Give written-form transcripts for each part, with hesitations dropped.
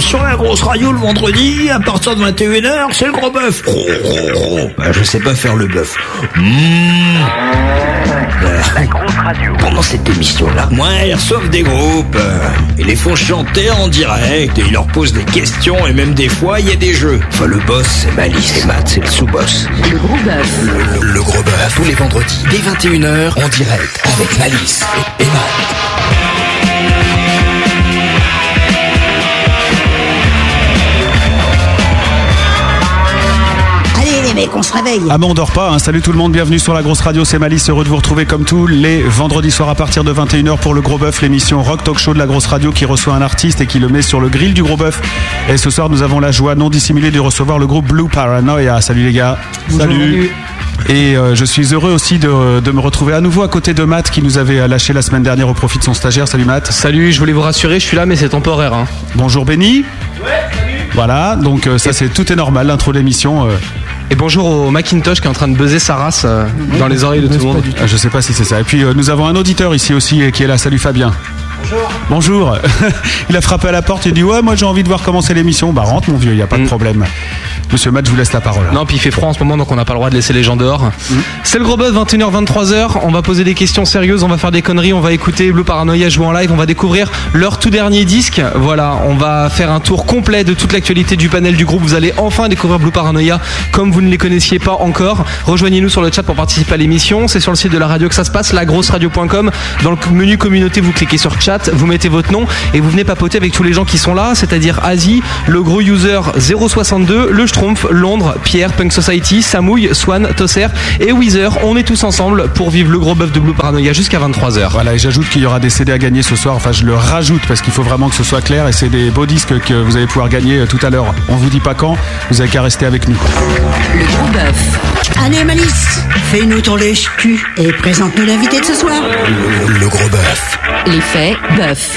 sur la grosse radio le vendredi, à partir de 21h, c'est le gros bœuf. Je sais pas faire le bœuf. La grosse radio. Pendant cette émission-là, ils reçoivent des groupes, ils les font chanter en direct, et ils leur posent des questions, et même des fois, il y a des jeux. Enfin, le boss, c'est Malice, et Matt, c'est le sous-boss. Le gros bœuf. Le gros bœuf, tous les vendredis, dès 21h, en direct, avec Malice et Matt. Mec, on se réveille. Ah mais on dort pas, hein. Salut tout le monde, bienvenue sur la grosse radio, c'est Malice, heureux de vous retrouver comme tous les vendredis soirs à partir de 21h pour le Gros Bœuf, l'émission rock talk show de la grosse radio qui reçoit un artiste et qui le met sur le grill du Gros Bœuf. Et ce soir nous avons la joie non dissimulée de recevoir le groupe Blue Paranoia. Salut les gars. Salut. Et je suis heureux aussi de me retrouver à nouveau à côté de Matt qui nous avait lâché la semaine dernière au profit de son stagiaire. Salut Matt. Salut, je voulais vous rassurer, je suis là mais c'est temporaire. Hein. Bonjour Benny. Ouais, salut. Voilà, donc ça c'est tout est normal, l'intro de l'émission. Et bonjour au Macintosh qui est en train de buzzer sa race dans les oreilles de tout le monde. Je sais pas si c'est ça. Et puis nous avons un auditeur ici aussi qui est là. Salut Fabien. Bonjour. Il a frappé à la porte et dit ouais, moi j'ai envie de voir commencer l'émission. Bah rentre mon vieux, il y a pas de problème. Monsieur Matt, je vous laisse la parole. Non, puis il fait froid en ce moment donc on n'a pas le droit de laisser les gens dehors. C'est le Gros Buzz, 21h 23h, on va poser des questions sérieuses, on va faire des conneries, on va écouter Blue Paranoia jouer en live, on va découvrir leur tout dernier disque. Voilà, on va faire un tour complet de toute l'actualité du panel du groupe. Vous allez enfin découvrir Blue Paranoia comme vous ne les connaissiez pas encore. Rejoignez-nous sur le chat pour participer à l'émission, c'est sur le site de la radio que ça se passe, lagrosseradio.com. Dans le menu communauté, vous cliquez sur chat, vous mettez votre nom et vous venez papoter avec tous les gens qui sont là, c'est-à-dire Asie, le gros user 062, le Schtroumpf, Londres, Pierre, Punk Society, Samouille, Swan, Tosser et Weezer. On est tous ensemble pour vivre le Gros Bœuf de Blue Paranoia jusqu'à 23h. Voilà, et j'ajoute qu'il y aura des CD à gagner ce soir. Enfin, je le rajoute parce qu'il faut vraiment que ce soit clair. Et c'est des beaux disques que vous allez pouvoir gagner tout à l'heure. On vous dit pas quand, vous avez qu'à rester avec nous. Le Gros Bœuf. Allez Malice, fais-nous ton lèche-cul et présente-nous l'invité de ce soir. Le Gros Bœuf. L'effet bœuf.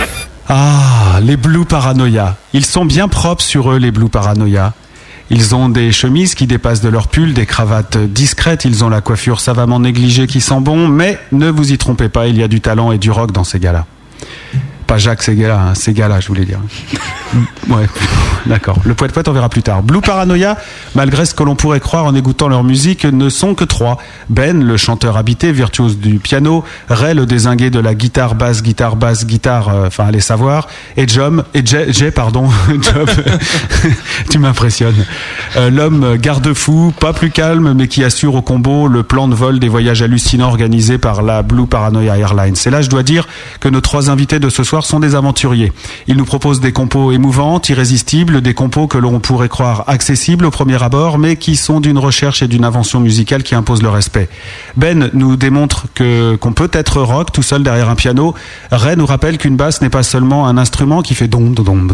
Ah, les Blue Paranoia. Ils sont bien propres sur eux, les Blue Paranoia. Ils ont des chemises qui dépassent de leur pull, des cravates discrètes, ils ont la coiffure savamment négligée qui sent bon, mais ne vous y trompez pas, il y a du talent et du rock dans ces gars-là. Pas Jacques Séguéla, hein, ces gars-là, je voulais dire. Ouais, d'accord. Le poète-poète, on verra plus tard. Blue Paranoia, malgré ce que l'on pourrait croire en écoutant leur musique, ne sont que trois. Ben, le chanteur habité, virtuose du piano. Ray, le dézingué de la guitare, enfin, allez savoir. Et Job, Job, tu m'impressionnes. L'homme garde-fou, pas plus calme, mais qui assure au combo le plan de vol des voyages hallucinants organisés par la Blue Paranoia Airlines. Et là, je dois dire que nos trois invités de ce soir sont des aventuriers. Ils nous proposent des compos émouvantes, irrésistibles, des compos que l'on pourrait croire accessibles au premier abord, mais qui sont d'une recherche et d'une invention musicale qui imposent le respect. Ben nous démontre qu'on peut être rock tout seul derrière un piano. Ray nous rappelle qu'une basse n'est pas seulement un instrument qui fait don,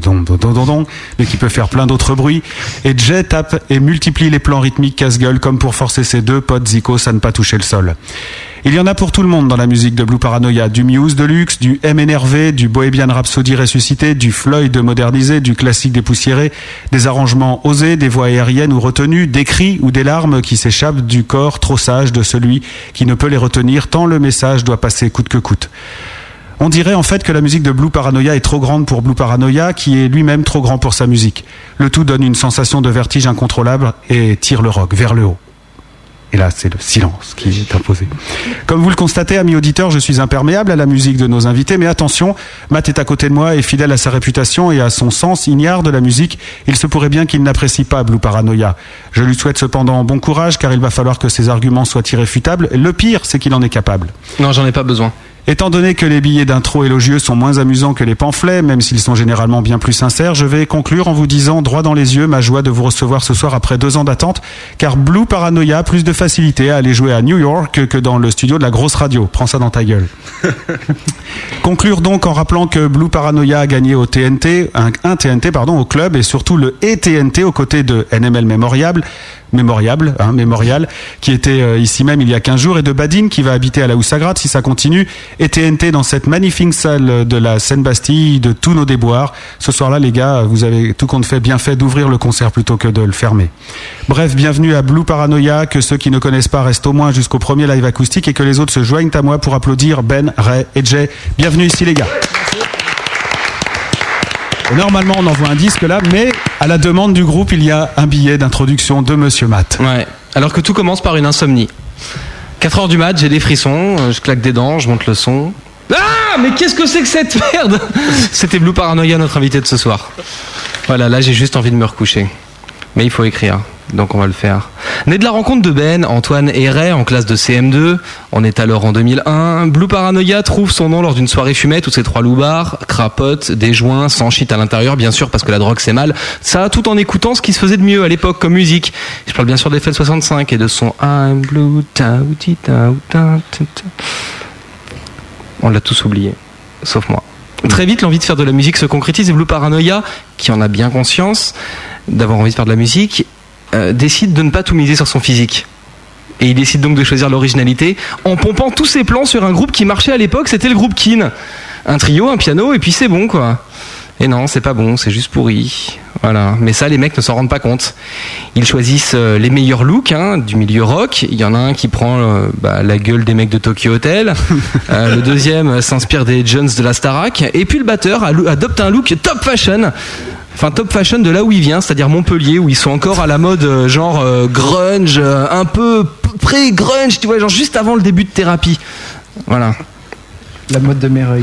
mais qui peut faire plein d'autres bruits. Et Jay tape et multiplie les plans rythmiques casse-gueule comme pour forcer ses deux potes zikos à ne pas toucher le sol. Il y en a pour tout le monde dans la musique de Blue Paranoia. Du Muse de luxe, du MNRV, du Bohemian Rhapsody ressuscité, du Floyd modernisé, du classique dépoussiéré, des arrangements osés, des voix aériennes ou retenues, des cris ou des larmes qui s'échappent du corps trop sage de celui qui ne peut les retenir tant le message doit passer coûte que coûte. On dirait en fait que la musique de Blue Paranoia est trop grande pour Blue Paranoia, qui est lui-même trop grand pour sa musique. Le tout donne une sensation de vertige incontrôlable et tire le rock vers le haut. Et là, c'est le silence qui est imposé. Comme vous le constatez, amis auditeurs, je suis imperméable à la musique de nos invités, mais attention, Matt est à côté de moi et fidèle à sa réputation et à son sens ignare de la musique. Il se pourrait bien qu'il n'apprécie pas Blue Paranoia. Je lui souhaite cependant bon courage, car il va falloir que ses arguments soient irréfutables. Le pire, c'est qu'il en est capable. Non, j'en ai pas besoin. Étant donné que les billets d'intro élogieux sont moins amusants que les pamphlets, même s'ils sont généralement bien plus sincères, je vais conclure en vous disant droit dans les yeux ma joie de vous recevoir ce soir après 2 ans d'attente, car Blue Paranoia a plus de facilité à aller jouer à New York que dans le studio de la grosse radio. Prends ça dans ta gueule. Conclure donc en rappelant que Blue Paranoia a gagné au TNT, un TNT au club, et surtout le TNT aux côtés de NML Mémorial, qui était ici même il y a 15 jours, et de Badine qui va habiter à la Houssagrade si ça continue, et TNT dans cette magnifique salle de la Seine-Bastille de tous nos déboires. Ce soir-là, les gars, vous avez tout compte fait bien fait d'ouvrir le concert plutôt que de le fermer. Bref, bienvenue à Blue Paranoia, que ceux qui ne connaissent pas restent au moins jusqu'au premier live acoustique et que les autres se joignent à moi pour applaudir Ben, Ray et Jay. Bienvenue ici, les gars. Et normalement, on envoie un disque là, mais à la demande du groupe, il y a un billet d'introduction de Monsieur Matt. Ouais. Alors que tout commence par une insomnie. 4h du mat, j'ai des frissons, je claque des dents, je monte le son. Ah, mais qu'est-ce que c'est que cette merde? C'était Blue Paranoia, notre invité de ce soir. Voilà, là j'ai juste envie de me recoucher. Mais il faut écrire, donc on va le faire. Né de la rencontre de Ben, Antoine et Ray en classe de CM2, on est alors en 2001. Blue Paranoia trouve son nom lors d'une soirée fumette où ces trois loupards crapotent des joints sans shit à l'intérieur, bien sûr parce que la drogue c'est mal. Ça, tout en écoutant ce qui se faisait de mieux à l'époque comme musique. Je parle bien sûr d'Eiffel 65 et de son I'm Blue. On l'a tous oublié, sauf moi. Très vite, l'envie de faire de la musique se concrétise et Blue Paranoia, qui en a bien conscience d'avoir envie de faire de la musique, décide de ne pas tout miser sur son physique. Et il décide donc de choisir l'originalité en pompant tous ses plans sur un groupe qui marchait à l'époque, c'était le groupe Keane. Un trio, un piano, et puis c'est bon quoi. Et non, c'est pas bon, c'est juste pourri. Voilà. Mais ça, les mecs ne s'en rendent pas compte. Ils choisissent les meilleurs looks du milieu rock. Il y en a un qui prend la gueule des mecs de Tokyo Hotel. Le deuxième s'inspire des Jones de la Starac. Et puis le batteur adopte un look top fashion. Enfin, top fashion de là où il vient, c'est-à-dire Montpellier, où ils sont encore à la mode genre grunge, un peu pré-grunge, tu vois, genre juste avant le début de Thérapie. Voilà. La mode de Mereuil.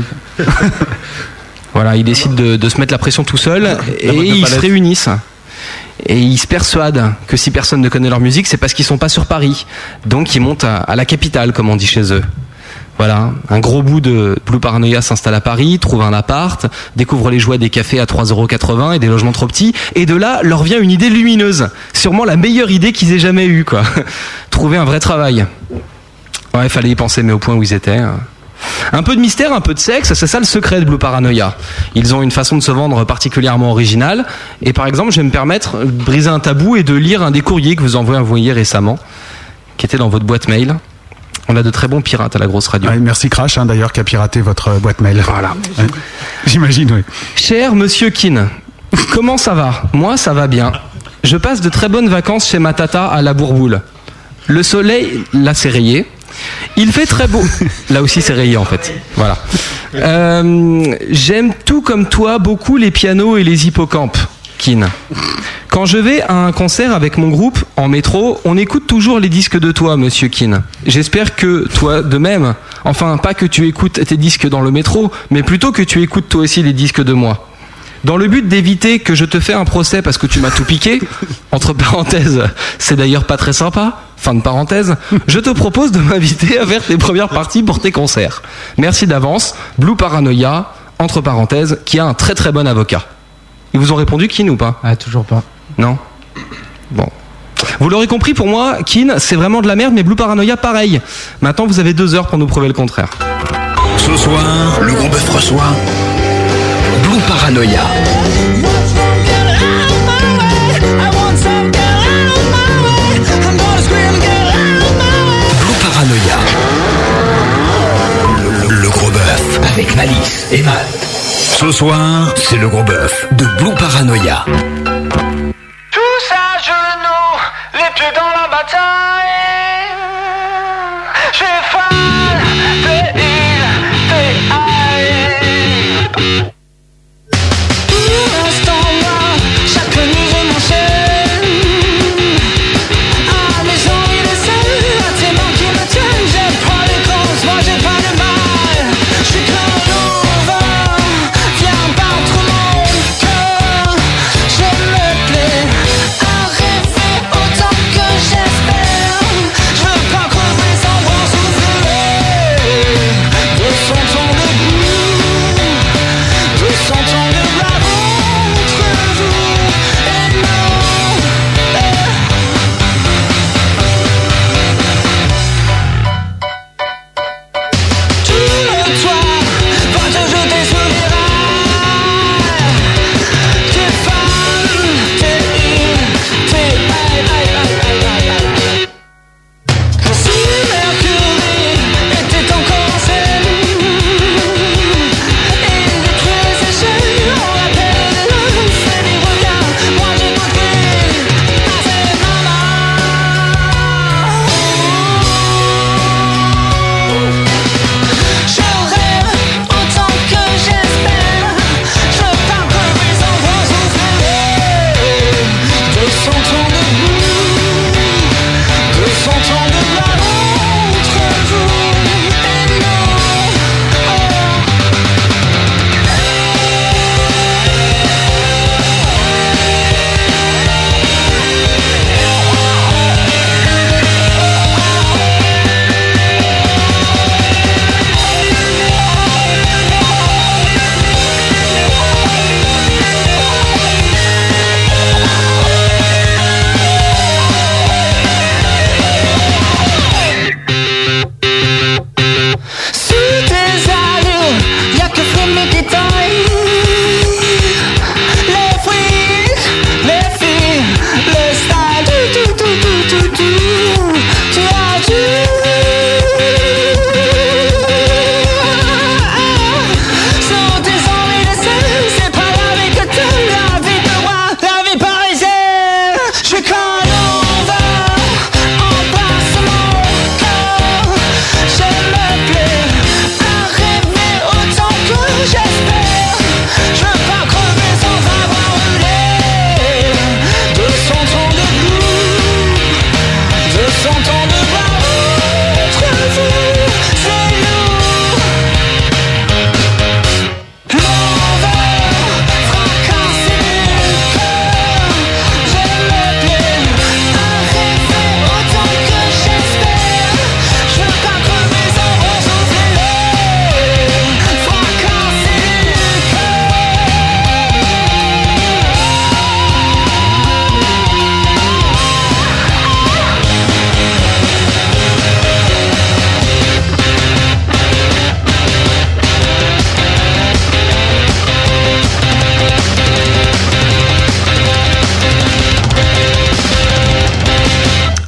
Voilà, ils décident de se mettre la pression tout seul et ils se réunissent. Et ils se persuadent que si personne ne connaît leur musique, c'est parce qu'ils sont pas sur Paris. Donc ils montent à la capitale, comme on dit chez eux. Voilà, un gros bout de Blue Paranoia s'installe à Paris, trouve un appart, découvre les joies des cafés à 3,80 € et des logements trop petits. Et de là, leur vient une idée lumineuse. Sûrement la meilleure idée qu'ils aient jamais eue, quoi. Trouver un vrai travail. Ouais, fallait y penser, mais au point où ils étaient... Un peu de mystère, un peu de sexe, c'est ça le secret de Blue Paranoia. Ils ont une façon de se vendre particulièrement originale. Et par exemple, je vais me permettre de briser un tabou et de lire un des courriers que vous envoyez récemment, qui était dans votre boîte mail. On a de très bons pirates à la grosse radio. Ouais, merci Crash, d'ailleurs, qui a piraté votre boîte mail. Voilà. Ouais. J'imagine, oui. Cher Monsieur Keane, comment ça va? Moi, ça va bien. Je passe de très bonnes vacances chez ma tata à la Bourboule. Le soleil, là, c'est rayé. Il fait très beau. Là aussi c'est rayé en fait. Voilà. J'aime tout comme toi beaucoup les pianos et les hippocampes, Keane. Quand je vais à un concert avec mon groupe en métro, on écoute toujours les disques de toi, Monsieur Keane. J'espère que toi de même. Enfin, pas que tu écoutes tes disques dans le métro, mais plutôt que tu écoutes toi aussi les disques de moi. Dans le but d'éviter que je te fais un procès parce que tu m'as tout piqué, entre parenthèses, c'est d'ailleurs pas très sympa, fin de parenthèse, je te propose de m'inviter à faire tes premières parties pour tes concerts. Merci d'avance, Blue Paranoia, entre parenthèses, qui a un très très bon avocat. Ils vous ont répondu, Keane, ou pas? Ah, toujours pas. Non? Bon. Vous l'aurez compris, pour moi, Keane, c'est vraiment de la merde, mais Blue Paranoia, pareil. Maintenant, vous avez 2 heures pour nous prouver le contraire. Ce soir, le gros bœuf reçoit Blue Paranoia. Blue Paranoia. Le gros bœuf avec Malice et Matt. Ce soir, c'est le gros bœuf de Blue Paranoia. Tous à genoux, les pieds dans la bataille. J'ai faim, des îles, des haïs. Tout l'instant moi, chaque nuit je m'enchaîne. À mes envies de sel, à tes mains qui me tiennent. J'aime pas les causes, moi j'ai pas de mal. Je suis comme l'ouvert, viens battre mon cœur. Je me plais à rêver autant que j'espère. Je veux pas crever sans voir souffler.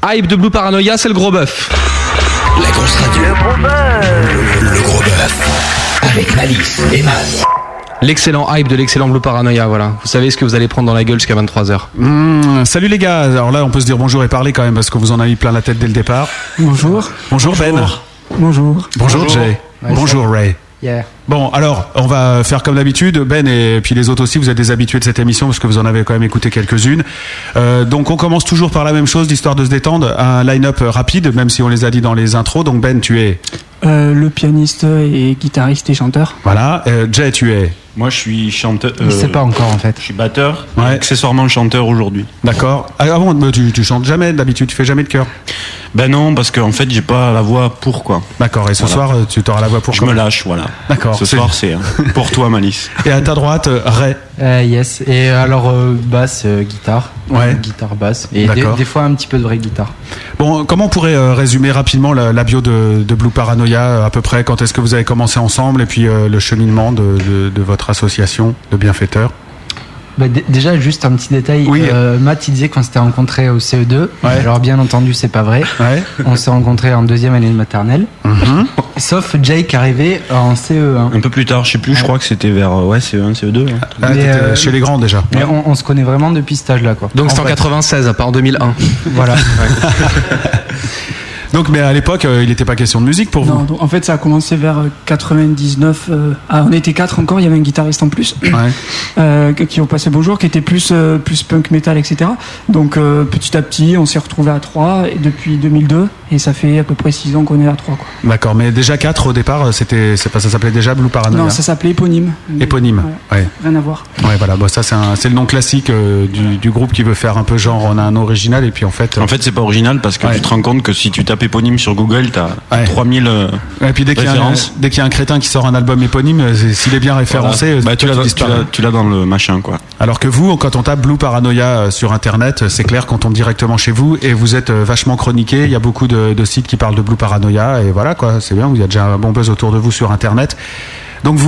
Hype de Blue Paranoia, c'est le gros bœuf. La grosse radio. Le gros bœuf. Avec Malice et Matt. L'excellent hype de l'excellent Blue Paranoia, voilà. Vous savez ce que vous allez prendre dans la gueule jusqu'à 23h. Salut les gars, alors là on peut se dire bonjour et parler quand même parce que vous en avez eu plein la tête dès le départ. Bonjour. Bonjour Ben. Bonjour. Bonjour Jay. Ouais, Bonjour Ray. Yeah. Bon, alors, on va faire comme d'habitude. Ben et puis les autres aussi, vous êtes des habitués de cette émission parce que vous en avez quand même écouté quelques-unes. Donc on commence toujours par la même chose, d'histoire de se détendre. Un line-up rapide, même si on les a dit dans les intros. Donc Ben, tu es... Le pianiste et guitariste et chanteur. Voilà. Jay, tu es... Moi, je suis chanteur. Je sais pas encore en fait. Je suis batteur, Ouais. accessoirement chanteur aujourd'hui. D'accord. Ah bon, mais tu chantes jamais d'habitude, tu fais jamais de chœur. Ben non, parce qu'en fait, j'ai pas la voix pour quoi. D'accord. Et ce Voilà. soir, tu t'auras la voix pour Je quoi me lâche, voilà. D'accord. Ce soir, c'est pour toi, Malice. Et à ta droite, Ray. Yes, et alors basse, guitare, Ouais. guitare basse, et D'accord. des fois un petit peu de vraie guitare. Bon, comment on pourrait résumer rapidement la bio de Blue Paranoia, à peu près quand est-ce que vous avez commencé ensemble et puis le cheminement de votre association de bienfaiteurs? Déjà, juste un petit détail, Oui. Matt il disait qu'on s'était rencontrés au CE2, Ouais. alors bien entendu c'est pas vrai, Ouais. on s'est rencontrés en deuxième année de maternelle, sauf Jake arrivé en CE1. Un peu plus tard, je sais plus, je crois que c'était vers CE1, CE2. hein. Ah, Mais, t'étais chez les grands déjà. Mais on se connaît vraiment depuis cet âge-là, quoi. Donc c'est en fait, 96, pas en 2001. Voilà. Donc, mais à l'époque, il n'était pas question de musique pour Non, vous. donc, en fait, ça a commencé vers 99. On était 4 encore, il y avait un guitariste en plus. Ouais. Qui ont passé bonjour, qui était plus punk metal, etc. Donc petit à petit, on s'est retrouvé à 3 et depuis 2002, et ça fait à peu près 6 ans qu'on est à 3. Quoi. D'accord, mais déjà 4 au départ, ça s'appelait déjà Blue Paranoia. Non, ça s'appelait Éponyme. Éponyme. Ouais. Rien à voir. Ouais, voilà. Bon, ça c'est le nom classique du groupe qui veut faire un peu genre on a un nom original et puis en fait. En fait, c'est pas original parce que Ouais. tu te rends compte que si tu tapes éponyme sur Google, t'as Ouais. 3000 Et puis dès qu'il y a un crétin qui sort un album éponyme, s'il est bien référencé, Bah, tu toi, l'as disparais. tu l'as dans le machin, quoi. Alors que vous, quand on tape Blue Paranoia sur internet, c'est clair qu'on tombe directement chez vous et vous êtes vachement chroniqué. Il y a beaucoup de sites qui parlent de Blue Paranoia et voilà quoi, c'est bien. Il y a déjà un bon buzz autour de vous sur internet. Donc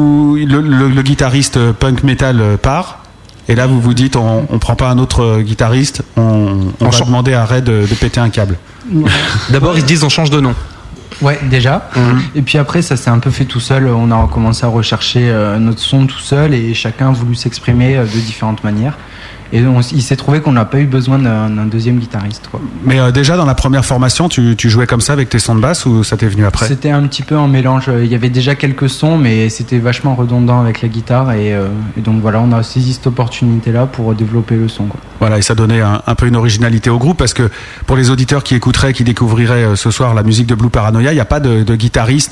le guitariste punk metal part. Et là, vous vous dites, on prend pas un autre guitariste, on va demander à Ray de péter un câble. D'abord ils se disent on change de nom. Ouais, déjà. Et puis après, ça s'est un peu fait tout seul. On a commencé à rechercher notre son tout seul et chacun a voulu s'exprimer de différentes manières. Et il s'est trouvé qu'on n'a pas eu besoin d'un deuxième guitariste, quoi. Mais déjà dans la première formation, tu jouais comme ça avec tes sons de basse ou ça t'est venu après? C'était un petit peu en mélange. Il y avait déjà quelques sons, mais c'était vachement redondant avec la guitare. Et donc voilà, on a saisi cette opportunité-là pour développer le son, quoi. Voilà, et ça donnait un peu une originalité au groupe parce que pour les auditeurs qui écouteraient, qui découvriraient ce soir la musique de Blue Paranoia, il n'y a pas de guitariste,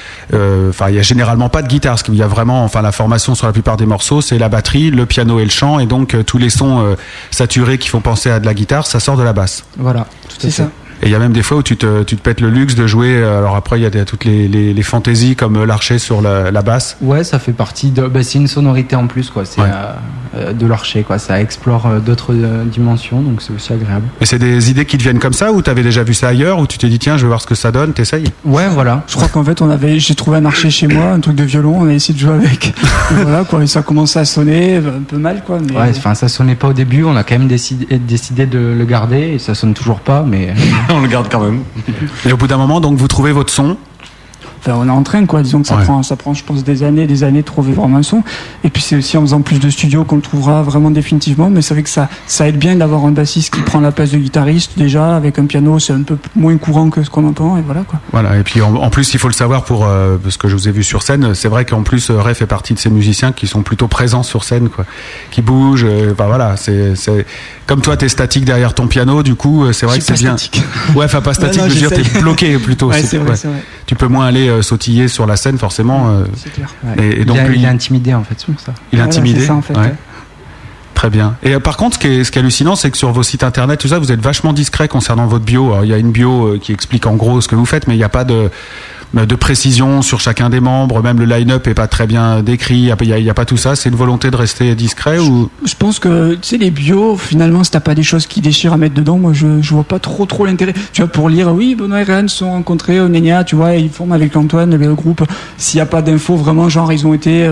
enfin il y a généralement pas de guitare, parce qu'il y a vraiment, enfin la formation sur la plupart des morceaux, c'est la batterie, le piano et le chant, et donc tous les sons saturés qui font penser à de la guitare, ça sort de la basse. Voilà, tout à fait. C'est ça. Et il y a même des fois où tu te pètes le luxe de jouer, alors après il y a toutes les fantaisies comme l'archer sur la basse. Ouais, ça fait partie de. C'est une sonorité en plus, quoi. C'est Ouais. de l'archer, quoi. Ça explore d'autres dimensions, donc c'est aussi agréable. Et c'est des idées qui te viennent comme ça, ou t'avais déjà vu ça ailleurs, ou tu t'es dit tiens je vais voir ce que ça donne, t'essayes? Ouais, voilà. Je crois qu'en fait, j'ai trouvé un archer chez moi, un truc de violon, on a essayé de jouer avec. Et voilà, quoi. Et ça a commencé à sonner un peu mal, quoi. Mais Ouais, enfin, ça sonnait pas au début. On a quand même décidé de le garder et ça sonne toujours pas, mais. On le garde quand même. Et au bout d'un moment, donc vous trouvez votre son. enfin, on est en train, quoi. Disons que ça Ouais. prend, je pense, des années de trouver vraiment un son. Et puis c'est aussi en faisant plus de studios qu'on le trouvera vraiment définitivement. Mais c'est vrai que ça aide bien d'avoir un bassiste qui prend la place de guitariste déjà. Avec un piano, c'est un peu moins courant que ce qu'on entend. Et voilà, quoi. Voilà, et puis en plus il faut le savoir parce que je vous ai vu sur scène, c'est vrai qu'en plus Ray fait partie de ces musiciens qui sont plutôt présents sur scène, quoi, qui bougent, enfin voilà, c'est comme toi t'es statique derrière ton piano, du coup c'est vrai que c'est bien. Statique. Ouais, enfin pas statique, Non, je veux dire j'essaye. t'es bloqué plutôt. Ouais, c'est vrai, c'est vrai. Tu peux moins aller sautiller sur la scène forcément. C'est clair. Ouais. Et donc il est intimidé, en fait, c'est pour ça. il est Voilà, intimidé. c'est ça, en fait, Ouais. ouais. Très bien. Et par contre, ce qui est hallucinant, c'est que sur vos sites internet, tout ça, vous êtes vachement discret concernant votre bio. Alors, il y a une bio qui explique en gros ce que vous faites, mais il n'y a pas de de précision sur chacun des membres, même le line-up est pas très bien décrit, il y a pas tout ça, c'est une volonté de rester discret ou Je pense que, tu sais, les bios, finalement, si t'as pas des choses qui déchirent à mettre dedans, moi, je vois pas trop l'intérêt. Tu vois, pour lire, oui, Benoît et Ryan se sont rencontrés au Nénia, tu vois, ils forment avec Antoine le groupe. S'il y a pas d'infos, vraiment, genre, ils ont été,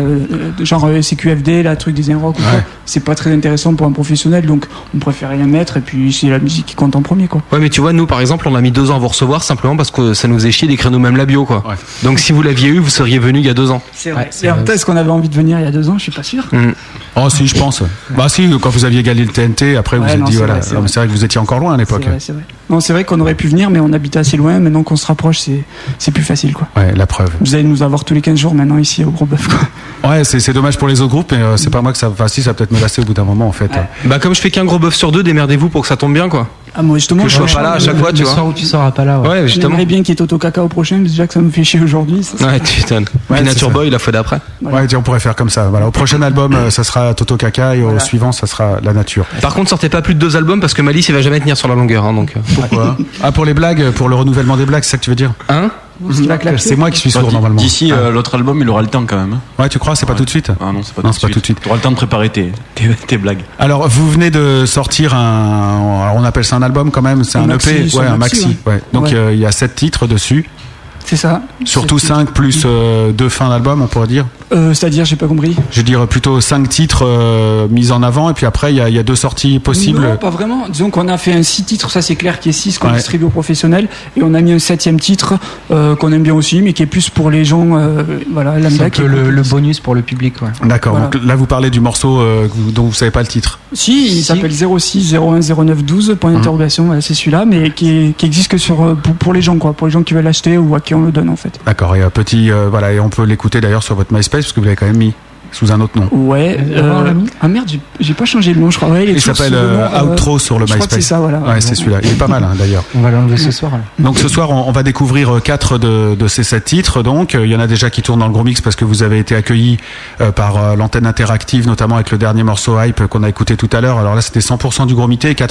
genre CQFD, la truc des Rock ou quoi, c'est pas très intéressant pour un professionnel, donc on préfère rien mettre, et puis c'est la musique qui compte en premier, quoi. Ouais, mais tu vois, nous, par exemple, on a mis 2 ans à vous recevoir simplement parce que ça nous faisait chier d'écrire nous-mêmes la bio, quoi. Ouais. Donc, si vous l'aviez eu, vous seriez venu il y a 2 ans. C'est vrai. Et en fait, est-ce qu'on avait envie de venir il y a 2 ans? Je suis pas sûr. Oh, si, je pense. Bah, si, quand vous aviez gagné le TNT, après, vous êtes dit, voilà. C'est vrai que vous étiez encore loin à l'époque. C'est vrai. Non, c'est vrai qu'on aurait pu venir, mais on habitait assez loin. Maintenant qu'on se rapproche, c'est plus facile, quoi. Ouais, la preuve. Vous allez nous avoir tous les 15 jours maintenant ici au Gros Bœuf, quoi. Ouais, c'est dommage pour les autres groupes, mais c'est pas moi que ça. Enfin, si, ça va peut-être me lasser au bout d'un moment, en fait. Ouais. Bah, comme je fais qu'un Gros Bœuf sur 2, démerdez-vous pour que ça tombe bien, quoi. Ah, moi, justement, que je sois pas là à chaque fois, tu vois. Le soir où tu seras pas là, ouais. Ouais, justement. J'aimerais bien qu'il y ait Toto Kaka au prochain, mais déjà que ça me fait chier aujourd'hui. Ouais, tu m'étonnes. Puis Nature Boy, la fois d'après. Voilà. Ouais, on pourrait faire comme ça. Voilà, au prochain album, ça sera Toto Kaka, et au suivant, ça sera La Nature. Par contre, sortez pas plus de 2 albums parce que Malice, il va jamais tenir sur la longueur, hein, donc. Pourquoi? Ah, pour les blagues, pour le renouvellement des blagues, c'est ça que tu veux dire? Hein? C'est moi qui suis sourd normalement. D'ici l'autre album, il aura le temps quand même. Ouais, tu crois? C'est pas tout de suite? Ah non, c'est pas tout de suite. Tu auras le temps de préparer tes blagues. Alors, vous venez de sortir alors on appelle ça un album quand même, c'est un EP, ouais, un maxi. Ouais. Donc il y a 7 titres dessus. C'est ça. Surtout 5 plus 2 fins d'album, on pourrait dire. C'est-à-dire, j'ai pas compris. Je veux dire plutôt 5 titres mis en avant, et puis après il y a 2 sorties possibles. Non, pas vraiment. Disons qu'on a fait un 6 titres, ça c'est clair, qui est 6 qu'on distribue aux professionnels, et on a mis un 7e titre qu'on aime bien aussi, mais qui est plus pour les gens, voilà, lambda. C'est un peu le bonus pour le public, ouais. D'accord. Voilà. Donc là vous parlez du morceau dont vous savez pas le titre. Si, il s'appelle 06 01 09 12 point d'interrogation. Voilà, c'est celui-là, mais qui existe que pour les gens, quoi, pour les gens qui veulent l'acheter ou à qui on le donne en fait. D'accord. Et un petit voilà, et on peut l'écouter d'ailleurs sur votre MySpace parce que vous l'avez quand même mis sous un autre nom. Ouais. Ah merde, j'ai pas changé le nom, je crois. Ouais, il s'appelle Outro sur le MySpace. Je crois que c'est ça, voilà. Ouais, c'est celui-là. Il est pas mal, hein, d'ailleurs. On va l'enlever ce soir. Là. Donc ce soir, on va découvrir 4 de ces 7 titres. Donc il y en a déjà qui tournent dans le gros mix parce que vous avez été accueillis par l'antenne interactive, notamment avec le dernier morceau Hype qu'on a écouté tout à l'heure. Alors là, c'était 100% du gros mité et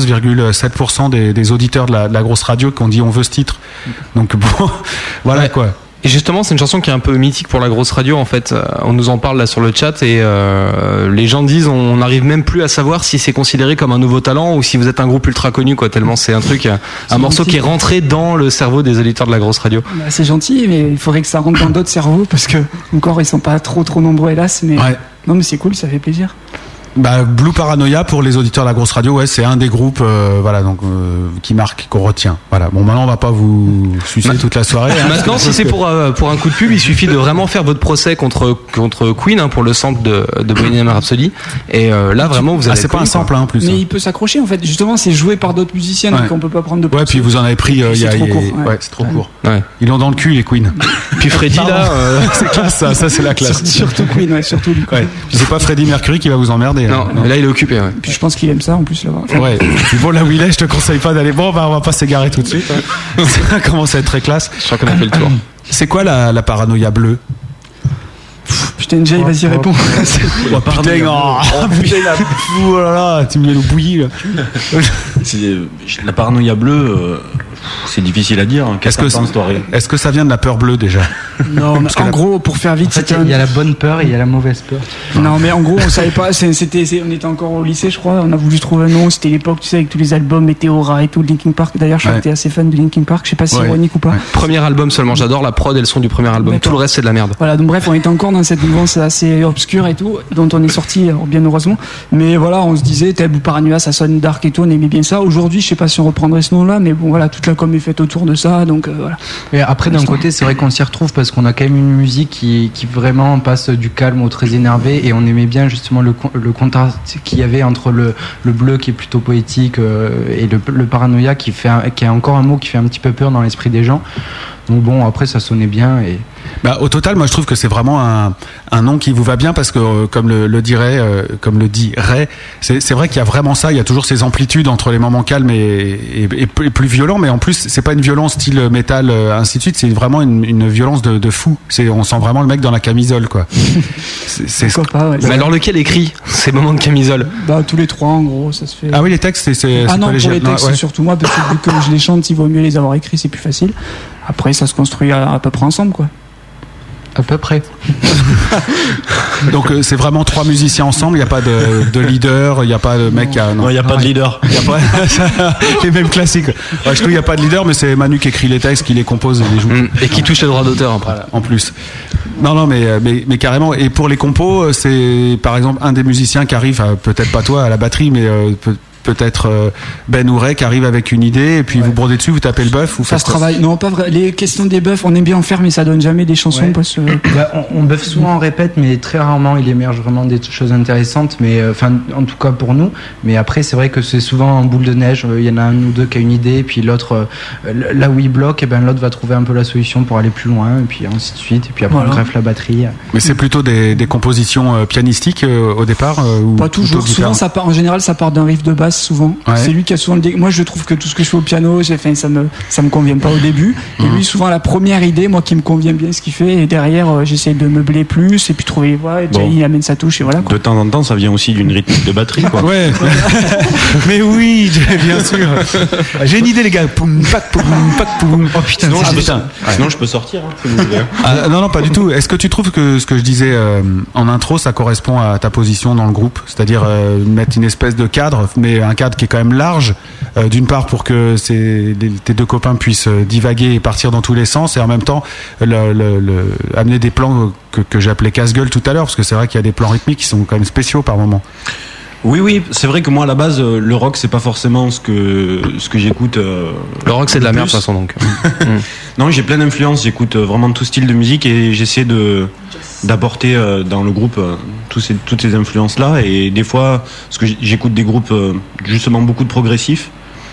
95,7% des auditeurs de la grosse radio qui ont dit on veut ce titre. Donc bon, voilà ouais. quoi. Et justement, c'est une chanson qui est un peu mythique pour la grosse radio en fait. On nous en parle là sur le chat et les gens disent on n'arrive même plus à savoir si c'est considéré comme un nouveau talent ou si vous êtes un groupe ultra connu quoi. Tellement c'est un truc, un morceau qui est rentré dans le cerveau des auditeurs de la grosse radio. Bah, c'est gentil, mais il faudrait que ça rentre dans d'autres cerveaux parce que encore ils sont pas trop nombreux hélas. Mais non, mais c'est cool, ça fait plaisir. Bah, Blue Paranoia pour les auditeurs de la grosse radio, ouais, c'est un des groupes, voilà, donc qui marque, qu'on retient. Voilà. Bon, maintenant on va pas vous sucer toute la soirée. Hein, maintenant, si c'est pour un coup de pub, il suffit de vraiment faire votre procès contre Queen hein, pour le sample de Bohemian Rhapsody. Et là, vraiment, vous allez. C'est pas un sample, hein, en plus. Mais hein. Il peut s'accrocher en fait. Justement, c'est joué par d'autres musiciens, donc on peut pas prendre de. Ouais, puis vous en avez pris. C'est trop court. Ouais, c'est trop court. Ouais. Ils l'ont dans le cul les Queen. Puis Freddy là, c'est classe, ça c'est la classe. Surtout Queen, ouais, surtout lui. Ouais. C'est pas Freddie Mercury qui va vous emmerder. Non, mais là il est occupé. Ouais. Puis je pense qu'il aime ça en plus là-bas. Ouais. Puis bon, là où il est, je te conseille pas d'aller. Bon, bah, on va pas s'égarer tout de suite. Hein. Ça commence à être très classe. Je crois qu'on a fait le tour. C'est quoi la paranoïa bleue? Putain, Jay, vas-y, réponds. Putain, oh là là, tu me mets le bouilli là. La paranoïa bleue, c'est difficile à dire. Est-ce que ça vient de la peur bleue déjà? Non, mais en gros, pour faire vite, il y a la bonne peur et il y a la mauvaise peur. Non, mais en gros, on savait pas. On était encore au lycée, je crois. On a voulu trouver un nom. C'était l'époque, tu sais, avec tous les albums Meteora et tout, Linkin Park. D'ailleurs, je crois que t'es assez fan de Linkin Park. Je sais pas si c'est ironique ou pas. Premier album seulement. J'adore la prod et le son du premier album. Tout le reste, c'est de la merde. Voilà, donc bref, on était encore dans cette mouvance assez obscure et tout, dont on est sorti bien heureusement. Mais voilà, on se disait, Blue Paranoia, ça sonne dark et tout, on aimait bien ça. Aujourd'hui, je sais pas si on reprendrait ce nom-là, mais bon, voilà, toute la com est faite autour de ça, donc voilà. Et après, d'un côté, c'est vrai qu'on s'y retrouve parce qu'on a quand même une musique qui vraiment passe du calme au très énervé et on aimait bien justement le contraste qu'il y avait entre le bleu qui est plutôt poétique et le paranoïa qui est encore un mot qui fait un petit peu peur dans l'esprit des gens. Donc bon, après ça sonnait bien et... Bah, au total, moi je trouve que c'est vraiment un nom qui vous va bien parce que comme le dit Ray, c'est vrai qu'il y a vraiment ça, il y a toujours ces amplitudes entre les moments calmes et plus violents, mais en plus c'est pas une violence style métal ainsi de suite, c'est vraiment une violence de fou. On sent vraiment le mec dans la camisole quoi. Pas, ouais. Mais alors lequel écrit ces moments de camisole? Bah tous les trois en gros, ça se fait. Ah oui, les textes c'est non, pas pour les textes c'est surtout moi parce que vu que je les chante, il vaut mieux les avoir écrits, c'est plus facile. après ça se construit à peu près ensemble, quoi. À peu près. Donc c'est vraiment 3 musiciens ensemble, il n'y a pas de leader, il n'y a pas de mec à... Non, il n'y a pas de leader. Il y a pas les mêmes classiques. Ouais, je trouve il n'y a pas de leader, mais c'est Manu qui écrit les textes, qui les compose et les joue. Et qui touche les droits d'auteur après. Voilà, en plus. Non, mais carrément. Et pour les compos, c'est par exemple un des musiciens qui arrive, peut-être pas toi à la batterie, mais peut-être Ben ou Ray qui arrive avec une idée et puis vous brodez dessus, vous tapez le bœuf ou ça se travaille. Non, pas vrai. Les questions des bœufs, on aime bien en faire, mais ça donne jamais des chansons. Ouais. Parce que... on bœuffe souvent, on répète, mais très rarement il émerge vraiment des choses intéressantes. Mais enfin, en tout cas pour nous. Mais après, c'est vrai que c'est souvent en boule de neige. Il y en a un ou deux qui a une idée, et puis l'autre, là où il bloque, et ben l'autre va trouver un peu la solution pour aller plus loin, et puis ainsi de suite. Et puis après, on greffe la batterie. Mais c'est plutôt des compositions pianistiques au départ ou pas toujours. Souvent, ça part, en général, ça part d'un riff de basse. Souvent, c'est lui qui a souvent moi je trouve que tout ce que je fais au piano, ça me convient pas au début, et lui souvent la première idée, moi qui me convient bien ce qu'il fait, et derrière j'essaie de meubler plus et puis trouver et puis il amène sa touche et voilà quoi. De temps en temps ça vient aussi d'une rythmique de batterie quoi. Ouais. Mais oui, bien sûr. J'ai une idée les gars. Poum pac poum pac poum. Oh putain, sinon je peux sortir si vous voulez. Non pas du tout. Est-ce que tu trouves que ce que je disais en intro ça correspond à ta position dans le groupe, c'est-à-dire mettre une espèce de cadre, mais un cadre qui est quand même large, d'une part pour que tes deux copains puissent divaguer et partir dans tous les sens, et en même temps amener des plans que j'appelais casse-gueule tout à l'heure, parce que c'est vrai qu'il y a des plans rythmiques qui sont quand même spéciaux par moment. Oui, c'est vrai que moi à la base le rock c'est pas forcément ce que j'écoute. Le rock c'est de la merde de toute façon donc. Non, j'ai plein d'influences, j'écoute vraiment tout style de musique et j'essaie d'apporter dans le groupe toutes ces influences là, et des fois parce que j'écoute des groupes justement beaucoup de progressifs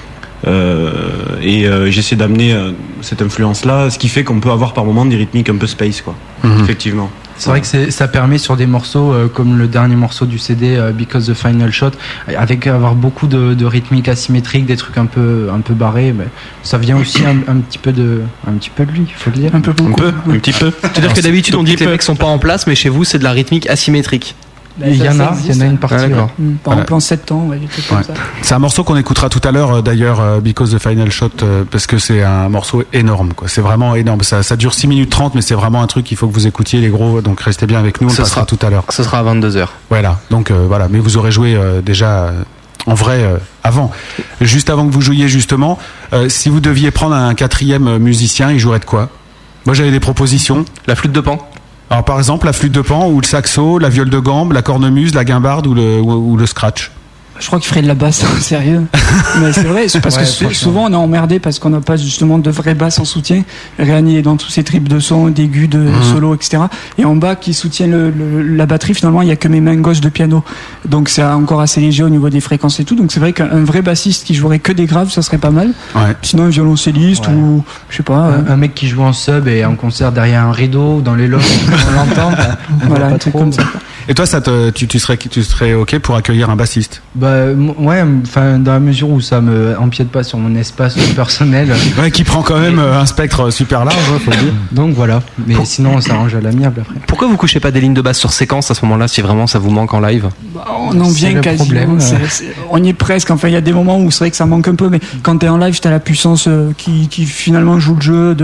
et j'essaie d'amener cette influence là, ce qui fait qu'on peut avoir par moments des rythmiques un peu space quoi. Effectivement. C'est vrai que ça permet sur des morceaux comme le dernier morceau du CD Because the Final Shot, avec avoir beaucoup de rythmiques asymétriques, des trucs un peu barrés, mais ça vient aussi un petit peu de lui, il faut le dire. Un petit peu. C'est-à-dire que d'habitude on dit que les mecs sont pas en place, mais chez vous c'est de la rythmique asymétrique. Il y en a une partie. Par exemple en 7 ans, des trucs comme ça. C'est un morceau qu'on écoutera tout à l'heure d'ailleurs, Because the Final Shot, parce que c'est un morceau énorme quoi. C'est vraiment énorme. Ça dure 6 minutes 30, mais c'est vraiment un truc qu'il faut que vous écoutiez les gros, donc restez bien avec nous, on le passera tout à l'heure. Ce sera à 22h. Voilà, donc voilà, mais vous aurez joué déjà en vrai avant. Juste avant que vous jouiez justement, si vous deviez prendre un 4e musicien, il jouerait de quoi? Moi j'avais des propositions. La flûte de Pan. Alors par exemple la flûte de Pan ou le saxo, la viole de gambe, la cornemuse, la guimbarde ou le scratch. Je crois qu'il ferait de la basse, sérieux. Mais c'est vrai, c'est parce que souvent on est emmerdé parce qu'on n'a pas justement de vraie basse en soutien. Réani est dans tous ces tripes de son, d'aigus, de solo, etc. Et en bas qui soutient la batterie, finalement il y a que mes mains gauches de piano. Donc c'est encore assez léger au niveau des fréquences et tout. Donc c'est vrai qu'un vrai bassiste qui jouerait que des graves, ça serait pas mal. Ouais. Sinon un violoncelliste ou je sais pas. Un mec qui joue en sub et en concert derrière un rideau ou dans les loges, on l'entend. Voilà, un truc comme ça. Et toi, tu serais ok pour accueillir un bassiste? Ouais, enfin dans la mesure où ça me empiète pas sur mon espace personnel. Ouais, qui prend quand même un spectre super large, faut le dire. Donc voilà. Mais sinon, on s'arrange à l'amiable après. Pourquoi vous couchez pas des lignes de basse sur séquence à ce moment-là, si vraiment ça vous manque en live? On en vient quasiment. On y est presque. Enfin, il y a des moments où c'est vrai que ça manque un peu, mais quand t'es en live, t'as la puissance qui finalement joue le jeu,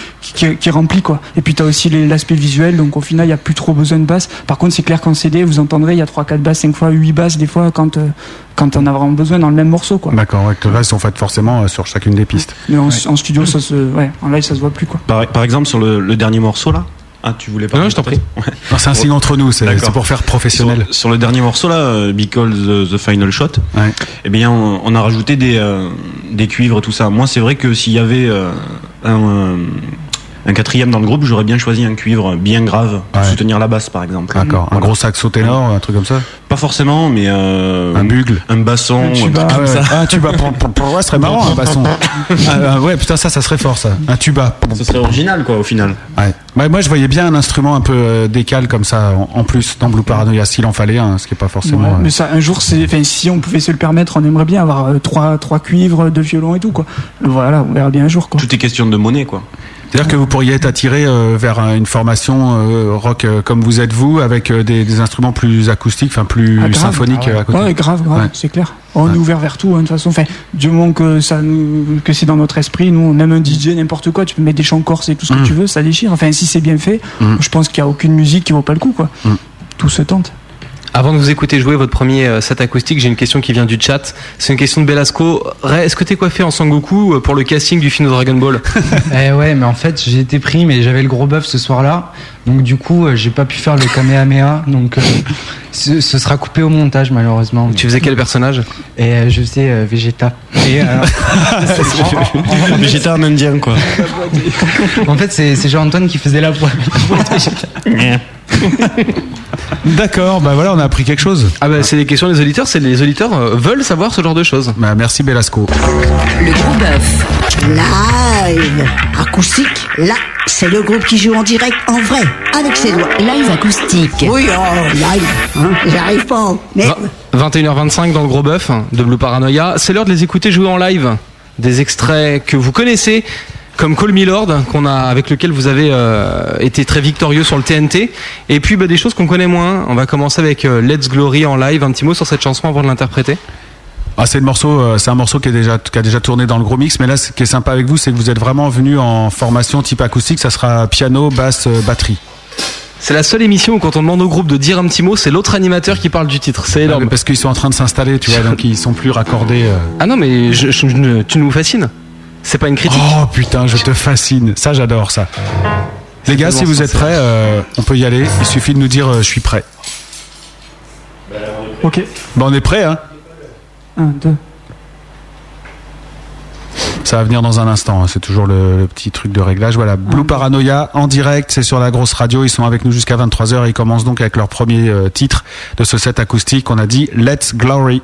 qui remplit quoi. Et puis t'as aussi l'aspect visuel, donc au final, il y a plus trop besoin de basse. Par contre, c'est clair qu'en CD, vous entendrez, il y a 3-4 basses, 5 fois 8 basses des fois quand on a vraiment besoin dans le même morceau quoi. D'accord, ouais, que là, ils sont faites forcément sur chacune des pistes. Mais en studio, en live, ça se voit plus quoi. Par exemple, sur le dernier morceau là. Ah, tu voulais pas? Non, je t'en prie. Non, c'est un signe entre nous, c'est pour faire professionnel. Sur le dernier morceau là, Because the Final Shot, eh bien, on a rajouté des cuivres, tout ça. Moi, c'est vrai que s'il y avait un 4e dans le groupe, j'aurais bien choisi un cuivre bien grave pour soutenir la basse, par exemple. D'accord. Un gros saxo ténor, un truc comme ça? Pas forcément, mais un bugle, un basson, un tuba, comme ça. Un tuba, ouais, ce serait marrant, un basson. Ouais, putain, ça serait fort, ça. Un tuba. Ça serait original, quoi, au final. Ouais. Moi, je voyais bien un instrument un peu décal comme ça, en plus, dans Blue Paranoia, s'il en fallait, ce qui est pas forcément. Ouais, mais ça, un jour, si on pouvait se le permettre, on aimerait bien avoir trois cuivres, 2 violons et tout, quoi. Voilà, on verra bien un jour, quoi. Tout est question de monnaie, quoi. C'est-à-dire que vous pourriez être attiré vers une formation rock comme vous êtes vous, avec des instruments plus acoustiques, enfin plus symphoniques à côté. Ouais, grave, ouais. C'est clair. On est ouvert vers tout, hein, de toute façon. Enfin, du moment que c'est dans notre esprit, nous, même un DJ, n'importe quoi, tu peux mettre des chants corses et tout ce que tu veux, ça déchire. Enfin, si c'est bien fait, je pense qu'il n'y a aucune musique qui vaut pas le coup, quoi. Tout se tente. Avant de vous écouter jouer votre premier set acoustique, j'ai une question qui vient du chat. C'est une question de Belasco. Ray, est-ce que t'es coiffé en Sangoku pour le casting du film de Dragon Ball? Ouais, mais en fait, j'ai été pris, mais j'avais le gros bœuf ce soir-là. Donc du coup, j'ai pas pu faire le Kamehameha. Donc ce sera coupé au montage, malheureusement. Tu faisais quel personnage? Et je faisais Vegeta. Et Vegeta en indien, quoi. En fait, c'est Jean-Antoine qui faisait la voix Vegeta. D'accord, bah voilà, on a appris quelque chose. Ah bah c'est des questions des auditeurs, les auditeurs veulent savoir ce genre de choses. Bah merci Belasco. Le gros bœuf. Live. Acoustique, là, c'est le groupe qui joue en direct, en vrai, avec ses doigts. Live acoustique. Oui, live, hein, j'arrive pas. Mais 21h25 dans le gros bœuf de Blue Paranoia. C'est l'heure de les écouter jouer en live. Des extraits que vous connaissez, comme Call Me Lord, avec lequel vous avez été très victorieux sur le TNT. Et puis des choses qu'on connaît moins. On va commencer avec Let's Glory en live. Un petit mot sur cette chanson avant de l'interpréter. C'est un morceau qui a déjà tourné dans le gros mix, mais là ce qui est sympa avec vous, c'est que vous êtes vraiment venu en formation type acoustique. Ça sera piano, basse, batterie. C'est la seule émission où quand on demande au groupe de dire un petit mot, c'est l'autre animateur qui parle du titre. C'est énorme. Parce qu'ils sont en train de s'installer, tu vois, donc ils sont plus raccordés. Ah non, mais tu nous fascines. C'est pas une critique. Oh putain, je te fascine. Ça, j'adore ça. Les gars, si vous êtes prêts, on peut y aller. Il suffit de nous dire je suis prêt. Ok. On est prêts, hein. 1, 2. Ça va venir dans un instant, hein. C'est toujours le petit truc de réglage. Voilà, Blue Paranoia en direct, c'est sur la grosse radio. Ils sont avec nous jusqu'à 23h. Ils commencent donc avec leur premier titre de ce set acoustique. On a dit Let's Glory.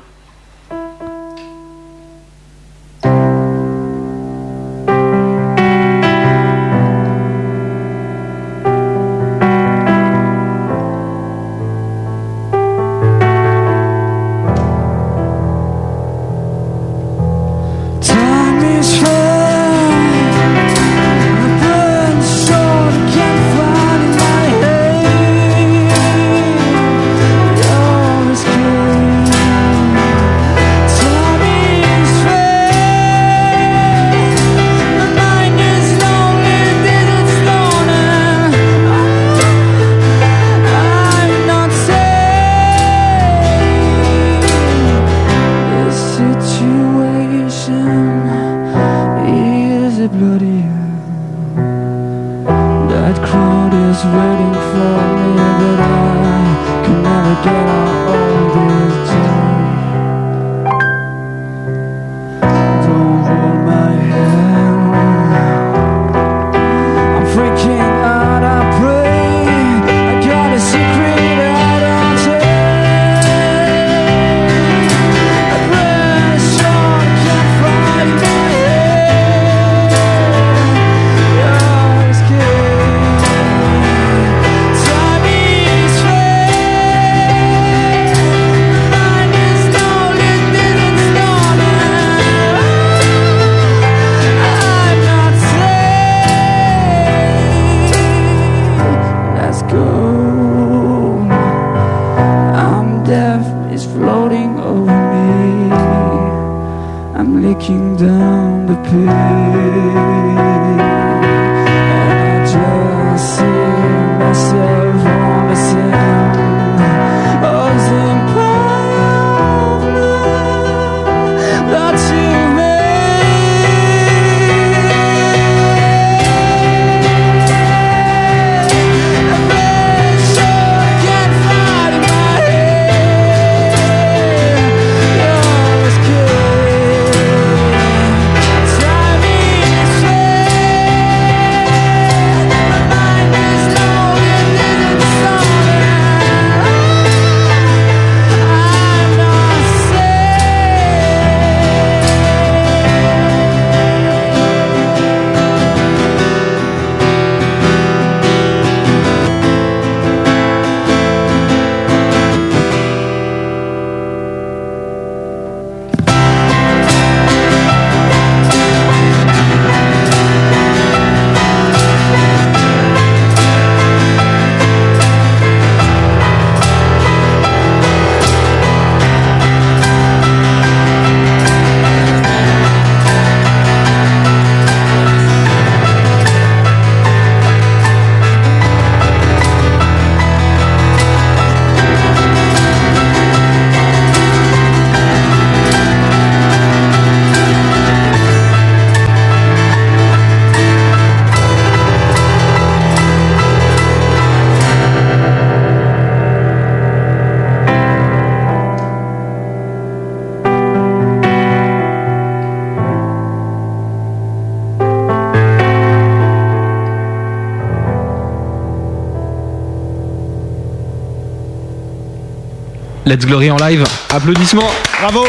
Let's Glory en live. Applaudissements. Bravo.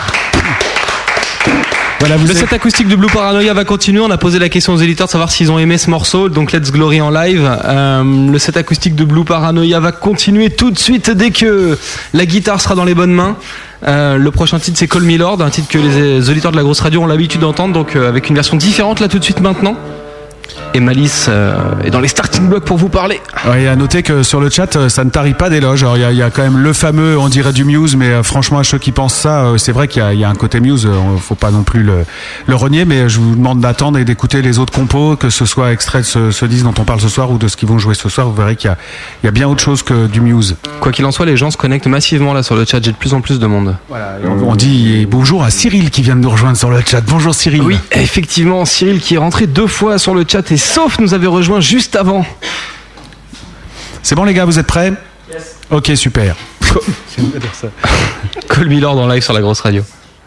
Voilà, Le set acoustique de Blue Paranoia va continuer. On a posé la question aux éditeurs de savoir s'ils ont aimé ce morceau. Donc Let's Glory en live. Le set acoustique de Blue Paranoia va continuer tout de suite dès que la guitare sera dans les bonnes mains. Le prochain titre c'est Call Me Lord, un titre que les auditeurs de la grosse radio ont l'habitude d'entendre, donc avec une version différente là tout de suite maintenant. Et Malice est dans les starting blocks pour vous parler. Ouais, à noter que sur le chat, ça ne tarit pas d'éloges. Alors, il y a quand même le fameux, on dirait du Muse, mais franchement, à ceux qui pensent ça, c'est vrai qu'il y a un côté Muse. Faut pas non plus le renier, mais je vous demande d'attendre et d'écouter les autres compos, que ce soit extrait de ce disque dont on parle ce soir ou de ce qu'ils vont jouer ce soir. Vous verrez qu'il y a bien autre chose que du Muse. Quoi qu'il en soit, les gens se connectent massivement là sur le chat. J'ai de plus en plus de monde. Voilà. On dit bonjour à Cyril qui vient de nous rejoindre sur le chat. Bonjour Cyril. Oui, effectivement, Cyril qui est rentré 2 fois sur le chat et sauf nous avait rejoint juste avant. C'est bon les gars, vous êtes prêts? Yes. Ok, super. Call Me Lord en live sur la grosse radio.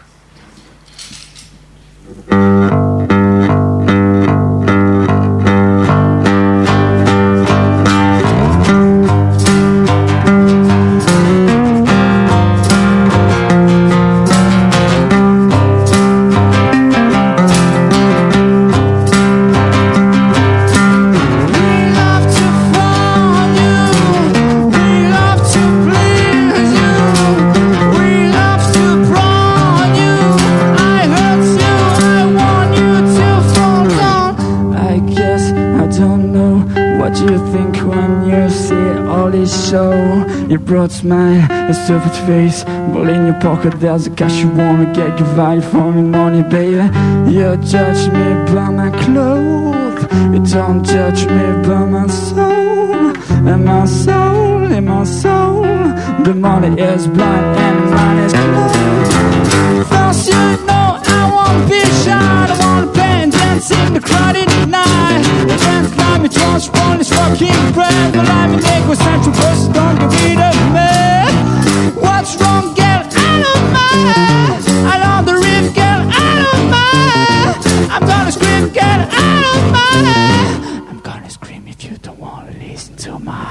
You brought mine, a stupid face, but in your pocket there's a cash you wanna get. You value for me money, baby. You judge me by my clothes, you don't judge me by my soul. And my soul, in my soul, the money is blind and the mind is closed. First you know I won't be shy, I wanna play and dance in the crowded night. The dance like me transform this fucking breath. The life you take was central versus don't give me the man. What's wrong, get out of my head. I love the riff, get out of my head. I'm gonna scream, get out of my head. I'm gonna scream if you don't wanna listen to my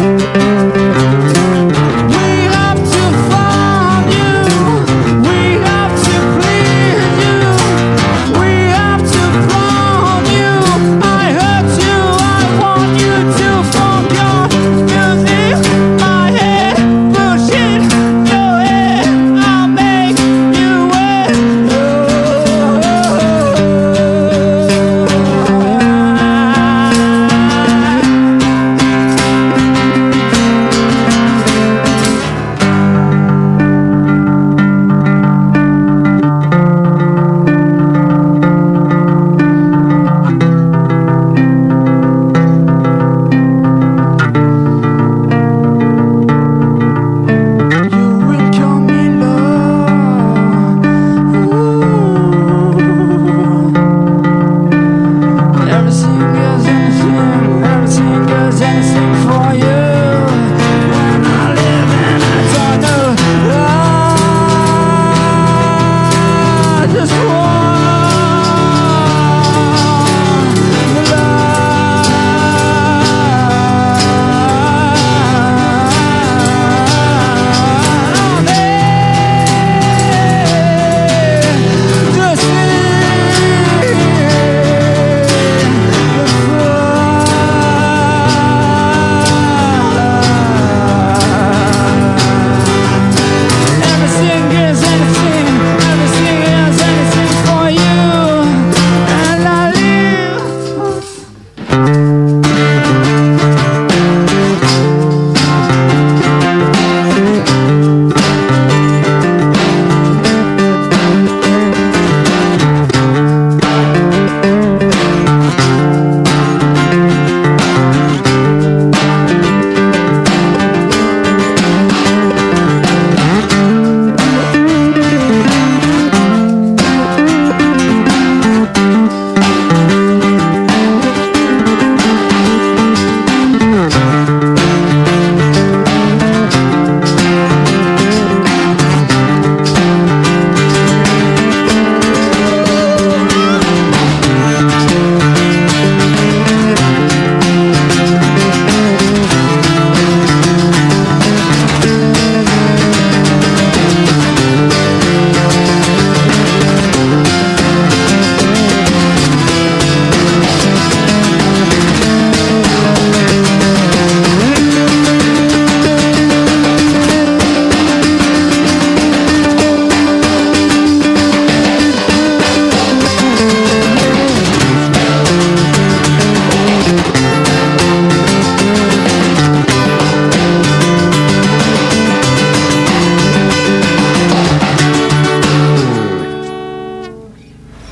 We have to find you. We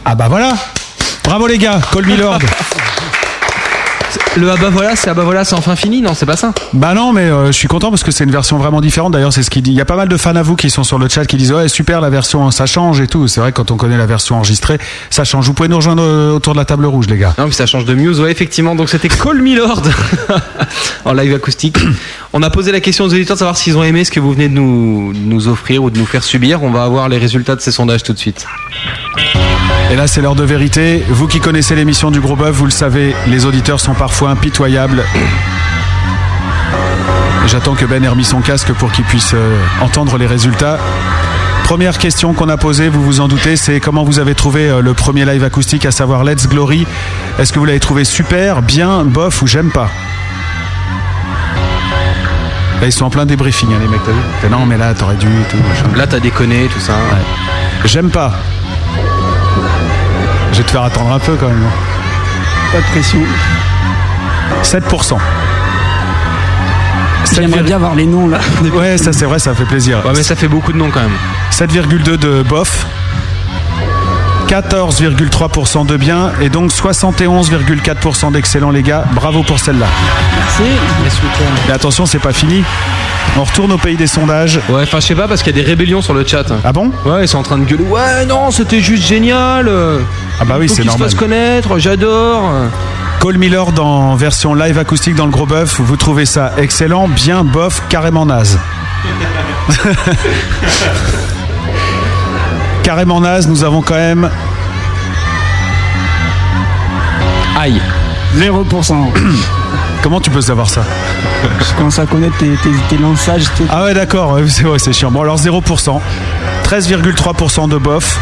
Ah bah voilà. Bravo les gars, Call Me Lord. Le ah bah voilà, c'est enfin fini, non, c'est pas ça. Bah non, mais je suis content parce que c'est une version vraiment différente. D'ailleurs, c'est ce qu'il dit. Il y a pas mal de fans à vous qui sont sur le chat qui disent ouais super la version, ça change et tout. C'est vrai que quand on connaît la version enregistrée, ça change. Vous pouvez nous rejoindre autour de la table rouge, les gars. Non, mais ça change de Muse, ouais, effectivement. Donc c'était Call Me Lord en live acoustique. On a posé la question aux auditeurs de savoir s'ils ont aimé ce que vous venez de nous offrir ou de nous faire subir. On va avoir les résultats de ces sondages tout de suite. Et là, c'est l'heure de vérité. Vous qui connaissez l'émission du Gros Bœuf, vous le savez, les auditeurs sont parfois impitoyables. J'attends que Ben ait remis son casque pour qu'il puisse entendre les résultats. Première question qu'on a posée, vous vous en doutez, c'est comment vous avez trouvé le premier live acoustique, à savoir Let's Glory. Est-ce que vous l'avez trouvé super, bien, bof ou j'aime pas? Là, ils sont en plein débriefing, hein, les mecs, t'as vu? Non, mais là, t'aurais dû et tout. Machin. Là, t'as déconné, tout ça. Ouais. J'aime pas. Je vais te faire attendre un peu quand même. Pas de pression. 7%. J'aimerais bien avoir les noms là. Ouais, ça c'est vrai, ça fait plaisir. Ouais, mais ça fait beaucoup de noms quand même. 7,2 de bof, 14,3% de bien et donc 71,4% d'excellent, les gars. Bravo pour celle-là. Merci. Mais attention, c'est pas fini. On retourne au pays des sondages. Ouais, enfin je sais pas parce qu'il y a des rébellions sur le chat. Ah bon? Ouais, ils sont en train de gueuler. Ouais, non, c'était juste génial. Ah bah oui, c'est normal. Faut qu'ils se fassent connaître, j'adore. Call Me Lord en version live acoustique dans le Gros Bœuf. Vous trouvez ça excellent, bien, bof, carrément naze. Carrément naze, nous avons quand même... Aïe. 0%. Comment tu peux savoir ça? Je commence à connaître tes lançages. Ah ouais, d'accord, c'est vrai, c'est chiant. Bon, alors 0%, 13,3% de bof,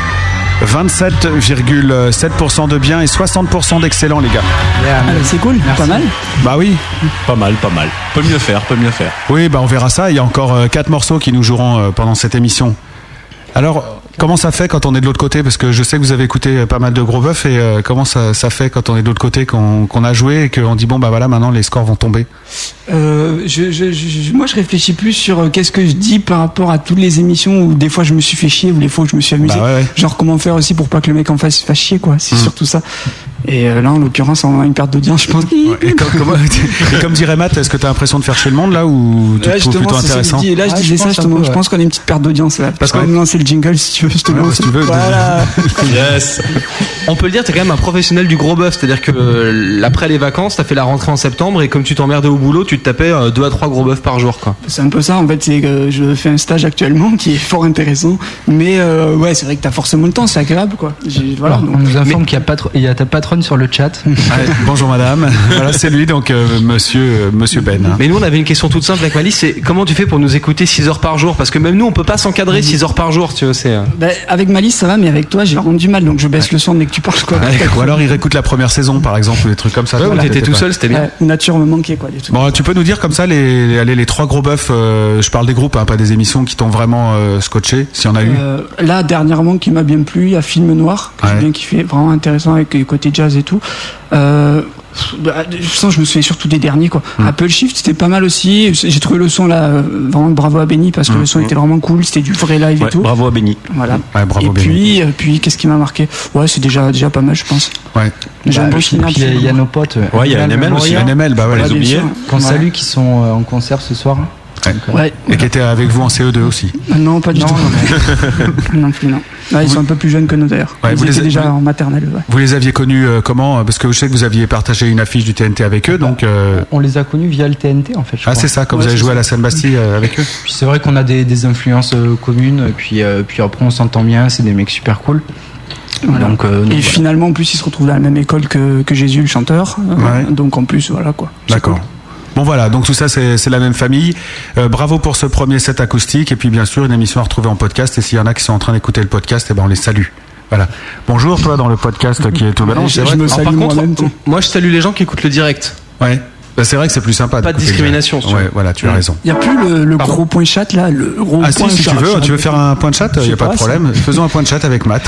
27,7% de bien et 60% d'excellent, les gars. C'est cool, pas mal. Bah oui. Pas mal. Peut mieux faire. Oui, bah on verra ça. Il y a encore 4 morceaux qui nous joueront pendant cette émission. Alors, comment ça fait quand on est de l'autre côté? Parce que je sais que vous avez écouté pas mal de Gros Bœuf et comment ça fait quand on est de l'autre côté, qu'on a joué et qu'on dit bon bah voilà, maintenant les scores vont tomber. Moi je réfléchis plus sur qu'est-ce que je dis par rapport à toutes les émissions où des fois je me suis fait chier ou des fois je me suis amusé. Bah ouais. Genre comment faire aussi pour pas que le mec en face se fasse chier quoi. C'est surtout ça. Et là en l'occurrence on a une perte d'audience je pense. Ouais, et comme dirait Matt, est-ce que tu as l'impression de faire chier le monde là ou tu te trouves plutôt intéressant? Là je disais ça justement, je pense qu'on a une petite perte d'audience là. Parce qu'on va me lancer le jingle si tu veux. Je te si tu veux. Voilà. Yes. On peut le dire, t'es quand même un professionnel du Gros Bœuf, c'est-à-dire que après les vacances, t'as fait la rentrée en septembre et comme tu t'emmerdais au boulot, tu te tapais 2 à 3 Gros Bœufs par jour, quoi. C'est un peu ça, en fait, c'est que je fais un stage actuellement qui est fort intéressant, mais ouais, c'est vrai que t'as forcément le temps, c'est agréable, quoi. Voilà, on nous informe qu'il y a ta patronne sur le chat. Bonjour madame. Voilà, c'est lui, donc monsieur Ben. Mais nous, on avait une question toute simple avec Malice, c'est comment tu fais pour nous écouter 6 heures par jour? Parce que même nous, on peut pas s'encadrer 6 heures par jour, tu vois, c'est... Avec Malice, ça va, mais avec toi, j'ai vraiment du mal, donc je baisse le son dès que tu parles, quoi. Ou alors il réécoute la première saison, par exemple, ou des trucs comme ça. Ouais, où t'étais tout seul, c'était bien. Nature me manquait, quoi. Des trucs. Bon, tu peux nous dire comme ça les 3 Gros Bœufs, je parle des groupes, hein, pas des émissions, qui t'ont vraiment scotché, s'il y en a eu. Là, dernièrement, qui m'a bien plu, il y a Film Noir, que j'ai bien kiffé, vraiment intéressant avec les côtés jazz et tout. Je me souviens surtout des derniers, quoi. Apple Shift, c'était pas mal aussi. J'ai trouvé le son là, vraiment bravo à Benny parce que le son était vraiment cool, c'était du vrai live et tout. Bravo à Benny. Voilà. Ouais, bravo et puis qu'est-ce qui m'a marqué? Ouais, c'est déjà pas mal, je pense. Ouais. J'aime beaucoup. Il y a nos potes. Ouais, il y a NML aussi. NML, bah ouais, les oubliés. Qu'on salue, qui sont en concert ce soir. Ouais. Et qui était avec vous en CE2 aussi. Non, pas du tout. Non plus, non. Ils sont un peu plus jeunes que nous d'ailleurs. Ouais, ils étaient déjà en maternelle. Ouais. Vous les aviez connus comment? Parce que je sais que vous aviez partagé une affiche du TNT avec eux, donc. On les a connus via le TNT en fait. Je crois. C'est ça, quand vous avez joué à la Seine-Bastille avec eux. Puis c'est vrai qu'on a des influences communes, puis après on s'entend bien, c'est des mecs super cool. Voilà. Donc, et finalement en plus ils se retrouvent dans la même école que Jésus le chanteur. Donc en plus voilà quoi. D'accord. Cool. Bon voilà, donc tout ça c'est la même famille. Bravo pour ce premier set acoustique et puis bien sûr une émission à retrouver en podcast et s'il y en a qui sont en train d'écouter le podcast, eh ben on les salue. Voilà. Bonjour toi dans le podcast qui est tout ballon. Je me salue moi-même. Moi je salue les gens qui écoutent le direct. Ouais. Bah, c'est vrai que c'est plus sympa. Pas de discrimination. Ouais, voilà, tu as raison. Il y a plus le gros point chat là, le gros point si chat. tu veux faire un point de chat, il y a pas de problème. Faisons un point de chat avec Matt.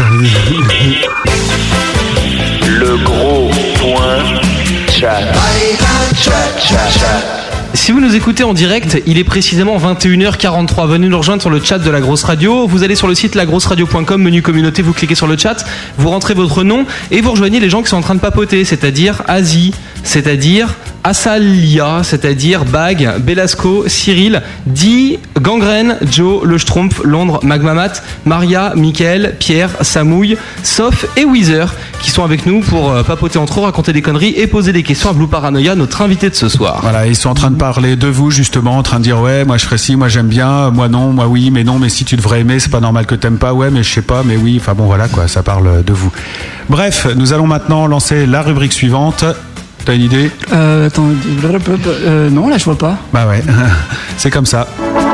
Le gros point chat. Si vous nous écoutez en direct, il est précisément 21h43. Venez nous rejoindre sur le chat de La Grosse Radio. Vous allez sur le site lagrosseradio.com, menu communauté, vous cliquez sur le chat, vous rentrez votre nom et vous rejoignez les gens qui sont en train de papoter, c'est-à-dire Asie, c'est-à-dire Assalia, c'est-à-dire Bag, Belasco, Cyril, Di, Gangrène, Joe, Le Schtroumpf, Londres, Magmamat, Maria, Mickaël, Pierre, Samouille, Soph et Weezer qui sont avec nous pour papoter entre eux, raconter des conneries et poser des questions à Blue Paranoia, notre invité de ce soir. Voilà, ils sont en train de parler de vous justement, en train de dire ouais, moi je ferais ci, moi j'aime bien, moi non, moi oui, mais non, mais si tu devrais aimer, c'est pas normal que t'aimes pas, ouais, mais je sais pas, mais oui, enfin bon voilà quoi, ça parle de vous. Bref, nous allons maintenant lancer la rubrique suivante. T'as une idée ? Attends, non, là je vois pas. Bah ouais, c'est comme ça.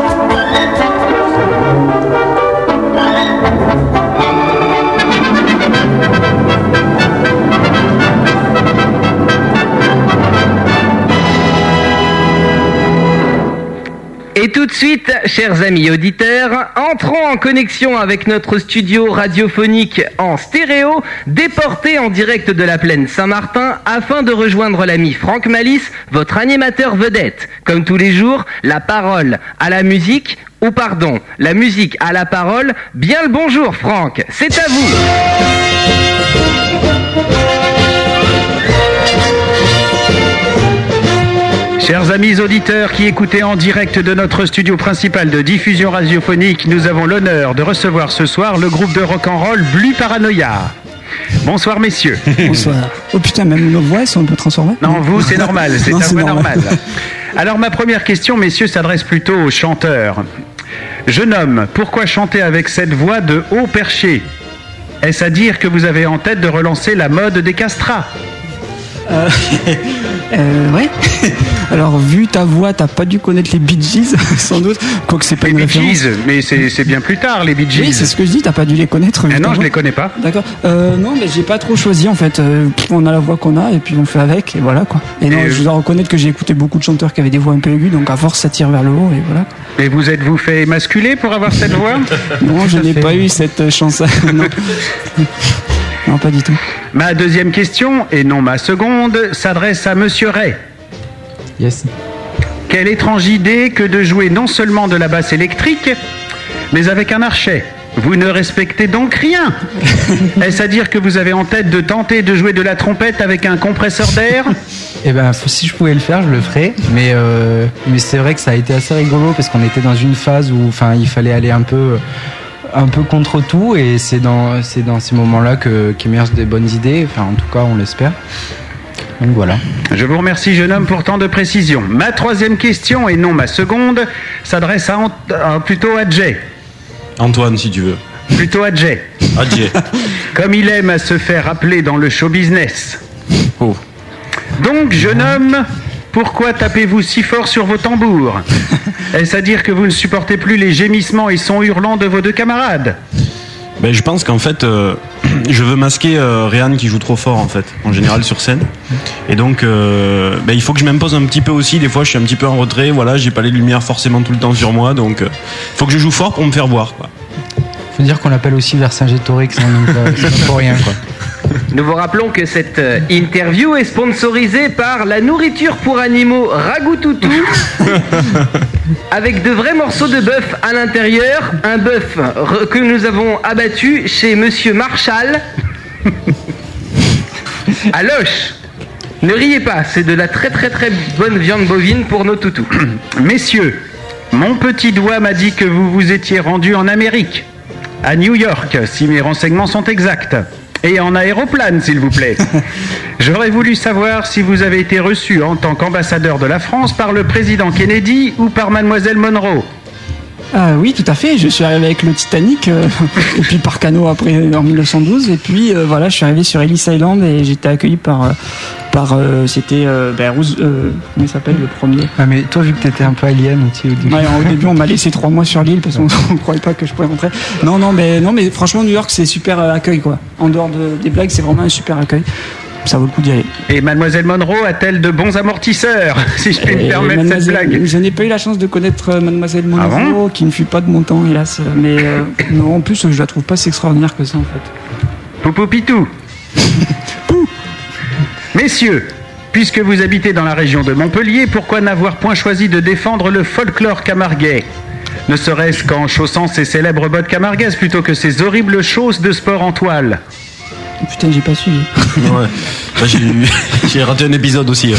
Et tout de suite, chers amis auditeurs, entrons en connexion avec notre studio radiophonique en stéréo, déporté en direct de la plaine Saint-Martin, afin de rejoindre l'ami Franck Malice, votre animateur vedette. Comme tous les jours, la parole à la musique, ou pardon, la musique à la parole. Bien le bonjour Franck, c'est à vous. Chers amis auditeurs qui écoutez en direct de notre studio principal de diffusion radiophonique, nous avons l'honneur de recevoir ce soir le groupe de rock'n'roll Blue Paranoia. Bonsoir messieurs. Bonsoir. Oh putain, même nos voix sont un peu transformées. Non, vous c'est normal, c'est un peu normal. Alors ma première question, messieurs, s'adresse plutôt aux chanteurs. Jeune homme, pourquoi chanter avec cette voix de haut perché ? Est-ce à dire que vous avez en tête de relancer la mode des castrats ? Ouais. Alors, vu ta voix, t'as pas dû connaître les Bee Gees, sans doute. Quoique c'est pas les une Bee référence. Gees, mais c'est bien plus tard, les Bee Gees. Oui, c'est ce que je dis, t'as pas dû les connaître. Non, je les connais pas. D'accord. Non, mais j'ai pas trop choisi, en fait. On a la voix qu'on a, et puis on fait avec, et voilà, quoi. Et non, je dois reconnaître que j'ai écouté beaucoup de chanteurs qui avaient des voix un peu aiguës, donc à force, ça tire vers le haut, et voilà. Et vous êtes-vous fait émasculer pour avoir cette voix ? Non, je n'ai pas eu cette chance. Non. Non, pas du tout. Ma deuxième question, et non ma seconde, s'adresse à Monsieur Ray. Yes. Quelle étrange idée que de jouer non seulement de la basse électrique, mais avec un archet. Vous ne respectez donc rien. Est-ce à dire que vous avez en tête de tenter de jouer de la trompette avec un compresseur d'air ? Eh ben, si je pouvais le faire, je le ferais. Mais c'est vrai que ça a été assez rigolo parce qu'on était dans une phase où, il fallait aller un peu contre tout, et c'est dans ces moments-là qu'émergent des bonnes idées. Enfin, en tout cas, on l'espère. Donc voilà. Je vous remercie, jeune homme, pour tant de précision. Ma troisième question, et non ma seconde, s'adresse plutôt à Jay. Antoine, si tu veux. Plutôt à Jay. À Jay. Comme il aime à se faire appeler dans le show business. Oh. Donc, jeune homme, pourquoi tapez-vous si fort sur vos tambours ? Est-ce à dire que vous ne supportez plus les gémissements et sons hurlants de vos deux camarades ? Ben, je pense qu'en fait, je veux masquer Réan qui joue trop fort en fait, en général sur scène. Et donc, il faut que je m'impose un petit peu aussi. Des fois, je suis un petit peu en retrait. Voilà, j'ai pas les lumières forcément tout le temps sur moi, donc faut que je joue fort pour me faire voir, quoi. Faut dire qu'on l'appelle aussi Vercingétorix, hein, donc c'est pas pour rien, quoi. Nous vous rappelons que cette interview est sponsorisée par la nourriture pour animaux Ragoutoutou, avec de vrais morceaux de bœuf à l'intérieur, un bœuf que nous avons abattu chez Monsieur Marshall à Loche. Ne riez pas, c'est de la très très très bonne viande bovine pour nos toutous. Messieurs, mon petit doigt m'a dit que vous vous étiez rendu en Amérique, à New York, si mes renseignements sont exacts. Et en aéroplane, s'il vous plaît. J'aurais voulu savoir si vous avez été reçu en tant qu'ambassadeur de la France par le président Kennedy ou par mademoiselle Monroe. Ah oui, tout à fait. Je suis arrivé avec le Titanic, et puis par canot après en 1912, et puis voilà, je suis arrivé sur Ellis Island et j'étais accueilli par c'était Rose, comment il s'appelle le premier. Ah mais toi, vu que t'étais un peu alien aussi au début. Ouais, au début on m'a laissé 3 mois sur l'île parce qu'on ne croyait pas que je pourrais rentrer. Non mais franchement New York c'est super accueil quoi. En dehors des blagues, c'est vraiment un super accueil. Ça vaut le coup d'y aller. Et mademoiselle Monroe a-t-elle de bons amortisseurs, si je puis me permettre cette blague ? Je n'ai pas eu la chance de connaître mademoiselle Monroe, qui ne fut pas de mon temps, hélas. Mais non, en plus, je la trouve pas si extraordinaire que ça, en fait. Poupou pitou. Messieurs, Puisque vous habitez dans la région de Montpellier, pourquoi n'avoir point choisi de défendre le folklore camarguais ? Ne serait-ce qu'en chaussant ces célèbres bottes camarguaises plutôt que ces horribles chausses de sport en toile. Putain, j'ai pas suivi. Ouais. Bah, j'ai raté un épisode aussi.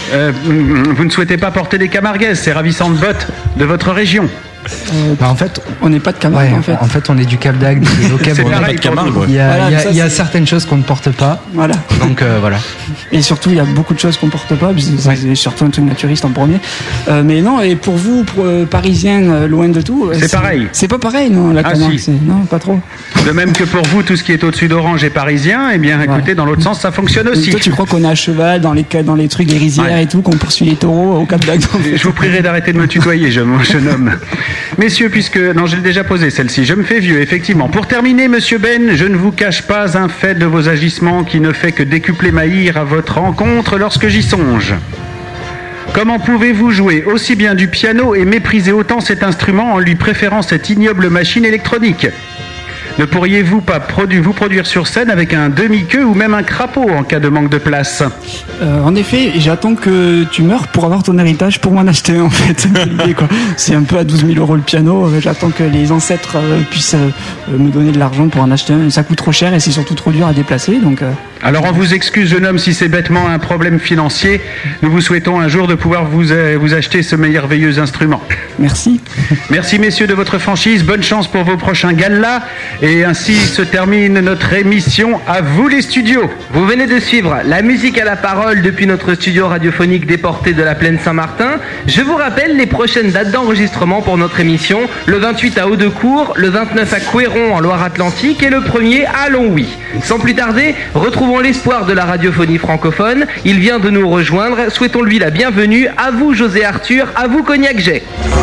Vous ne souhaitez pas porter des camarguaises, ces ravissantes bottes de votre région? En fait, on n'est pas de Camargue. Ouais, en fait, on est du Cap d'Agde. C'est pareil, Camargue. Il y a certaines choses qu'on ne porte pas. Voilà. Donc voilà. Et surtout, il y a beaucoup de choses qu'on porte pas. C'est surtout un truc naturiste en premier. Mais non, et pour vous, Parisiens, loin de tout, c'est pareil. C'est pas pareil, non, la Camargue. Si. Non, pas trop. De même que pour vous, tout ce qui est au-dessus d'Orange est parisien. Eh bien, écoutez, dans l'autre sens, ça fonctionne aussi. Et toi, tu crois qu'on est à cheval dans les trucs, les rizières et tout, qu'on poursuit les taureaux au Cap d'Agde? Je vous prierai d'arrêter de me tutoyer, jeune homme. Messieurs, puisque... Non, je l'ai déjà posé celle-ci. Je me fais vieux, effectivement. Pour terminer, monsieur Ben, je ne vous cache pas un fait de vos agissements qui ne fait que décupler ma ire à votre rencontre lorsque j'y songe. Comment pouvez-vous jouer aussi bien du piano et mépriser autant cet instrument en lui préférant cette ignoble machine électronique ? Ne pourriez-vous pas vous produire sur scène avec un demi-queue ou même un crapaud en cas de manque de place ? En effet, j'attends que tu meurs pour avoir ton héritage pour m'en acheter un, en fait. C'est un peu à 12 000 € le piano. J'attends que les ancêtres puissent me donner de l'argent pour en acheter un. Ça coûte trop cher et c'est surtout trop dur à déplacer. Donc, Alors on vous excuse, jeune homme, si c'est bêtement un problème financier. Nous vous souhaitons un jour de pouvoir vous acheter ce merveilleux instrument. Merci. Merci messieurs de votre franchise. Bonne chance pour vos prochains galas. Et ainsi se termine notre émission. À vous les studios. Vous venez de suivre la musique à la parole depuis notre studio radiophonique déporté de la plaine Saint-Martin. Je vous rappelle les prochaines dates d'enregistrement pour notre émission. Le 28 à Haudecourt, le 29 à Couéron en Loire-Atlantique et le 1er à Longwy. Sans plus tarder, retrouvons l'espoir de la radiophonie francophone. Il vient de nous rejoindre. Souhaitons-lui la bienvenue. À vous José Arthur, à vous Cognac Jet.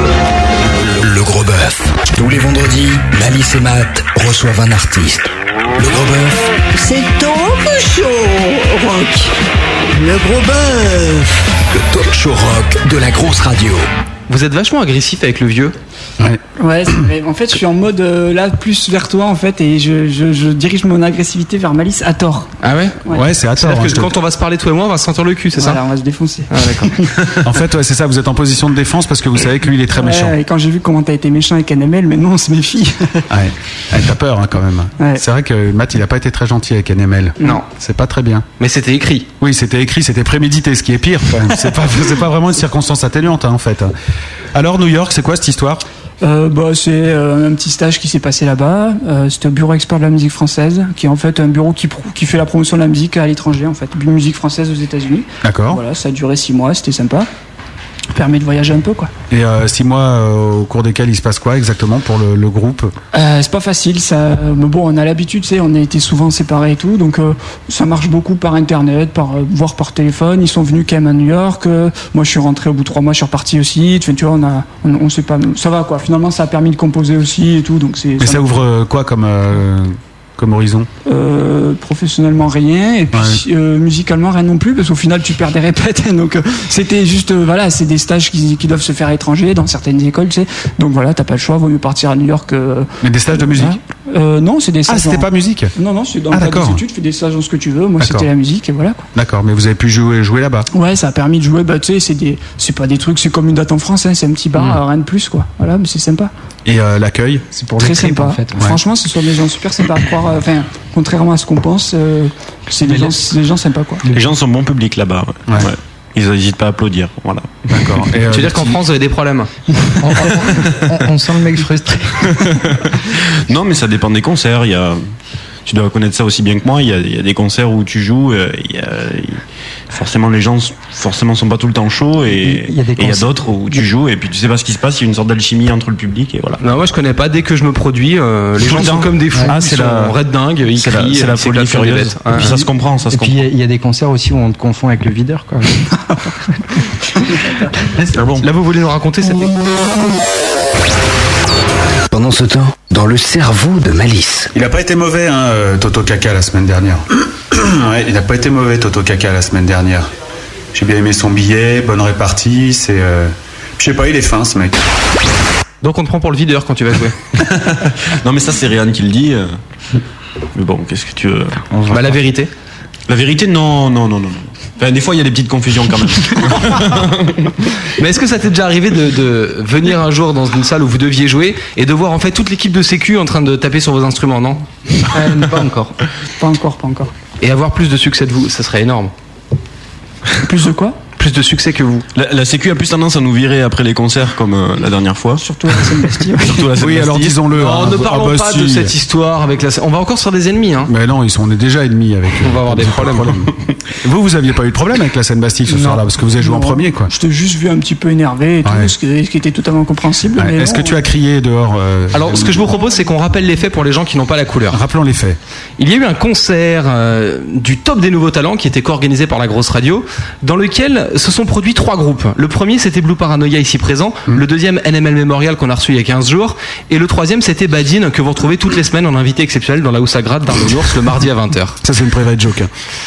Le Gros Bœuf. Tous les vendredis, Malice et Matt reçoivent un artiste. Le Gros Bœuf. C'est talk show rock. Le Gros Bœuf. Le talk show rock de la grosse radio. Vous êtes vachement agressif avec le vieux. Ouais, c'est vrai. En fait, je suis en mode là plus vers toi en fait, et je dirige mon agressivité vers Malice à tort. Ah ouais. Ouais, c'est à tort. C'est-à-dire que quand on va se parler toi et moi, on va se sentir le cul, c'est voilà, ça? On va se défoncer. Ah d'accord. En fait, ouais, c'est ça. Vous êtes en position de défense parce que vous savez que lui, il est très méchant. Et quand j'ai vu comment t'as été méchant avec NML, mais non, on se méfie. Ouais. T'as peur quand même. Ouais. C'est vrai que Matt, il a pas été très gentil avec NML. Non. C'est pas très bien. Mais c'était écrit. Oui, c'était écrit, c'était prémédité, ce qui est pire. C'est pas vraiment une circonstance atténuante en fait. Alors New York, c'est quoi cette histoire? C'est un petit stage qui s'est passé là-bas. C'était au bureau expert de la musique française, qui est en fait un bureau qui fait la promotion de la musique à l'étranger, en fait, musique française aux États-Unis. D'accord. Voilà, ça a duré 6 mois, c'était sympa. Permet de voyager un peu, quoi. Et 6 mois au cours desquels il se passe quoi exactement pour le groupe? C'est pas facile, ça. Mais bon, on a l'habitude, tu sais, on a été souvent séparés et tout, donc ça marche beaucoup par internet, voire par téléphone. Ils sont venus quand même à New York. Moi, je suis rentré au bout de 3 mois, je suis reparti aussi. Tu vois, on sait pas, ça va quoi. Finalement, ça a permis de composer aussi et tout, donc c'est. Mais ça ouvre quoi comme horizon? Professionnellement rien, et puis musicalement rien non plus, parce qu'au final tu perds des répètes. Donc c'était juste voilà, c'est des stages qui doivent se faire à l'étranger dans certaines écoles, tu sais. Donc voilà, t'as pas le choix, vaut mieux partir à New York. Mais des stages de musique? Non, c'est des stages. Ah, c'était pas musique? Non, c'est dans le cadre des études, tu fais des stages dans ce que tu veux. Moi, c'était la musique et voilà quoi. D'accord, mais vous avez pu jouer là-bas? Ouais, ça a permis de jouer. Bah tu sais, c'est pas des trucs, c'est comme une date en France, hein, c'est un petit bar, rien de plus quoi. Voilà, mais c'est sympa. Et l'accueil? C'est pour très sympa. En fait. Franchement, ce sont des gens super sympas à croire. Enfin, contrairement à ce qu'on pense, c'est des gens sympas quoi. Les gens sont bon public là-bas. Ouais. Ils n'hésitent pas à applaudir. Voilà. D'accord. Tu veux dire qu'en France, vous avez des problèmes? on sent le mec frustré. Non, mais ça dépend des concerts. Tu dois connaître ça aussi bien que moi. Il y a des concerts où tu joues. Forcément, les gens sont pas tout le temps chauds, et il y a d'autres où tu joues et puis tu sais pas ce qui se passe. Il y a une sorte d'alchimie entre le public et voilà. Non, moi je connais pas. Dès que je me produis, les gens sont comme des fous. Ah, c'est la red dingue. Ils crient. C'est la folie furieuse. Et puis ça se comprend. Et puis il y a des concerts aussi où on te confond avec le videur, quoi. Là, vous voulez nous raconter cette. Pendant ce temps, dans le cerveau de Malice. Il a pas été mauvais, Toto Kaka la semaine dernière. Ouais, il a pas été mauvais, Toto Kaka la semaine dernière. J'ai bien aimé son billet, bonne répartie, c'est. Je sais pas, il est fin ce mec. Donc on te prend pour le videur quand tu vas jouer. Non mais ça c'est Réan qui le dit. Mais bon, qu'est-ce que tu veux? La vérité. La vérité, non. Enfin, des fois, il y a des petites confusions quand même. Mais est-ce que ça t'est déjà arrivé de venir un jour dans une salle où vous deviez jouer et de voir en fait toute l'équipe de sécu en train de taper sur vos instruments, non? Pas encore. Pas encore. Et avoir plus de succès de vous, ça serait énorme. Plus de quoi? Plus de succès que vous. La sécu a plus tendance à nous virer après les concerts comme la dernière fois. Surtout à la Seine-Bastille. Oui, alors disons-le. Non, ne parlons pas de cette histoire avec la. On va encore sur des ennemis, hein. Mais non, on est déjà ennemis avec eux. On va avoir des problèmes. Vous aviez pas eu de problème avec la Seine-Bastille ce soir-là, parce que vous avez joué en premier, quoi. Je t'ai juste vu un petit peu énervé et tout, ce qui était totalement compréhensible. Ouais. Est-ce que tu as crié dehors Alors, ce que je vous propose, c'est qu'on rappelle les faits pour les gens qui n'ont pas la couleur. Rappelons les faits. Il y a eu un concert du top des nouveaux talents qui était co-organisé par la grosse radio, dans lequel se sont produits 3 groupes. Le premier, c'était Blue Paranoia ici présent. Le deuxième, NML Memorial qu'on a reçu il y a 15 jours. Et le troisième, c'était Badin que vous retrouvez toutes les semaines en invité exceptionnel dans la House à Gratte d'Arnonours le mardi à 20h. Ça, c'est une private joke.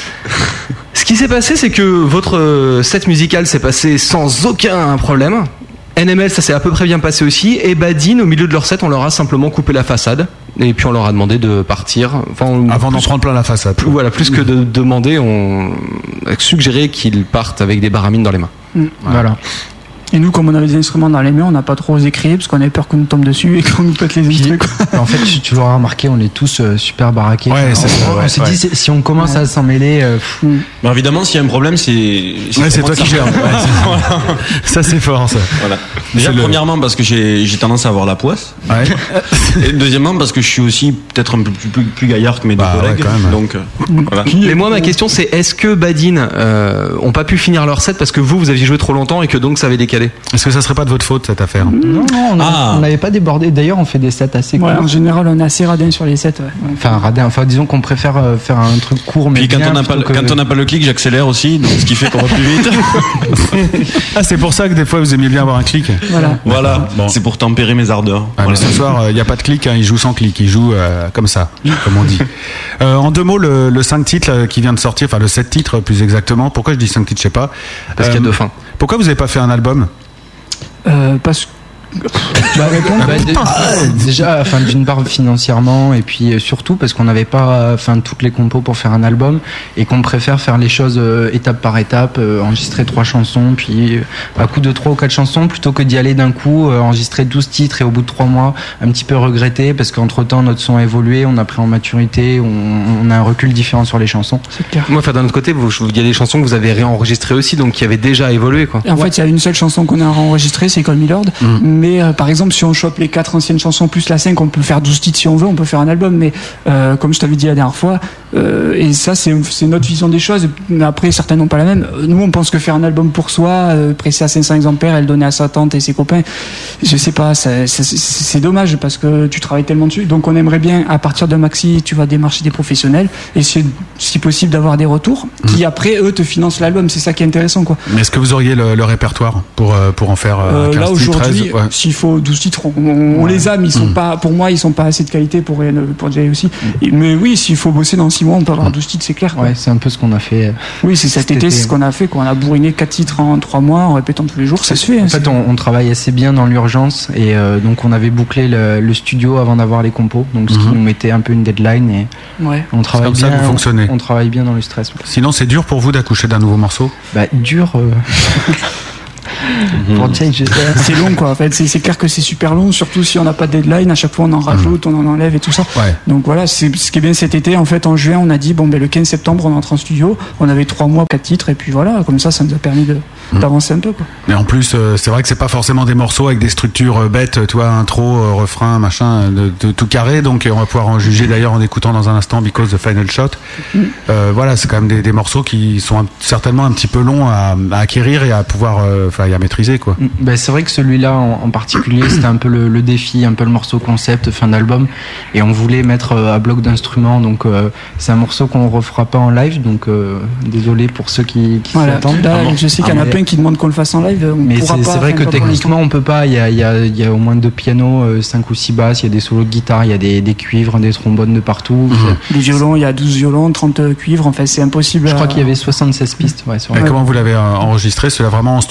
Ce qui s'est passé, c'est que votre set musical s'est passé sans aucun problème. NML, ça s'est à peu près bien passé aussi. Et Badin, au milieu de leur set, on leur a simplement coupé la façade. Et puis on leur a demandé de partir. Avant d'en prendre plein la façade. Voilà, plus que de demander, on a suggéré qu'ils partent avec des baramines dans les mains. Voilà. Et nous, comme on avait des instruments dans les mains, on n'a pas trop osé crier parce qu'on avait peur qu'on nous tombe dessus et qu'on nous pète les instruments. En fait, tu l'auras remarqué, on est tous super baraqués. Ouais, c'est ça. On s'est dit, si on commence à s'en mêler. Mais évidemment, s'il y a un problème, c'est toi qui gères. Ça, c'est fort, ça. Voilà. Déjà, premièrement, parce que j'ai tendance à avoir la poisse. Ouais. Et deuxièmement, parce que je suis aussi peut-être un peu plus gaillard que mes deux collègues. Quand même. Donc, voilà. Mais moi, ma question, c'est est-ce que Badin ont pas pu finir leur set parce que vous aviez joué trop longtemps et que donc ça avait décalé? Est-ce que ça serait pas de votre faute, cette affaire? Non, on n'avait pas débordé. D'ailleurs, on fait des sets assez courts. En général, on est assez radin sur les sets. Enfin, disons qu'on préfère faire un truc court, mais puis quand on n'a pas le clic, j'accélère aussi, donc ce qui fait qu'on va plus vite. Ah, c'est pour ça que des fois vous aimiez bien avoir un clic. Voilà. Bon. C'est pour tempérer mes ardeurs. Mais ce soir, il n'y a pas de clic, il joue sans clic, il joue comme ça, comme on dit. En 2 mots, le 5 titres qui vient de sortir, enfin le 7 titres plus exactement. Pourquoi je dis 5 titres, je sais pas. Parce qu'il y a 2 fins. Pourquoi vous n'avez pas fait un album? Parce que déjà, d'une part financièrement et puis surtout parce qu'on n'avait pas toutes les compos pour faire un album et qu'on préfère faire les choses étape par étape, enregistrer 3 chansons puis à coup de 3 ou 4 chansons plutôt que d'y aller d'un coup, enregistrer 12 titres et au bout de 3 mois un petit peu regretter parce qu'entre temps notre son a évolué, on a pris en maturité, on a un recul différent sur les chansons. C'est clair. Moi, d'un autre côté, il y a des chansons que vous avez réenregistrées aussi, donc qui avaient déjà évolué, quoi. Et en fait, il y a une seule chanson qu'on a enregistrée, c'est Call Me Lord. Mais par exemple, si on chope les 4 anciennes chansons plus la 5, on peut faire 12 titres si on veut, on peut faire un album. Mais comme je t'avais dit la dernière fois, et ça c'est notre vision des choses. Mais après, certains n'ont pas la même. Nous, on pense que faire un album pour soi, pressé à 500 exemplaires et le donner à sa tante et ses copains, je sais pas, c'est dommage parce que tu travailles tellement dessus. Donc on aimerait bien, à partir d'un maxi, tu vas démarcher des professionnels et si possible d'avoir des retours qui après eux te financent l'album. C'est ça qui est intéressant, quoi. Mais est-ce que vous auriez le répertoire pour en faire 15 là aujourd'hui, 13, ouais. S'il faut 12 titres, on les a, mais ils sont pas, pour moi, ils sont pas assez de qualité pour Jay aussi. Mais oui, s'il faut bosser dans 6 mois, on peut avoir 12 titres, c'est clair, quoi. Ouais, c'est un peu ce qu'on a fait. Oui, c'est cet été, c'est ce qu'on a fait, quoi. On a bourriné 4 titres en 3 mois, en répétant tous les jours, ça se fait. En fait, on travaille assez bien dans l'urgence et donc on avait bouclé le studio avant d'avoir les compos, donc ce qui nous mettait un peu une deadline et on travaille comme bien. Ça que vous fonctionnez. On travaille bien dans le stress. Sinon, c'est dur pour vous d'accoucher d'un nouveau morceau? Dur. Pour Jay, c'est long, quoi. En fait, c'est clair que c'est super long, surtout si on n'a pas de deadline. À chaque fois, on en rajoute, on en enlève et tout ça. Ouais. Donc voilà, c'est ce qui est bien cet été. En fait, en juin, on a dit le 15 septembre, on entre en studio. On avait 3 mois, 4 titres, et puis voilà, comme ça nous a permis d'avancer un peu, quoi. Mais en plus, c'est vrai que c'est pas forcément des morceaux avec des structures bêtes, tu vois, intro, refrain, machin, de tout carré. Donc on va pouvoir en juger d'ailleurs en écoutant dans un instant Because the Final Shot. Voilà, c'est quand même des morceaux qui sont certainement un petit peu longs à acquérir et à pouvoir, et à maîtriser, quoi. C'est vrai que celui-là en particulier, c'était un peu le défi, un peu le morceau concept fin d'album, et on voulait mettre à bloc d'instruments. Donc c'est un morceau qu'on refera pas en live, donc désolé pour ceux qui s'attendent. Là, je sais qu'il y en a plein qui demandent qu'on le fasse en live. Mais c'est vrai que techniquement on peut pas. Il y a au moins 2 pianos, 5 ou 6 basses, il y a des solos de guitare, il y a des cuivres, des trombones de partout. Des violons, il y a 12 violons, 30 cuivres. Enfin, c'est impossible. Je crois qu'il y avait 76 pistes. Ouais, comment vous l'avez enregistré? C'est vraiment en studio,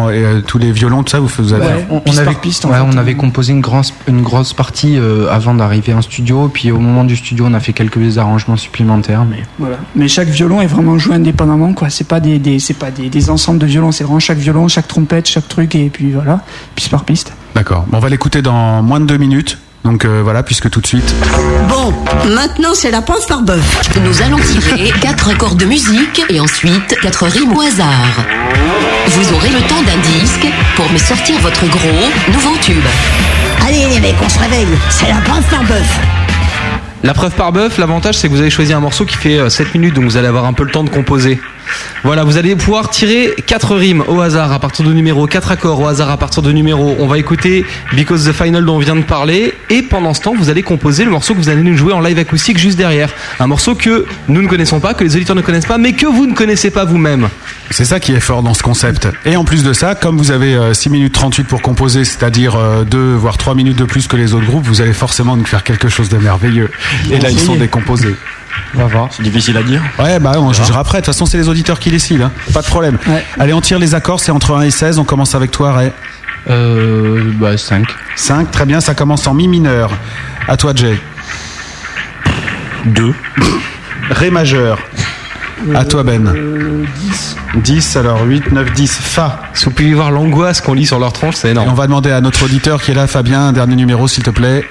tous les violons, tout ça, vous avez. Ouais. On Piste avait, par piste, en ouais, fait. on avait composé une grosse partie avant d'arriver en studio, puis au moment du studio, on a fait quelques arrangements supplémentaires. Mais Voilà. Mais chaque violon est vraiment joué indépendamment, quoi. C'est pas des ensembles de violons, c'est vraiment chaque violon, chaque trompette, chaque truc, et puis voilà, piste par piste. D'accord. Bon, on va l'écouter dans moins de 2 minutes. Donc voilà, puisque tout de suite. Bon, maintenant c'est la preuve par bœuf. Nous allons tirer 4 accords de musique et ensuite 4 rimes au hasard. Vous aurez le temps d'un disque pour me sortir votre gros nouveau tube. Allez les mecs, on se réveille. C'est la preuve par bœuf. La preuve par bœuf, l'avantage c'est que vous avez choisi un morceau qui fait 7 minutes, donc vous allez avoir un peu le temps de composer. Voilà, vous allez pouvoir tirer 4 rimes au hasard à partir de numéros, 4 accords au hasard à partir de numéros. On va écouter Because the Final dont on vient de parler, et pendant ce temps vous allez composer le morceau que vous allez nous jouer en live acoustique juste derrière. Un morceau que nous ne connaissons pas, que les auditeurs ne connaissent pas, mais que vous ne connaissez pas vous-même. C'est ça qui est fort dans ce concept. Et en plus de ça, comme vous avez 6 minutes 38 pour composer, c'est-à-dire 2 voire 3 minutes de plus que les autres groupes, vous allez forcément nous faire quelque chose de merveilleux. Et là, ils sont décomposés. on va voir. C'est difficile à dire. Ouais, bah on jugera après. De toute façon, c'est les auditeurs qui décident. Hein. Pas de problème. Ouais. Allez, on tire les accords. C'est entre 1 et 16. On commence avec toi, Ray. 5. 5, très bien. Ça commence en mi mineur. À toi, Jay. 2. Ré majeur. À toi, Ben. 10. 10, alors 8, 9, 10. Fa. Si vous pouvez voir l'angoisse qu'on lit sur leur tronche, c'est Et énorme. on va demander à notre auditeur qui est là, Fabien, un dernier numéro, s'il te plaît.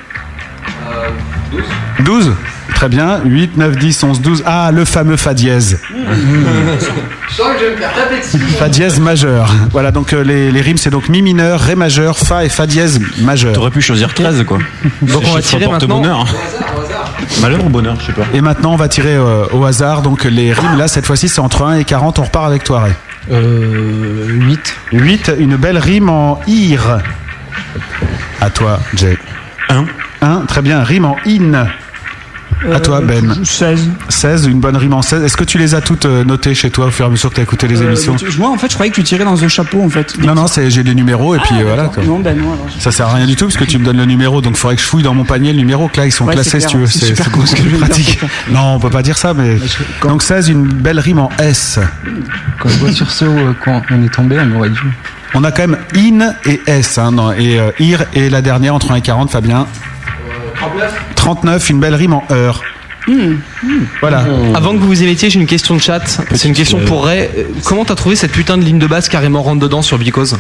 12. Très bien. 8, 9, 10, 11, 12. Ah, le fameux Fa dièse. Je sens que je vais me faire taper dessus. Fa dièse majeur. Voilà, donc les rimes, c'est donc Mi mineur, Ré majeur, Fa et Fa dièse majeur. T'aurais pu choisir 13, quoi. Donc on va tirer maintenant. Bonheur. Malheur ou bonheur, je sais pas. Et maintenant, on va tirer au hasard. Donc les rimes, là, cette fois-ci, c'est entre 1 et 40. On repart avec toi, Ray. 8. 8, une belle rime en ir. À toi, Jay. 1, très bien, rime en in. À toi, Ben. 16. 16, une bonne rime en 16. Est-ce que tu les as toutes notées chez toi au fur et à mesure que tu as écouté les émissions? Moi, en fait, je croyais que tu tirais dans un chapeau, en fait. Non, j'ai les numéros et puis voilà. Quoi. Non, ben non, alors. Ça sert à rien du tout parce que tu me donnes le numéro, donc il faudrait que je fouille dans mon panier le numéro, que là ils sont Ouais, classés c'est si tu veux. clair, c'est super beaucoup con ce que je viens de pratique. faire. Non, on peut pas dire ça, mais. Donc 16, une belle rime en S. Quand je vois sur ce quand on est tombé, on aurait dû. On a quand même in et S, hein, et ir et la dernière entre 1 et 40, Fabien. 39, une belle rime en heure. Voilà. Avant que vous vous émettiez, j'ai une question de chat. C'est une question pour Ray. Comment t'as trouvé cette putain de ligne de basse carrément rentre dedans sur Because?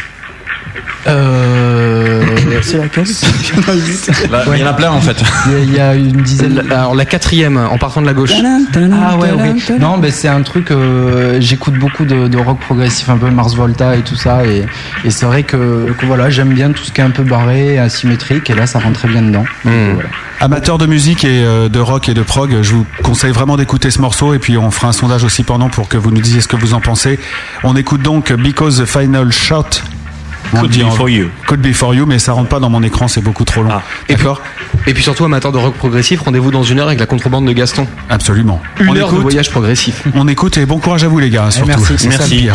C'est laquelle? Il y en a plein en fait. Il y a une dizaine. Alors la 4e, en partant de la gauche. Ah ouais, ok. Non, mais c'est un truc. J'écoute beaucoup de rock progressif, un peu Mars Volta et tout ça, et c'est vrai que voilà, j'aime bien tout ce qui est un peu barré, asymétrique, et là, ça rentre très bien dedans. Donc, voilà. Amateurs de musique et de rock et de prog, je vous conseille vraiment d'écouter ce morceau et puis on fera un sondage aussi pendant pour que vous nous disiez ce que vous en pensez. On écoute donc Because the Final Shot. Could be for you. Could be for you, mais ça rentre pas dans mon écran, c'est beaucoup trop long. Ah. Et puis surtout, amateur de rock progressif, rendez-vous dans 1 heure avec la contrebande de Gaston. Absolument. 1 On heure de écoute, voyage progressif. on écoute et bon courage à vous les gars, surtout. merci. C'est ça le pire.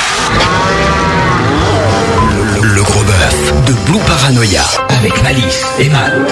Le gros bœuf de Blue Paranoia avec Malice et Matt.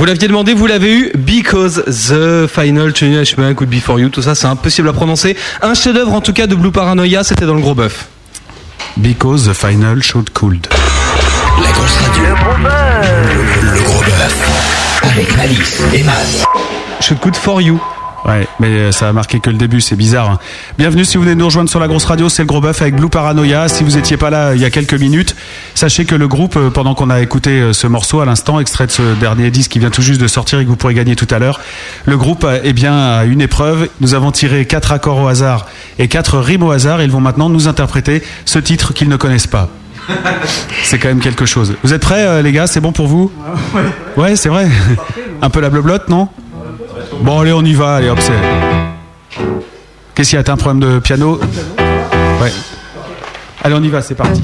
Vous l'aviez demandé, vous l'avez eu. Because the final tune could be for you. Tout ça, c'est impossible à prononcer. Un chef-d'œuvre en tout cas de Blue Paranoia, c'était dans le gros bœuf. Because the final should cooled. La grosse radio. Le gros bœuf. Avec Malice et Matt. Should could for you. Ouais, mais ça a marqué que le début, c'est bizarre. Hein. Bienvenue si vous venez de nous rejoindre sur la grosse radio, c'est le gros bœuf avec Blue Paranoia. Si vous étiez pas là il y a quelques minutes, sachez que le groupe, pendant qu'on a écouté ce morceau à l'instant, extrait de ce dernier disque qui vient tout juste de sortir et que vous pourrez gagner tout à l'heure, le groupe est bien à une épreuve. Nous avons tiré 4 accords au hasard et 4 rimes au hasard. Ils vont maintenant nous interpréter ce titre qu'ils ne connaissent pas. C'est quand même quelque chose. Vous êtes prêts les gars, c'est bon pour vous? Ouais, c'est vrai. Un peu la blablotte, non? Bon, allez, on y va. Allez, hop, c'est... Qu'est-ce qu'il y a? T'as un problème de piano? Ouais. Allez, on y va, c'est parti.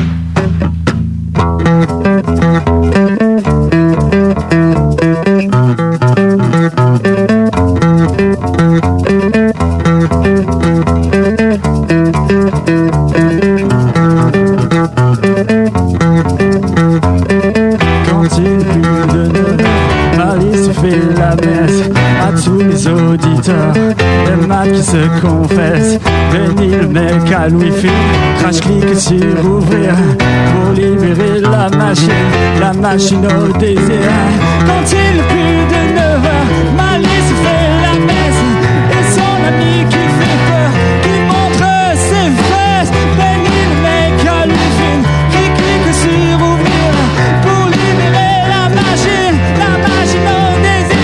Quand il est plus de 9 heures, Malice fait la messe à tous les auditeurs. Le Matt qui se confesse, Benny le mec à Louis-Philippe, crash clique sur ouvrir pour libérer la machine au désert. Quand il est plus de 9 heures, Malice fait la messe et son ami qui fait peur, qui montre ses fesses. Benny le mec à Louis-Philippe, qui clique sur ouvrir pour libérer la machine au désir.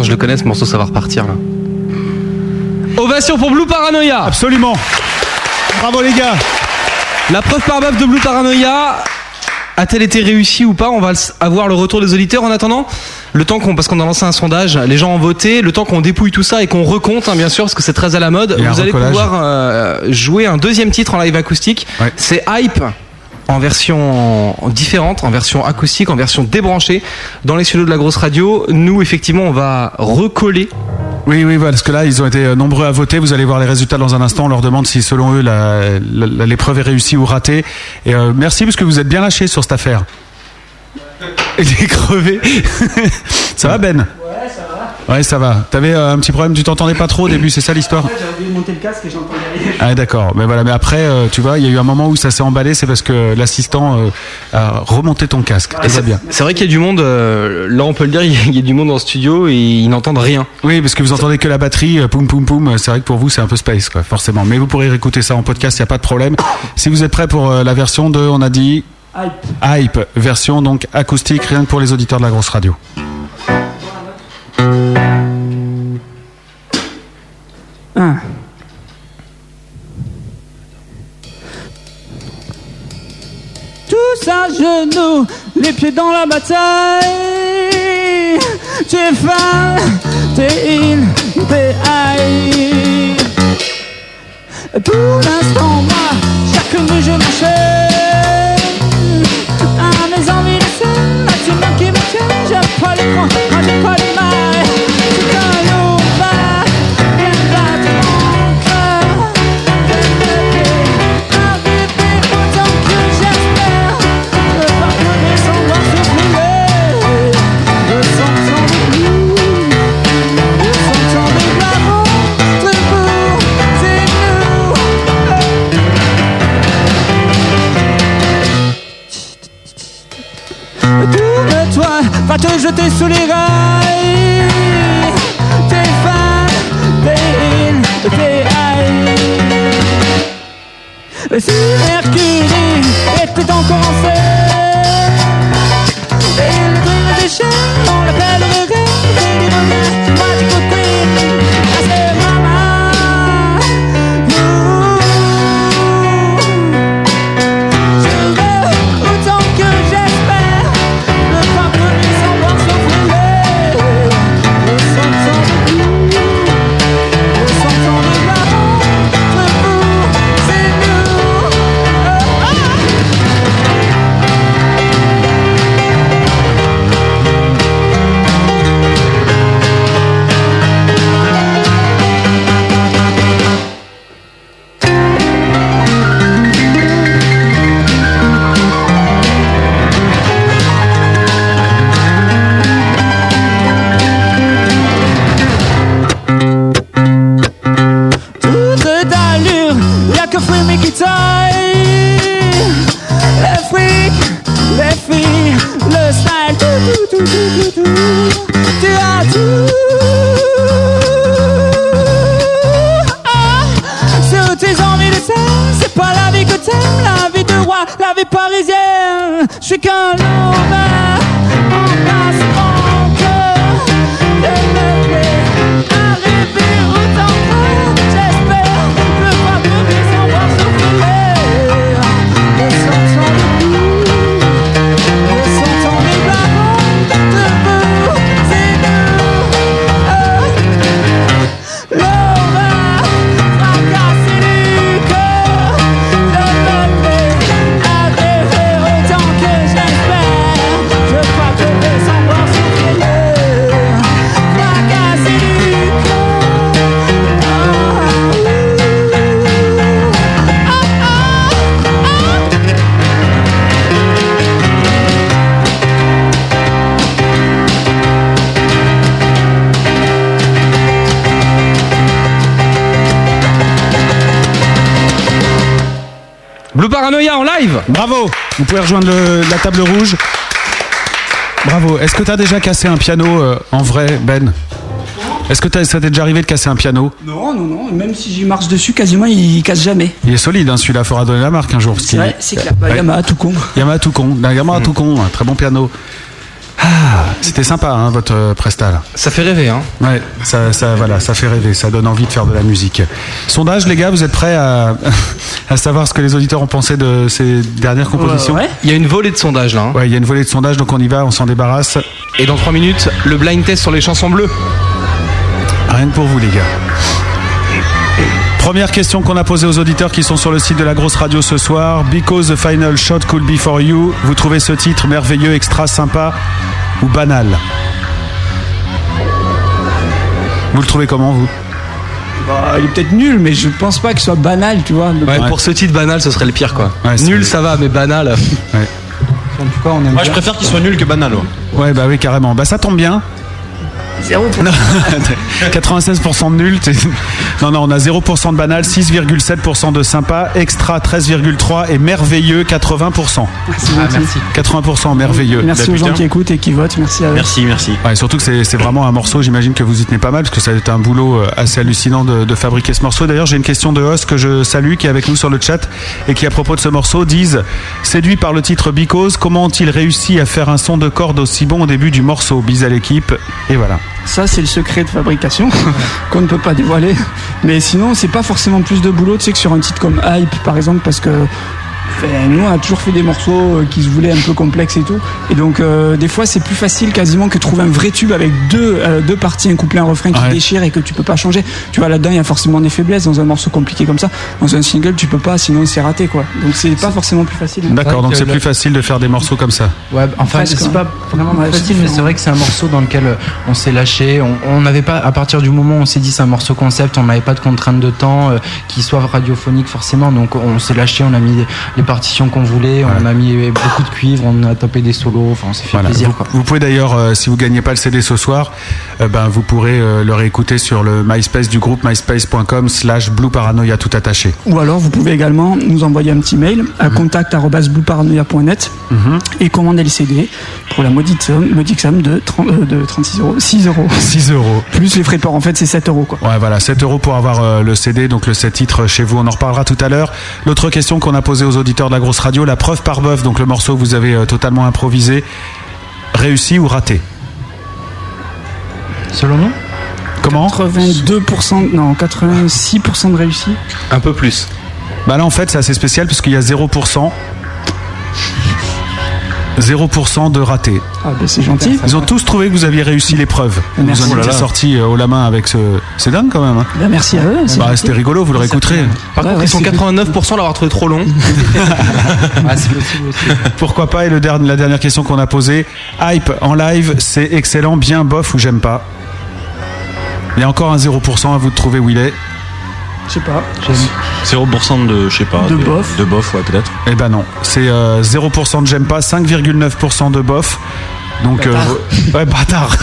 je le connais, ce morceau, ça va repartir là. Ovation pour Blue Paranoia. Absolument. Bravo les gars. La preuve par bœuf de Blue Paranoia a-t-elle été réussie ou pas? On va avoir le retour des auditeurs. En attendant, le temps parce qu'on a lancé un sondage, les gens ont voté, le temps qu'on dépouille tout ça et qu'on recompte, hein, bien sûr, parce que c'est très à la mode, vous allez pouvoir jouer un deuxième titre en live acoustique. Ouais. C'est Hype. En version différente, en version acoustique, en version débranchée, dans les studios de la grosse radio. Nous, effectivement, on va recoller. Oui, parce que là, ils ont été nombreux à voter. Vous allez voir les résultats dans un instant. On leur demande si, selon eux, l'épreuve est réussie ou ratée. Et merci, parce que vous êtes bien lâchés sur cette affaire. Il est crevé. Ça va, Ben? Ouais, ça va. Ouais, ça va. T'avais un petit problème, tu t'entendais pas trop au début, c'est ça l'histoire? En fait, j'avais oublié de monter le casque et j'entendais rien. Ah d'accord, mais voilà, mais après, tu vois, il y a eu un moment où ça s'est emballé, c'est parce que l'assistant a remonté ton casque. Et c'est bien. C'est vrai qu'il y a du monde, là on peut le dire, il y a du monde dans le studio et ils n'entendent rien. Oui, parce que vous entendez que la batterie, poum poum poum, c'est vrai que pour vous c'est un peu space, quoi, forcément. Mais vous pourrez réécouter ça en podcast, il n'y a pas de problème. Si vous êtes prêts pour la version de, on a dit... Hype, version donc acoustique, rien que pour les auditeurs de la grosse radio. Tous à genoux, les pieds dans la bataille. T'es fan, t'es in, t'es high. Pour l'instant, moi, chaque nuit je m'enchaîne à mes envies de scène. Là, tu manques qui me tiennent. J'aime pas les grands, moi j'aime pas les mailles. C'est un loup, va, viens battre mon cœur. Arriver autant que j'espère. Ne pas crever sans voir se brûler. Le sang de nous, le sang des blavons. C'est vous, c'est nous. Tourne-toi, va te jeter sous les rails. T'es fan, t'es in, t'es high. Si Mercury était encore en scène, et le dream déchaîne, on l'appellerait Lady Gaga, Magical Queen. Ah, c'est maman. Je veux autant que j'espère. Ne pas brûler sans voir s'enfler. Le sang de nous, le sang des blavons. De vous, c'est nous. Toute d'allure, y'a que Frémy qui taille. Les freaks, les filles, le style, tout. Tu as tout. Sur tes envies de scène, c'est pas la vie que t'aimes, la vie de roi, la vie parisienne. Je suis qu'un lover, en place mon cœur. Arriver autant que j'espère. Ne pas crever sans voir souffrir. Le sang de nous, le sang des blavons. De vous, c'est nous. L'horreur, fracasser du cœur. Je me mets à rêver autant que j'espère. Je crois crever sans voir souffrir. Fracasser du cœur. Blue Paranoia en live. Bravo. Vous pouvez rejoindre la table rouge. Bravo. Est-ce que t'as déjà cassé un piano en vrai, Ben? Est-ce que ça t'est déjà arrivé de casser un piano? Non. Même si j'y marche dessus, quasiment, il casse jamais. Il est solide, hein, celui-là. Faudra donner la marque un jour. C'est vrai, c'est clair. Yamaha tout con. Yamaha tout con. Yamaha tout con. Un très bon piano. C'était sympa, hein, votre presta là. Ça fait rêver, hein. Ouais, ça fait rêver, ça donne envie de faire de la musique. Sondage, les gars, vous êtes prêts à savoir ce que les auditeurs ont pensé de ces dernières compositions? Ouais. Il y a une volée de sondage là. Hein. Ouais, il y a une volée de sondage, donc on y va, on s'en débarrasse. Et dans 3 minutes, le blind test sur les chansons bleues. Rien que pour vous, les gars. Première question qu'on a posée aux auditeurs qui sont sur le site de la grosse radio ce soir. Because the final shot could be for you. Vous trouvez ce titre merveilleux, extra sympa ou banal? Vous le trouvez comment, vous? Il est peut-être nul, mais je pense pas qu'il soit banal, tu vois. Ouais, pour ce titre banal, ce serait le pire, quoi. Ouais, nul, ça va, mais banal. Ouais. En tout cas, on aime Moi, je préfère qu'il soit nul que banal. Ouais, bah oui, carrément. Bah ça tombe bien. 0%. 96% de nul. Non, on a 0% de banal, 6,7% de sympa, extra 13,3% et merveilleux 80%. Merci. 80% merveilleux. Merci aux gens qui écoutent et qui votent. Merci à eux. Merci. Ouais, surtout que c'est vraiment un morceau, j'imagine que vous y tenez pas mal, parce que ça a été un boulot assez hallucinant de fabriquer ce morceau. D'ailleurs, j'ai une question de Os que je salue, qui est avec nous sur le chat, et qui, à propos de ce morceau, disent: séduit par le titre Because, comment ont-ils réussi à faire un son de corde aussi bon au début du morceau? Bis à l'équipe, et voilà. Ça, c'est le secret de fabrication qu'on ne peut pas dévoiler. Mais sinon, c'est pas forcément plus de boulot, tu sais, que sur un titre comme Hype, par exemple, parce que nous, on a toujours fait des morceaux qui se voulaient un peu complexes et tout. Et donc, des fois, c'est plus facile quasiment que trouver un vrai tube avec deux parties, un couplet, un refrain qui déchire et que tu peux pas changer. Tu vois, là-dedans, il y a forcément des faiblesses dans un morceau compliqué comme ça. Dans un single, tu peux pas, sinon c'est raté, quoi. Donc, c'est pas forcément plus facile. D'accord, donc c'est plus facile de faire des morceaux comme ça. Ouais, enfin, Presque, c'est pas vraiment ouais, facile, mais c'est vrai que c'est un morceau dans lequel on s'est lâché. On n'avait pas, à partir du moment où on s'est dit c'est un morceau concept, on n'avait pas de contrainte de temps qui soit radiophonique forcément. Donc, on s'est lâché, on a mis les partitions qu'on voulait. On a mis beaucoup de cuivre, on a tapé des solos, enfin on s'est fait plaisir. Vous pouvez d'ailleurs, si vous gagnez pas le CD ce soir, vous pourrez le réécouter sur le MySpace du groupe, myspace.com/blueparanoia tout attaché. Ou alors vous pouvez également nous envoyer un petit mail à contact@blueparanoia.net et commander le CD pour la modique somme de 36 euros. 6 euros. 6 euros. Plus les frais de port, en fait c'est 7 euros, quoi. Ouais, voilà, 7 euros pour avoir le CD, donc le 7 titres chez vous, on en reparlera tout à l'heure. L'autre question qu'on a posée aux auditeurs de la grosse radio, la preuve par bœuf, donc le morceau que vous avez totalement improvisé, réussi ou raté? Selon nous? Comment? 82%, non, 86% de réussi. Un peu plus. Bah là en fait c'est assez spécial parce qu'il y a 0%. 0% de raté. Ah ben c'est gentil. Ils ont tous trouvé que vous aviez réussi l'épreuve. Vous en étiez sortis haut la main avec ce... C'est dingue quand même. Hein. Ben merci à eux. C'était rigolo, vous le réécouterez. Par contre, ils sont 89% l'avoir trouvé trop long. C'est possible aussi. Pourquoi pas? Et la dernière question qu'on a posée, Hype en live, c'est excellent, bien, bof ou j'aime pas? Il y a encore un 0% à vous de trouver où il est. Je sais pas. 0% de, je sais pas. De bof. De bof, ouais, peut-être. Eh ben non. C'est 0% de j'aime pas, 5,9% de bof. Donc, ouais, bâtard.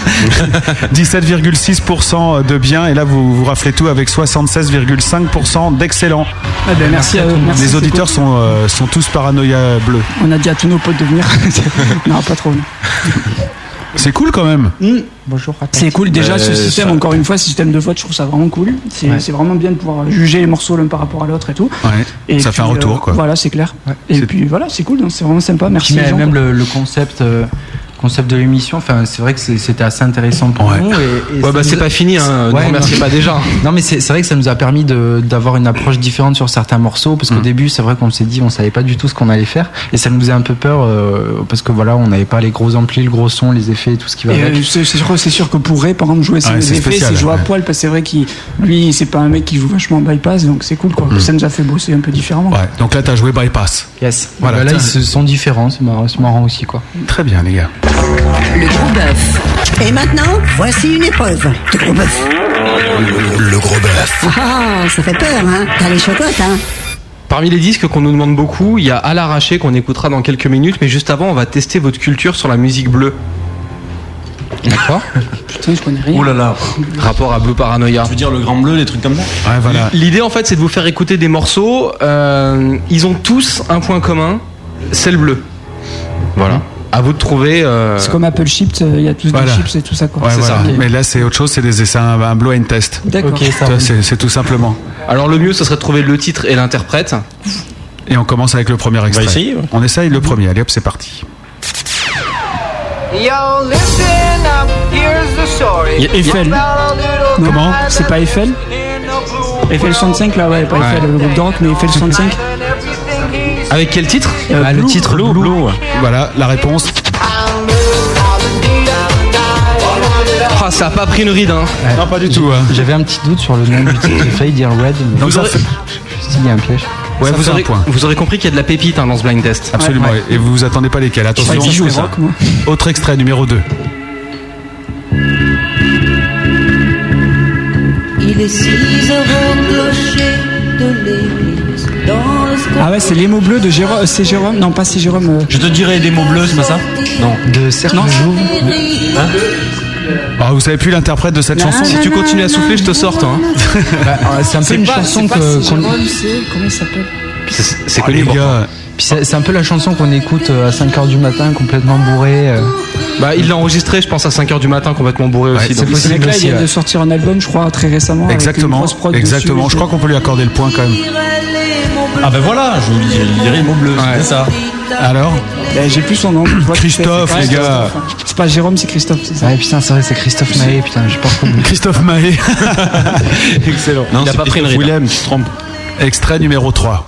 17,6% de bien. Et là, vous raflez tout avec 76,5% d'excellent. Eh ben, merci à eux. Merci, les auditeurs cool. sont tous paranoïa bleus. On a dit à tous nos potes de venir. Non, pas trop. C'est cool quand même. Bonjour. C'est cool déjà ce système, encore une fois, système de vote, je trouve ça vraiment cool. C'est vraiment bien de pouvoir juger les morceaux l'un par rapport à l'autre et tout. Ouais. Et ça puis, fait un retour quoi. Voilà, c'est clair. Ouais. Et puis voilà, c'est cool, c'est vraiment sympa. Merci. Mais même le concept de l'émission, enfin c'est vrai que c'était assez intéressant pour nous. Et c'est pas fini, hein. Ne remerciez pas déjà. Non mais c'est vrai que ça nous a permis d'avoir une approche différente sur certains morceaux, parce qu'au début c'est vrai qu'on s'est dit on savait pas du tout ce qu'on allait faire, et ça nous faisait un peu peur parce que voilà, on n'avait pas les gros amplis, le gros son, les effets et tout ce qui va avec. C'est sûr que pour Ray, par exemple, jouer ses effets, c'est jouer à poil, parce que c'est vrai qu'il lui c'est pas un mec qui joue vachement bypass, donc c'est cool quoi. Ça nous a fait bosser un peu différemment. Ouais. Donc là t'as joué bypass. Yes. Voilà. Là ils sont différents, c'est marrant aussi quoi. Très bien les gars. Le gros bœuf. Et maintenant, voici une épreuve de gros bœuf. Le gros bœuf. Ah, ça fait peur, hein. T'as les chocottes, hein. Parmi les disques qu'on nous demande beaucoup, il y a À l'arraché qu'on écoutera dans quelques minutes, mais juste avant, on va tester votre culture sur la musique bleue. D'accord. Putain, je connais rien. Oh là là. Rapport à Blue Paranoia. Tu veux dire le Grand Bleu, des trucs comme ça? Ouais, voilà. L'idée en fait, c'est de vous faire écouter des morceaux. Ils ont tous un point commun, c'est le bleu. Voilà. À vous de trouver. C'est comme Apple Chips, il y a tous des chips et tout ça quoi. Ouais, c'est voilà. ça. Mais là c'est autre chose, c'est un blind test. D'accord. Okay, c'est tout simplement. Alors le mieux, ce serait de trouver le titre et l'interprète. Et on commence avec le premier extrait. On va essayer. Ouais. On essaye le premier. Allez hop, c'est parti. Il y a Eiffel. Comment? C'est pas Eiffel? Eiffel 65 là, ouais, pas Eiffel, le groupe de rock, mais Eiffel 65. Avec quel titre? Le titre Blue. Voilà la réponse. Ah, ça a pas pris une ride, hein. Non, pas du tout. J'avais un petit doute sur le nom du titre. J'ai failli dire Red. Mais Vous aurez- je me suis dit, il y a un piège. Ouais, Ça vous fait un aurez, point. vous aurez compris qu'il y a de la pépite dans ce blind test. Absolument. Ouais. Et vous vous attendez pas lesquels. Attention. Ouais, bijou, ça. Rock, moi. Autre extrait numéro 2. Il est 6 heures au clocher de l'église. Dans le score. Ah ouais, c'est les mots bleus de Jérôme. C'est Jérôme? Non, pas c'est Jérôme. Je te dirais des mots bleus, c'est pas ça? Non. De Serge Jouve. Ah, vous savez plus l'interprète de cette chanson? Si tu continues à souffler, je te sorte. Hein. C'est un peu une chanson c'est pas que. c'est Jérôme, c'est. Comment il s'appelle? C'est Oh, connu. les pourtant. gars. Puis c'est un peu la chanson qu'on écoute à 5h du matin, complètement bourré. Bah, il l'a enregistré, je pense, à 5h du matin, complètement bourré aussi. c'est donc- possible. Ce mec-là, il aussi, vient ouais. de sortir un album, je crois, très récemment. avec une Exactement. grosse prod Exactement. dessus. Je crois qu'on peut lui accorder le point quand même. Ah ben voilà, je dirais les mots bleus, c'est ça. Alors? Ben, j'ai plus son nom. Je vois qui Christophe, c'est. les gars. Christophe. C'est pas Jérôme, c'est Christophe, c'est ça. Ouais, putain, c'est vrai, c'est Christophe Maé. Putain, j'ai pas compris. Christophe Mahé. Excellent. Non, Il a c'est pas pris une Christophe ride. Willem, tu te trompes. Extrait numéro 3.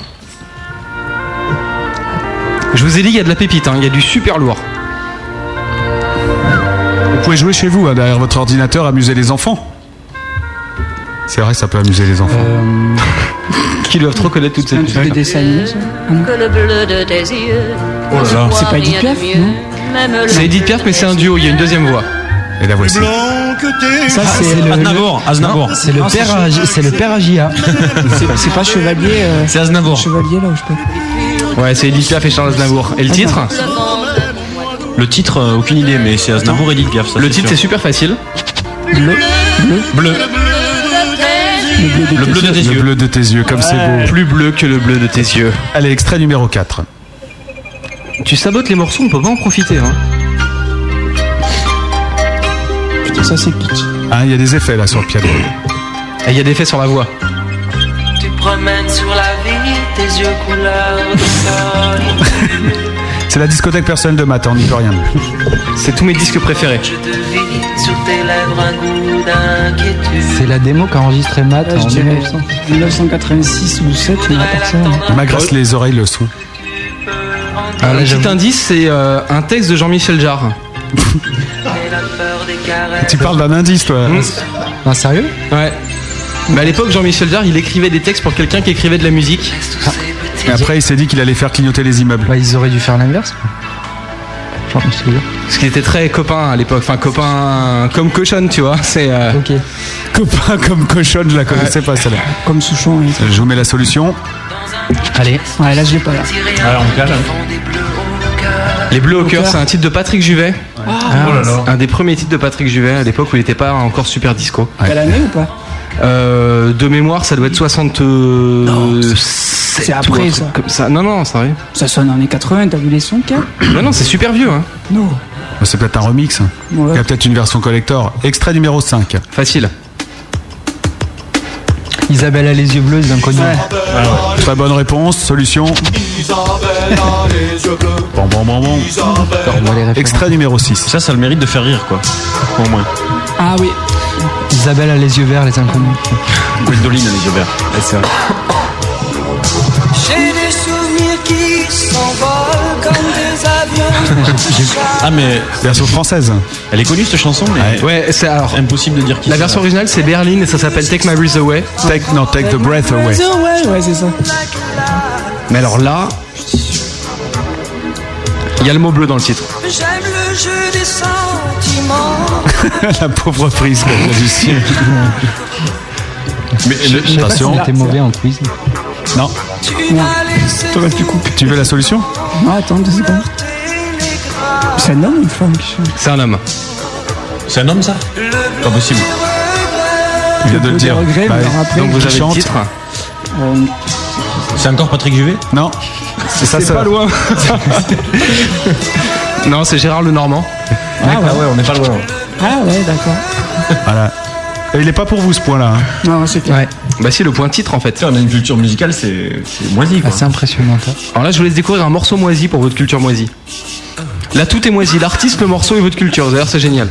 Je vous ai dit, il y a de la pépite, hein. Il y a du super lourd. Vous pouvez jouer chez vous, hein, derrière votre ordinateur, amuser les enfants. C'est vrai, ça peut amuser les enfants. Qui doivent trop connaître toutes ces Un truc de dessin animé, ça. Ah non. Que le bleu de tes yeux. Oh là là. C'est pas Edith Piaf, non? C'est Edith Piaf, mais c'est un duo, il y a une deuxième voix. Et la voici. Ça, c'est le. Aznavour, Aznavour. C'est le père, c'est le père Agia. C'est pas Chevalier. C'est Aznavour. Chevalier, là, où je peux. Ouais, c'est Edith Piaf et Charles Aznavour. Et le titre? Le titre, aucune idée, mais c'est Aznavour et Edith Piaf. Le titre, c'est super facile. Bleu. Le bleu de tes Le yeux. bleu de tes yeux, comme c'est beau. Plus bleu que le bleu de tes yeux. Allez, extrait numéro 4. Tu sabotes les morceaux, on peut pas en profiter, hein. Putain, ça, c'est pitch. Ah, il y a des effets là sur le piano. Et il y a des faits sur la voix. Tu promènes sur la vie, tes yeux couleur de sol. C'est la discothèque personnelle de Matt, on n'y peut rien. C'est tous mes disques préférés. Je devine sur tes lèvres un goût d'inquiétude. C'est la démo qu'a enregistré Matt Je en dirais 1900. 1986 ou 7, mais à part ça. Il m'agresse les oreilles le son. Un petit indice, c'est un texte de Jean-Michel Jarre. Tu parles d'un indice, toi. Ah, sérieux? Ouais. Mais à l'époque, Jean-Michel Jarre, il écrivait des textes pour quelqu'un qui écrivait de la musique. Et après, il s'est dit qu'il allait faire clignoter les immeubles. Bah, ils auraient dû faire l'inverse. Genre, je te jure. Parce qu'il était très copain à l'époque. Enfin, copain comme cochonne, tu vois. C'est. Ok. Copain comme cochonne, je la connaissais pas celle-là. Comme Souchon. Oui. Je vous mets la solution. Allez. Ouais, là, je l'ai pas là. Alors, on cale. Les Bleus au cœur, c'est un titre de Patrick Juvet. Oh là là. Un des premiers titres de Patrick Juvet à l'époque où il n'était pas encore super disco. Quelle année ou pas? De mémoire, ça doit être 67. C'est après, ou un truc ça. Comme ça. Non, non, ça arrive. Ça sonne dans les 80, t'as vu les sons qu'il y a? Non, non, c'est super vieux. Hein. Non. C'est peut-être un remix. Ouais. Il y a peut-être une version collector. Extrait numéro 5. Facile. Isabelle a les yeux bleus, les inconnus. Très bonne réponse. Solution. Bon, bon, bon, bon. Extrait numéro 6. Ça a le mérite de faire rire, quoi. Au moins. Ah oui. Isabelle a les yeux verts, les inconnus. Gwendoline a les yeux verts. Ouais, c'est vrai. J'ai des souvenirs qui s'envolent comme des avions. Ah, mais version française. Elle est connue cette chanson, mais Ouais, c'est alors. impossible de dire qui La c'est. version originale, c'est Berlin et ça s'appelle Take My Breath Away. Take the breath away. Ouais, c'est ça. Mais alors là, il y a le mot bleu dans le titre. J'aime le jeu des sentiments. La pauvre prise, Lucie. Mais attention. T'es mauvais en quiz. Non. T'aurais pu couper. Tu veux la solution? Non, attends 2 secondes. C'est un homme ou une femme qui chante? C'est un homme. C'est un homme, ça? Pas possible. Il vient de le dire. Regrets, Bah, me le rappeler. Donc vous avez le chante. titre. C'est encore Patrick Juvet? Non. C'est ça, C'est ça. pas loin. Non, c'est Gérard Lenormand. Ah ouais. on n'est pas loin. Ah ouais, d'accord. Voilà. Et il est pas pour vous ce point-là. Hein. Non, c'est clair. Ouais. Bah si, le point titre en fait. On a une culture musicale, c'est moisi, quoi. Assez impressionnant. Ça. Alors là, je vous laisse découvrir un morceau moisi pour votre culture moisie. Là, tout est moisi. L'artiste, le morceau et votre culture. D'ailleurs, c'est génial.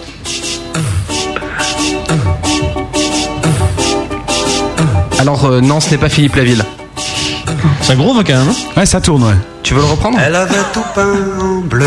Alors, non, ce n'est pas Philippe Laville. Ça groove quand même. Ouais, ça tourne, ouais. Tu veux le reprendre? Elle avait tout peint en bleu.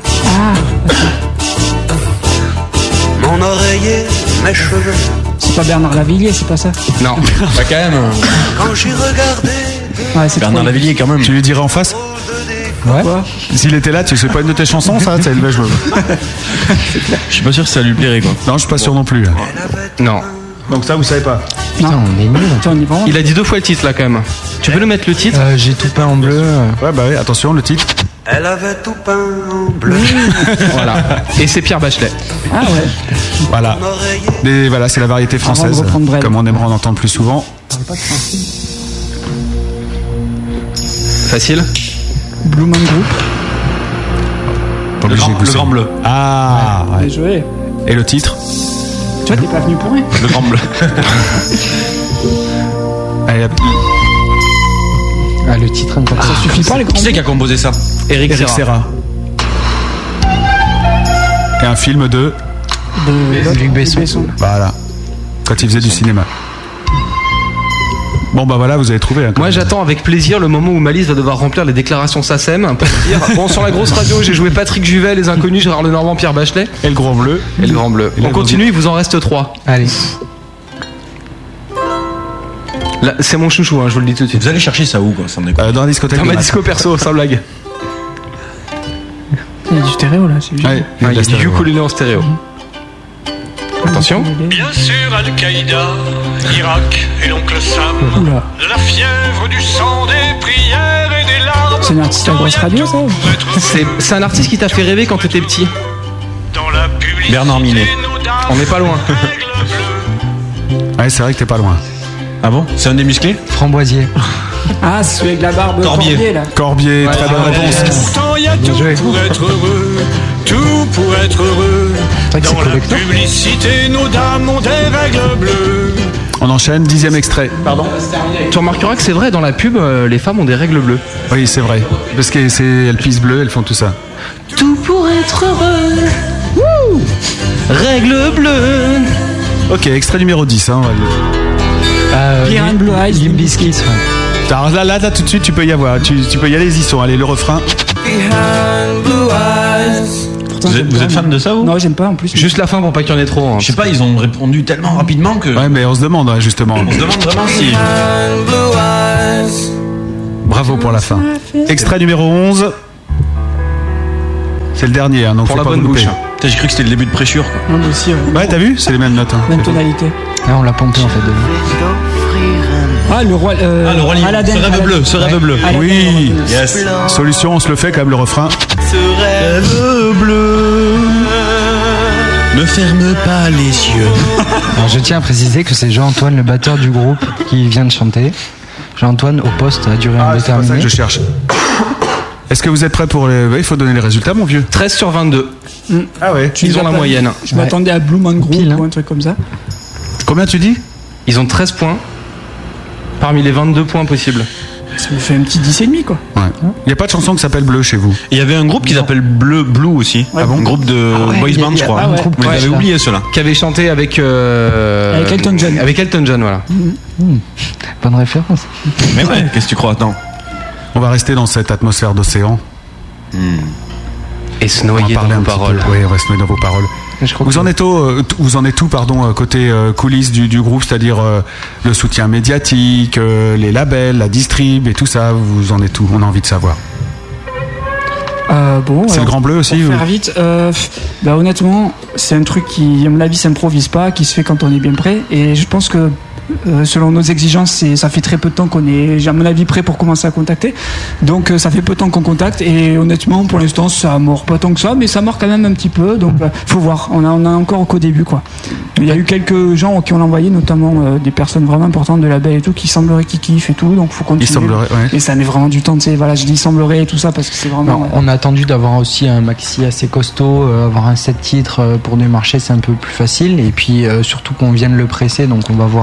Mon oreiller, mes cheveux. C'est pas Bernard Lavillier, c'est pas ça? Non. Bah quand même. Quand j'y regardais. Ouais, c'est Bernard trop- Lavillier quand même. Tu lui dirais en face? Ouais. S'il était là, tu sais pas une de tes chansons, ça? C'est le jeu. Je suis pas sûr que ça lui plairait quoi. Non, je suis pas sûr non plus. Non. Donc ça, vous savez pas. Putain, on est nuls. Tiens, on y va. Il a dit 2 fois le titre là quand même. Tu peux nous mettre le titre? J'ai tout peint en bleu. Ouais, bah oui, attention, le titre. Elle avait tout peint en bleu. Voilà. Et c'est Pierre Bachelet. Ah ouais. Voilà. Et voilà, c'est la variété française, reprendre Brel. comme on aimerait en entendre plus souvent. Facile. Blue Man Group. Pas obligé de Le pousser. grand bleu. Ah, ouais. Bien joué. Et le titre? Tu vois, t'es pas venu pour rien. Le grand bleu. Allez, hop. Ah, le titre encore. Ça suffit pas, les grands. Qui c'est qui a composé ça? Eric Eric Serra. Serra. Et un film de... De Luc Besson. Voilà. Quand il faisait du cinéma. Bon, bah voilà, vous avez trouvé. Hein, quand Moi, même. j'attends avec plaisir le moment où Malice va devoir remplir les déclarations SACEM pour dire bon, sur la grosse radio, j'ai joué Patrick Juvet, Les Inconnus, Gérard Lenormand, Pierre Bachelet. Et le grand bleu. Et le grand bleu. Et là, On continue, il vous en reste 3. Allez. Là, c'est mon chouchou, hein, je vous le dis tout de suite. Vous allez chercher ça où quoi? Ça me déconne. Dans la discothèque. Dans de ma Matt. disco perso, sans blague. Il y a du stéréo là, c'est Ouais, Il y a du ukulélé en stéréo. Attention. Bien sûr, Al-Qaïda, Irak et l'oncle Sam. Oula. De la fièvre, du sang, des prières et des larmes. C'est un artiste à grosse radio, ça? C'est un artiste qui t'a fait rêver quand t'étais petit. Dans la publicité, Bernard Minet. On n'est pas loin. Ouais, c'est vrai que t'es pas loin. Ah bon? C'est un des musclés? Framboisier. Ah, c'est celui avec la barbe Corbier. là. Corbier, très bonne réponse. Pourtant, il y a tout joué. pour être heureux. Tout pour être heureux. vrai que c'est Dans la collector. publicité, nos dames ont des règles bleues. On enchaîne, 10e extrait. Pardon? Tu remarqueras que c'est vrai, dans la pub, les femmes ont des règles bleues. Oui, c'est vrai. Parce qu'elles pissent bleues, elles font tout ça. Tout pour être heureux. Wouh. Règles bleues. Ok, extrait numéro 10. Hein, on va le- Pierre and Blue Eyes, Limp Bizkit. Alors là, tout de suite, tu peux y avoir. Tu peux y aller, ils y sont. Allez, le refrain. Pourtant, Vous j'aime êtes pas, fan de ça ou? Non, j'aime pas en plus. Juste la fin pour pas qu'il y en ait trop. Hein. Je sais pas, ils ont répondu tellement rapidement que. Ouais, mais on se demande, hein, justement. On se demande vraiment si. Bravo pour la fin. Extrait numéro 11. C'est le dernier, hein, donc Pour faut la pas bonne vous louper. bouche. Putain, j'ai cru que c'était le début de Préchure quoi. Non, mais aussi, Ouais, t'as vu? C'est les mêmes notes. Hein. même tonalité. Ah, on l'a pompé en fait. Ah, le roi. Ah, le roi lion. Aladdin, Ce rêve Aladdin. bleu, ce rêve bleu. Aladdin, Oui. Aladdin. Yes. Solution, on se le fait quand même le refrain. Ce rêve bleu. Ne ferme pas les yeux. Alors, je tiens à préciser que c'est Jean-Antoine, le batteur du groupe, qui vient de chanter. Jean-Antoine au poste à durée Ah, c'est pas ça indéterminée. que je cherche. Est-ce que vous êtes prêts pour les... Il faut donner les résultats, mon vieux. 13 sur 22. Ah ouais. Ils ont la moyenne. Je m'attendais à Blue Man Group Pile, hein. ou un truc comme ça. Combien tu dis? Ils ont 13 points. Parmi les 22 points possibles. Ça me fait un petit 10,5 quoi. Ouais. Il n'y a pas de chanson qui s'appelle Bleu chez vous. Il y avait un groupe qui s'appelle Blue aussi. Ouais. Ah bon? Un groupe de boys band, je crois. ah ouais. Vous l'avez oublié ceux-là. Qui avait chanté avec. Avec Elton John. Avec Elton John, voilà. Bonne référence. Mais ouais, qu'est-ce que tu crois? Attends. On va rester dans cette atmosphère d'océan. Et se On va noyer dans parler vos un petit paroles. peu. Oui, on va se noyer dans vos paroles. Je crois Vous en êtes où, pardon, côté coulisses du groupe, c'est-à-dire le soutien médiatique, les labels, la distrib et tout ça. Vous en êtes où? On a envie de savoir. Bon, C'est le alors, Grand Bleu aussi pour ou- faire vite, bah honnêtement, c'est un truc qui, à mon avis, s'improvise pas, qui se fait quand on est bien prêt. Et je pense que selon nos exigences, ça fait très peu de temps qu'on est, à mon avis, prêt pour commencer à contacter. Donc ça fait peu de temps qu'on contacte. Et honnêtement, pour l'instant, ça mord pas tant que ça, mais ça mord quand même un petit peu. Donc faut voir. On a encore qu'au début, quoi. Mais il y a eu quelques gens qui ont envoyé, notamment des personnes vraiment importantes de label et tout, qui sembleraient qu'ils kiffent et tout. Donc faut continuer. Il semblerait, ouais. Et ça met vraiment du temps. Tu sais, voilà, je dis semblerait et tout ça parce que c'est vraiment. Non, on a attendu d'avoir aussi un maxi assez costaud, avoir un 7 titres pour démarcher, c'est un peu plus facile. Et puis surtout qu'on vienne le presser, donc on va voir un petit peu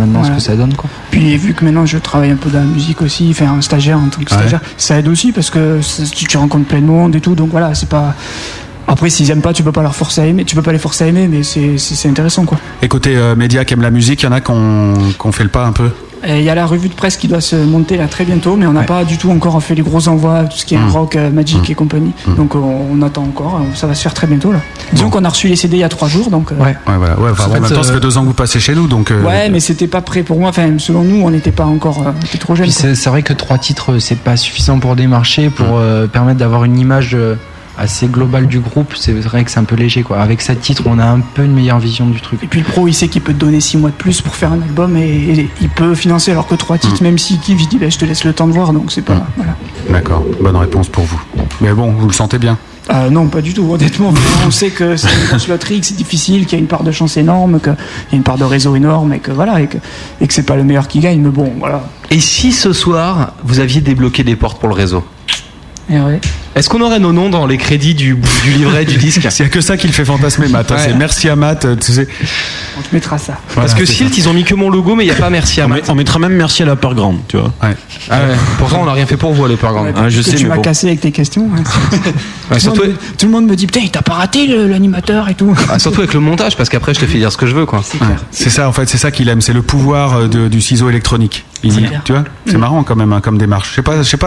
maintenant ce Ouais. que ça donne, quoi. Puis vu que maintenant je travaille un peu dans la musique aussi, enfin un stagiaire en tant que stagiaire, ça aide aussi parce que tu rencontres plein de monde et tout, donc voilà, c'est pas. Après, s'ils aiment pas, tu peux pas leur forcer à aimer, tu peux pas les forcer à aimer, mais c'est intéressant, quoi. Et côté médias qui aiment la musique, il y en a qu'on fait le pas un peu. Il y a la revue de presse qui doit se monter là très bientôt, mais on n'a pas du tout encore fait les gros envois, tout ce qui est rock, Magic et compagnie. Donc on attend encore, ça va se faire très bientôt là. Disons qu'on a reçu les CD il y a 3 jours, donc. Ouais, voilà. Ouais, enfin, en même temps, ça fait 2 ans que vous passez chez nous, donc. Ouais, mais c'était pas prêt pour moi. Enfin, selon nous, on n'était pas encore, on était trop jeunes. Puis c'est vrai que 3 titres, c'est pas suffisant pour démarcher, pour permettre d'avoir une image assez globale du groupe. C'est vrai que c'est un peu léger, quoi. Avec 7 titres, on a un peu une meilleure vision du truc. Et puis le pro, il sait qu'il peut te donner 6 mois de plus pour faire un album et il peut financer, alors que 3 titres, même si Kiv il dit je te laisse le temps de voir, donc c'est pas. Voilà. D'accord, bonne réponse pour vous. Mais bon, vous le sentez bien. Non, pas du tout, honnêtement. On sait que c'est une grosse loterie, que c'est difficile, qu'il y a une part de chance énorme, qu'il y a une part de réseau énorme et que voilà, et que c'est pas le meilleur qui gagne, mais bon, voilà. Et si ce soir, vous aviez débloqué des portes pour le réseau? Et ouais. Est-ce qu'on aurait nos noms dans les crédits du livret du disque? S'il y a que ça qui le fait fantasmer, Matt. Ouais. C'est merci à Matt, tu sais. On te mettra ça. Parce que Silt, ils ont mis que mon logo, mais il n'y a pas merci à Matt. On mettra même merci à la part grande, tu vois. Ouais. Ah ouais. Pourtant, on n'a rien fait pour vous à la part grande. Je sais, Tu mais m'as bon. cassé avec tes questions. Hein. Tout le monde me dit putain, il t'a pas raté l'animateur et tout. Ah, surtout avec le montage, parce qu'après, je te fais dire ce que je veux, quoi. C'est ça, en fait, c'est ça qu'il aime, c'est le pouvoir du ciseau électronique. Tu vois, c'est marrant quand même, hein, comme démarche. Je sais pas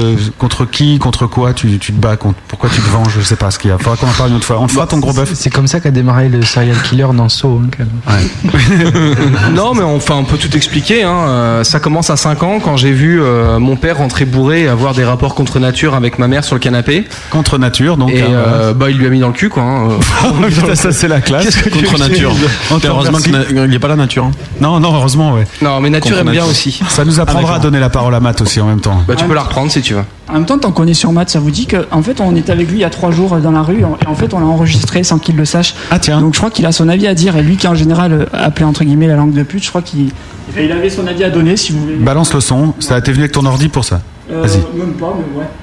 contre quoi tu te bats, pourquoi tu te venges, je sais pas ce qu'il y a. Faudra qu'on en parle une autre fois. On te fera ton gros bœuf. C'est comme ça qu'a démarré le serial killer dans Saw. Hein, quand même. Non, mais enfin, on peut tout expliquer. Hein. Ça commence à 5 ans quand j'ai vu mon père rentrer bourré et avoir des rapports contre nature avec ma mère sur le canapé. Contre nature, donc. Et il lui a mis dans le cul, quoi. Hein. Putain, ça c'est la classe. Qu'est-ce que tu Contre veux nature. dire Heureusement qu'il n'y a pas la nature. Hein. Non, heureusement, ouais. Non, mais nature aime bien aussi. Ça nous apprendra à donner la parole à Matt aussi en même temps. Bah, tu peux la reprendre si tu veux. En même temps, tant qu'on est sur Matt, ça vous dit que en fait, on est avec lui il y a 3 jours dans la rue et en fait, on l'a enregistré sans qu'il le sache. Ah tiens. Donc je crois qu'il a son avis à dire et lui qui en général appelé entre guillemets la langue de pute, je crois qu'il avait son avis à donner si vous voulez. Balance le son. T'es venu avec ton ordi pour ça. Vas-y. Même pas, mais ouais.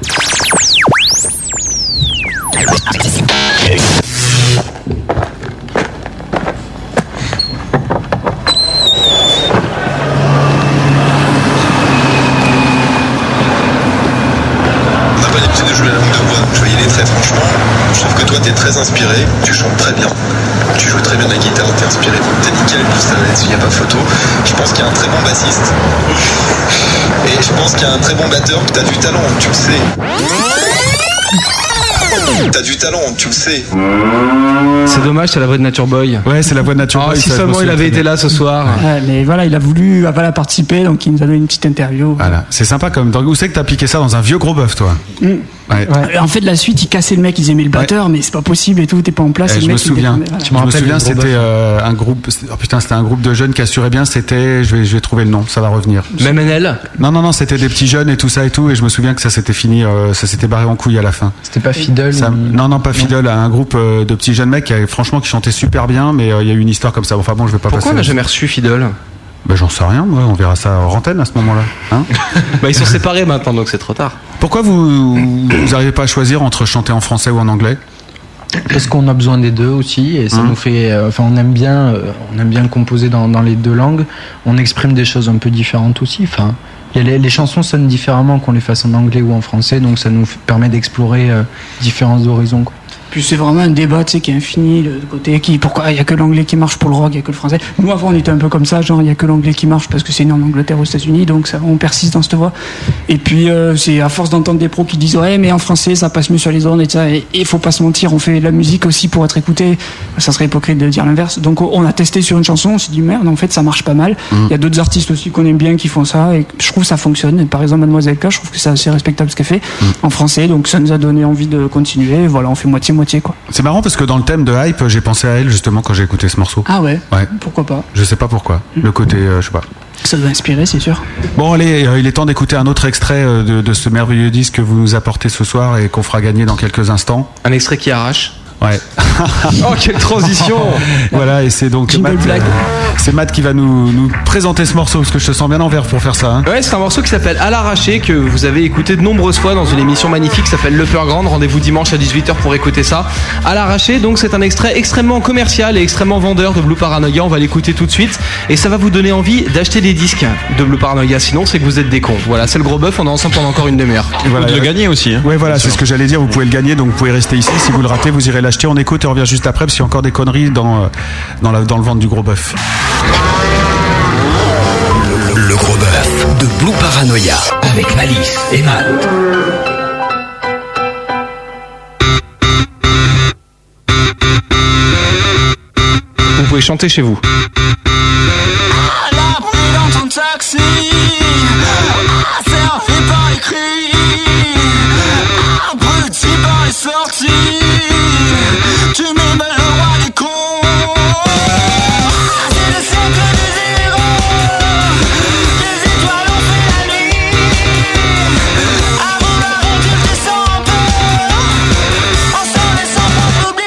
On n'a pas l'habitude de jouer la langue de bois, donc je vais y aller très franchement. Je trouve que toi t'es très inspiré, tu chantes très bien, tu joues très bien la guitare, t'es inspiré, t'es nickel, ça là-dessus y a pas photo. Je pense qu'il y a un très bon bassiste. Et je pense qu'il y a un très bon batteur, que t'as du talent, tu le sais. T'as du talent, tu le sais. C'est dommage, c'est la voix de Nature Boy. Ouais, c'est la voix de Nature Boy. Si ça, seulement il avait été là ce soir. Ouais, mais voilà, il a voulu participer, donc il nous a donné une petite interview. Voilà, c'est sympa comme. Où c'est que t'as piqué ça dans un vieux gros bœuf, toi? Ouais. En fait, la suite, il cassait le mec, ils aimaient le batteur, mais c'est pas possible et tout, t'es pas en place. Et et le je me mec, il souviens. déconnait, Je me souviens, c'était un groupe. Oh putain, c'était un groupe de jeunes qui assuraient bien. C'était. Je vais trouver le nom. Ça va revenir. Même NL. Non, c'était des petits jeunes et tout ça et tout. Et je me souviens que ça s'était fini. Ça s'était barré en couille à la fin. C'était pas Fiddle. Non, pas Fiddle. Un groupe de petits jeunes mecs franchement qui chantaient super bien, mais il y a eu une histoire comme ça. Enfin bon, je vais pas passer. Pourquoi on n'a jamais reçu Fiddle? Ben j'en sais rien, moi. On verra ça en antenne à ce moment-là. Hein bah ils sont séparés maintenant, donc c'est trop tard. Pourquoi vous n'arrivez pas à choisir entre chanter en français ou en anglais? Parce qu'on a besoin des deux aussi et ça nous fait. Enfin, on aime bien composer dans les deux langues. On exprime des choses un peu différentes aussi. Enfin, les chansons sonnent différemment qu'on les fasse en anglais ou en français, donc ça nous permet d'explorer différents horizons, quoi. Puis c'est vraiment un débat, tu sais, qui est infini, le côté pourquoi il y a que l'anglais qui marche pour le rock, il y a que le français. Nous avant on était un peu comme ça, genre il y a que l'anglais qui marche parce que c'est né en Angleterre aux États-Unis, donc ça, on persiste dans cette voie. Et puis c'est à force d'entendre des pros qui disent ouais mais en français ça passe mieux sur les ondes et ça, et faut pas se mentir, on fait de la musique aussi pour être écouté. Ça serait hypocrite de dire l'inverse. Donc on a testé sur une chanson, on s'est dit merde, en fait ça marche pas mal. Il y a d'autres artistes aussi qu'on aime bien qui font ça et je trouve que ça fonctionne. Par exemple Mademoiselle K, je trouve que c'est assez respectable ce qu'elle fait en français, donc ça nous a donné envie de continuer. Voilà, on fait moitié-moitié quoi. C'est marrant parce que dans le thème de Hype, j'ai pensé à elle justement quand j'ai écouté ce morceau. Ah ouais. Pourquoi pas? Je sais pas pourquoi. Le côté, je sais pas. Ça doit inspirer, c'est sûr. Bon allez, il est temps d'écouter un autre extrait de ce merveilleux disque que vous nous apportez ce soir et qu'on fera gagner dans quelques instants. Un extrait qui arrache. Ouais. Oh, quelle transition. Voilà, et c'est donc Matt, c'est Matt qui va nous présenter ce morceau, parce que je te sens bien en vert pour faire ça. Hein. Ouais, c'est un morceau qui s'appelle À l'arraché, que vous avez écouté de nombreuses fois dans une émission magnifique qui s'appelle Le Peur Grande. Rendez-vous dimanche à 18h pour écouter ça. À l'arraché, donc c'est un extrait extrêmement commercial et extrêmement vendeur de Blue Paranoia. On va l'écouter tout de suite et ça va vous donner envie d'acheter des disques de Blue Paranoia. Sinon, c'est que vous êtes des cons. Voilà, c'est le gros bœuf. On est ensemble pendant encore une demi-heure. Et voilà, de le gagner aussi. Hein. Ouais, voilà, c'est ce que j'allais dire. Vous pouvez le gagner, donc vous pouvez rester ici. Si vous le ratez, vous irez l'acheter. On écoute et on revient juste après, parce qu'il y a encore des conneries dans le ventre du gros bœuf. Le gros bœuf de Blue Paranoia avec Malice et Matt. Vous pouvez chanter chez vous. La pluie dans ton taxi, servi par écrit, abruti par les sorties, tu m'émets le roi des cons. C'est le siècle des héros, les étoiles ont fait la nuit, avant l'arrêt tu descends un peu, en s'en laissant pas oublier.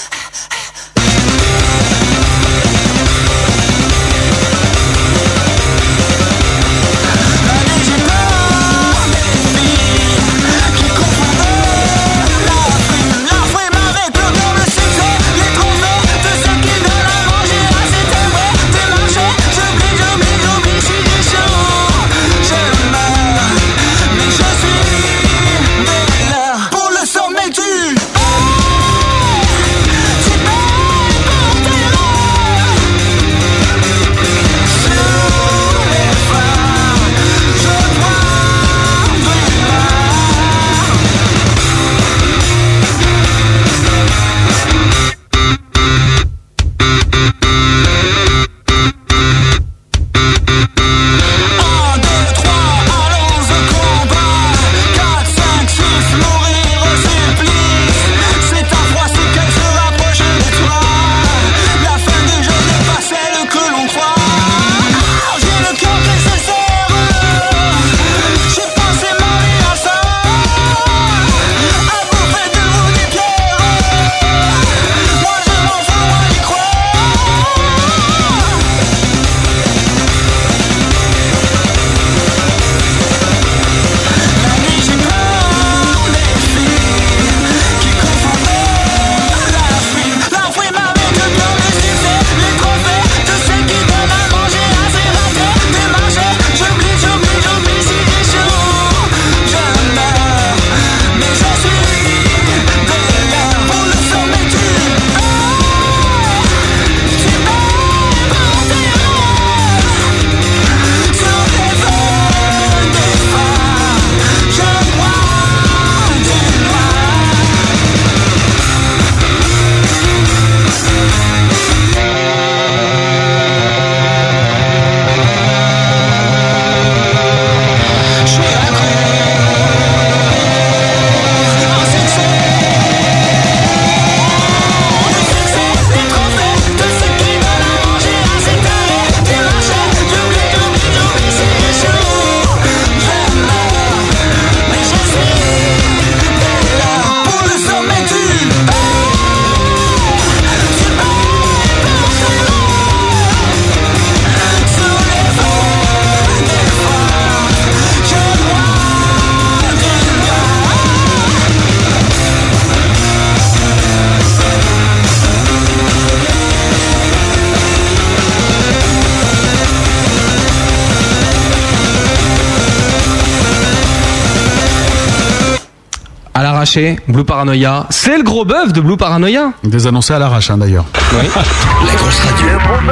Blue Paranoia, c'est le gros bœuf de Blue Paranoia. Des annoncés à l'arrache d'ailleurs. Oui. La grosse radio.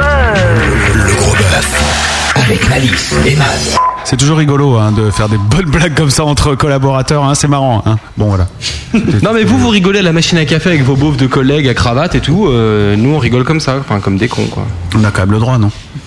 Le gros bœuf avec Malice et Matt. C'est toujours rigolo de faire des bonnes blagues comme ça entre collaborateurs, c'est marrant. Bon voilà. Non mais vous rigolez à la machine à café avec vos beaufs de collègues à cravate et tout. Nous on rigole comme ça, enfin comme des cons quoi. On a quand même le droit, non?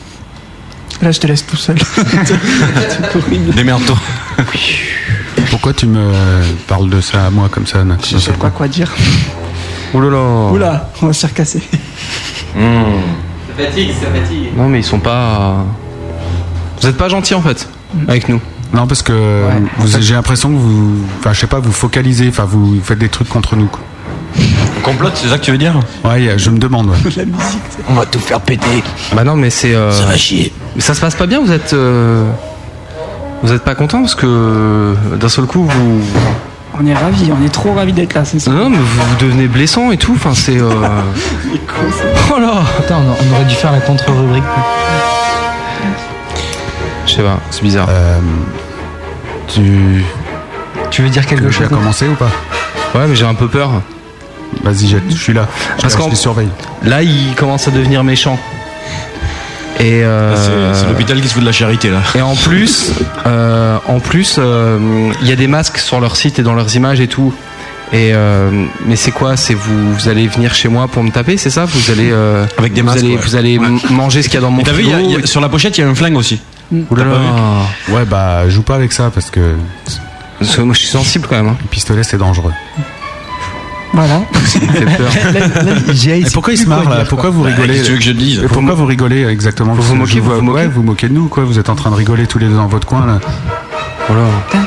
Là je te laisse tout seul. Démerde-toi. Pourquoi tu me parles de ça à moi comme ça, Nat? Je sais pas quoi dire. Oulala. Oula, on va se faire casser. Ça fatigue. Non mais ils sont pas... Vous êtes pas gentils en fait, avec nous. Non parce que j'ai l'impression que vous... Enfin je sais pas, vous focalisez, enfin vous faites des trucs contre nous quoi. complote, c'est ça que tu veux dire? Ouais, je me demande. Ouais. La musique. On va tout faire péter. Bah non, mais c'est. Ça va chier. Mais ça se passe pas bien, vous êtes. Vous êtes pas content parce que d'un seul coup vous. On est ravis, on est trop ravis d'être là, c'est ça. Non, mais vous devenez blessant et tout, enfin c'est. Oh là. Attends, on aurait dû faire la contre-rubrique. Je sais pas, c'est bizarre. Tu veux dire quelque chose? Tu as commencé ou pas? Ouais, mais j'ai un peu peur. Vas-y, je suis là. Parce je les surveille. Là, il commence à devenir méchant. Et c'est l'hôpital qui se fout de la charité là. Et en plus, il y a des masques sur leur site et dans leurs images et tout. Et mais c'est quoi? C'est vous allez venir chez moi pour me taper, c'est ça? Vous allez avec des masques. Vous allez manger ce qu'il y a dans mon frigo. T'as vu, sur la pochette, il y a un flingue aussi. Oulala. Ouais, bah joue pas avec ça parce que moi je suis sensible quand même. Hein. Le pistolet c'est dangereux. Voilà. Et pourquoi il se marre là? Pourquoi vous rigolez? Tu veux que je te dise? Pourquoi vous rigolez exactement? Vous moquez, ouais, vous moquez de nous quoi? Vous êtes en train de rigoler tous les deux dans votre coin là. Voilà.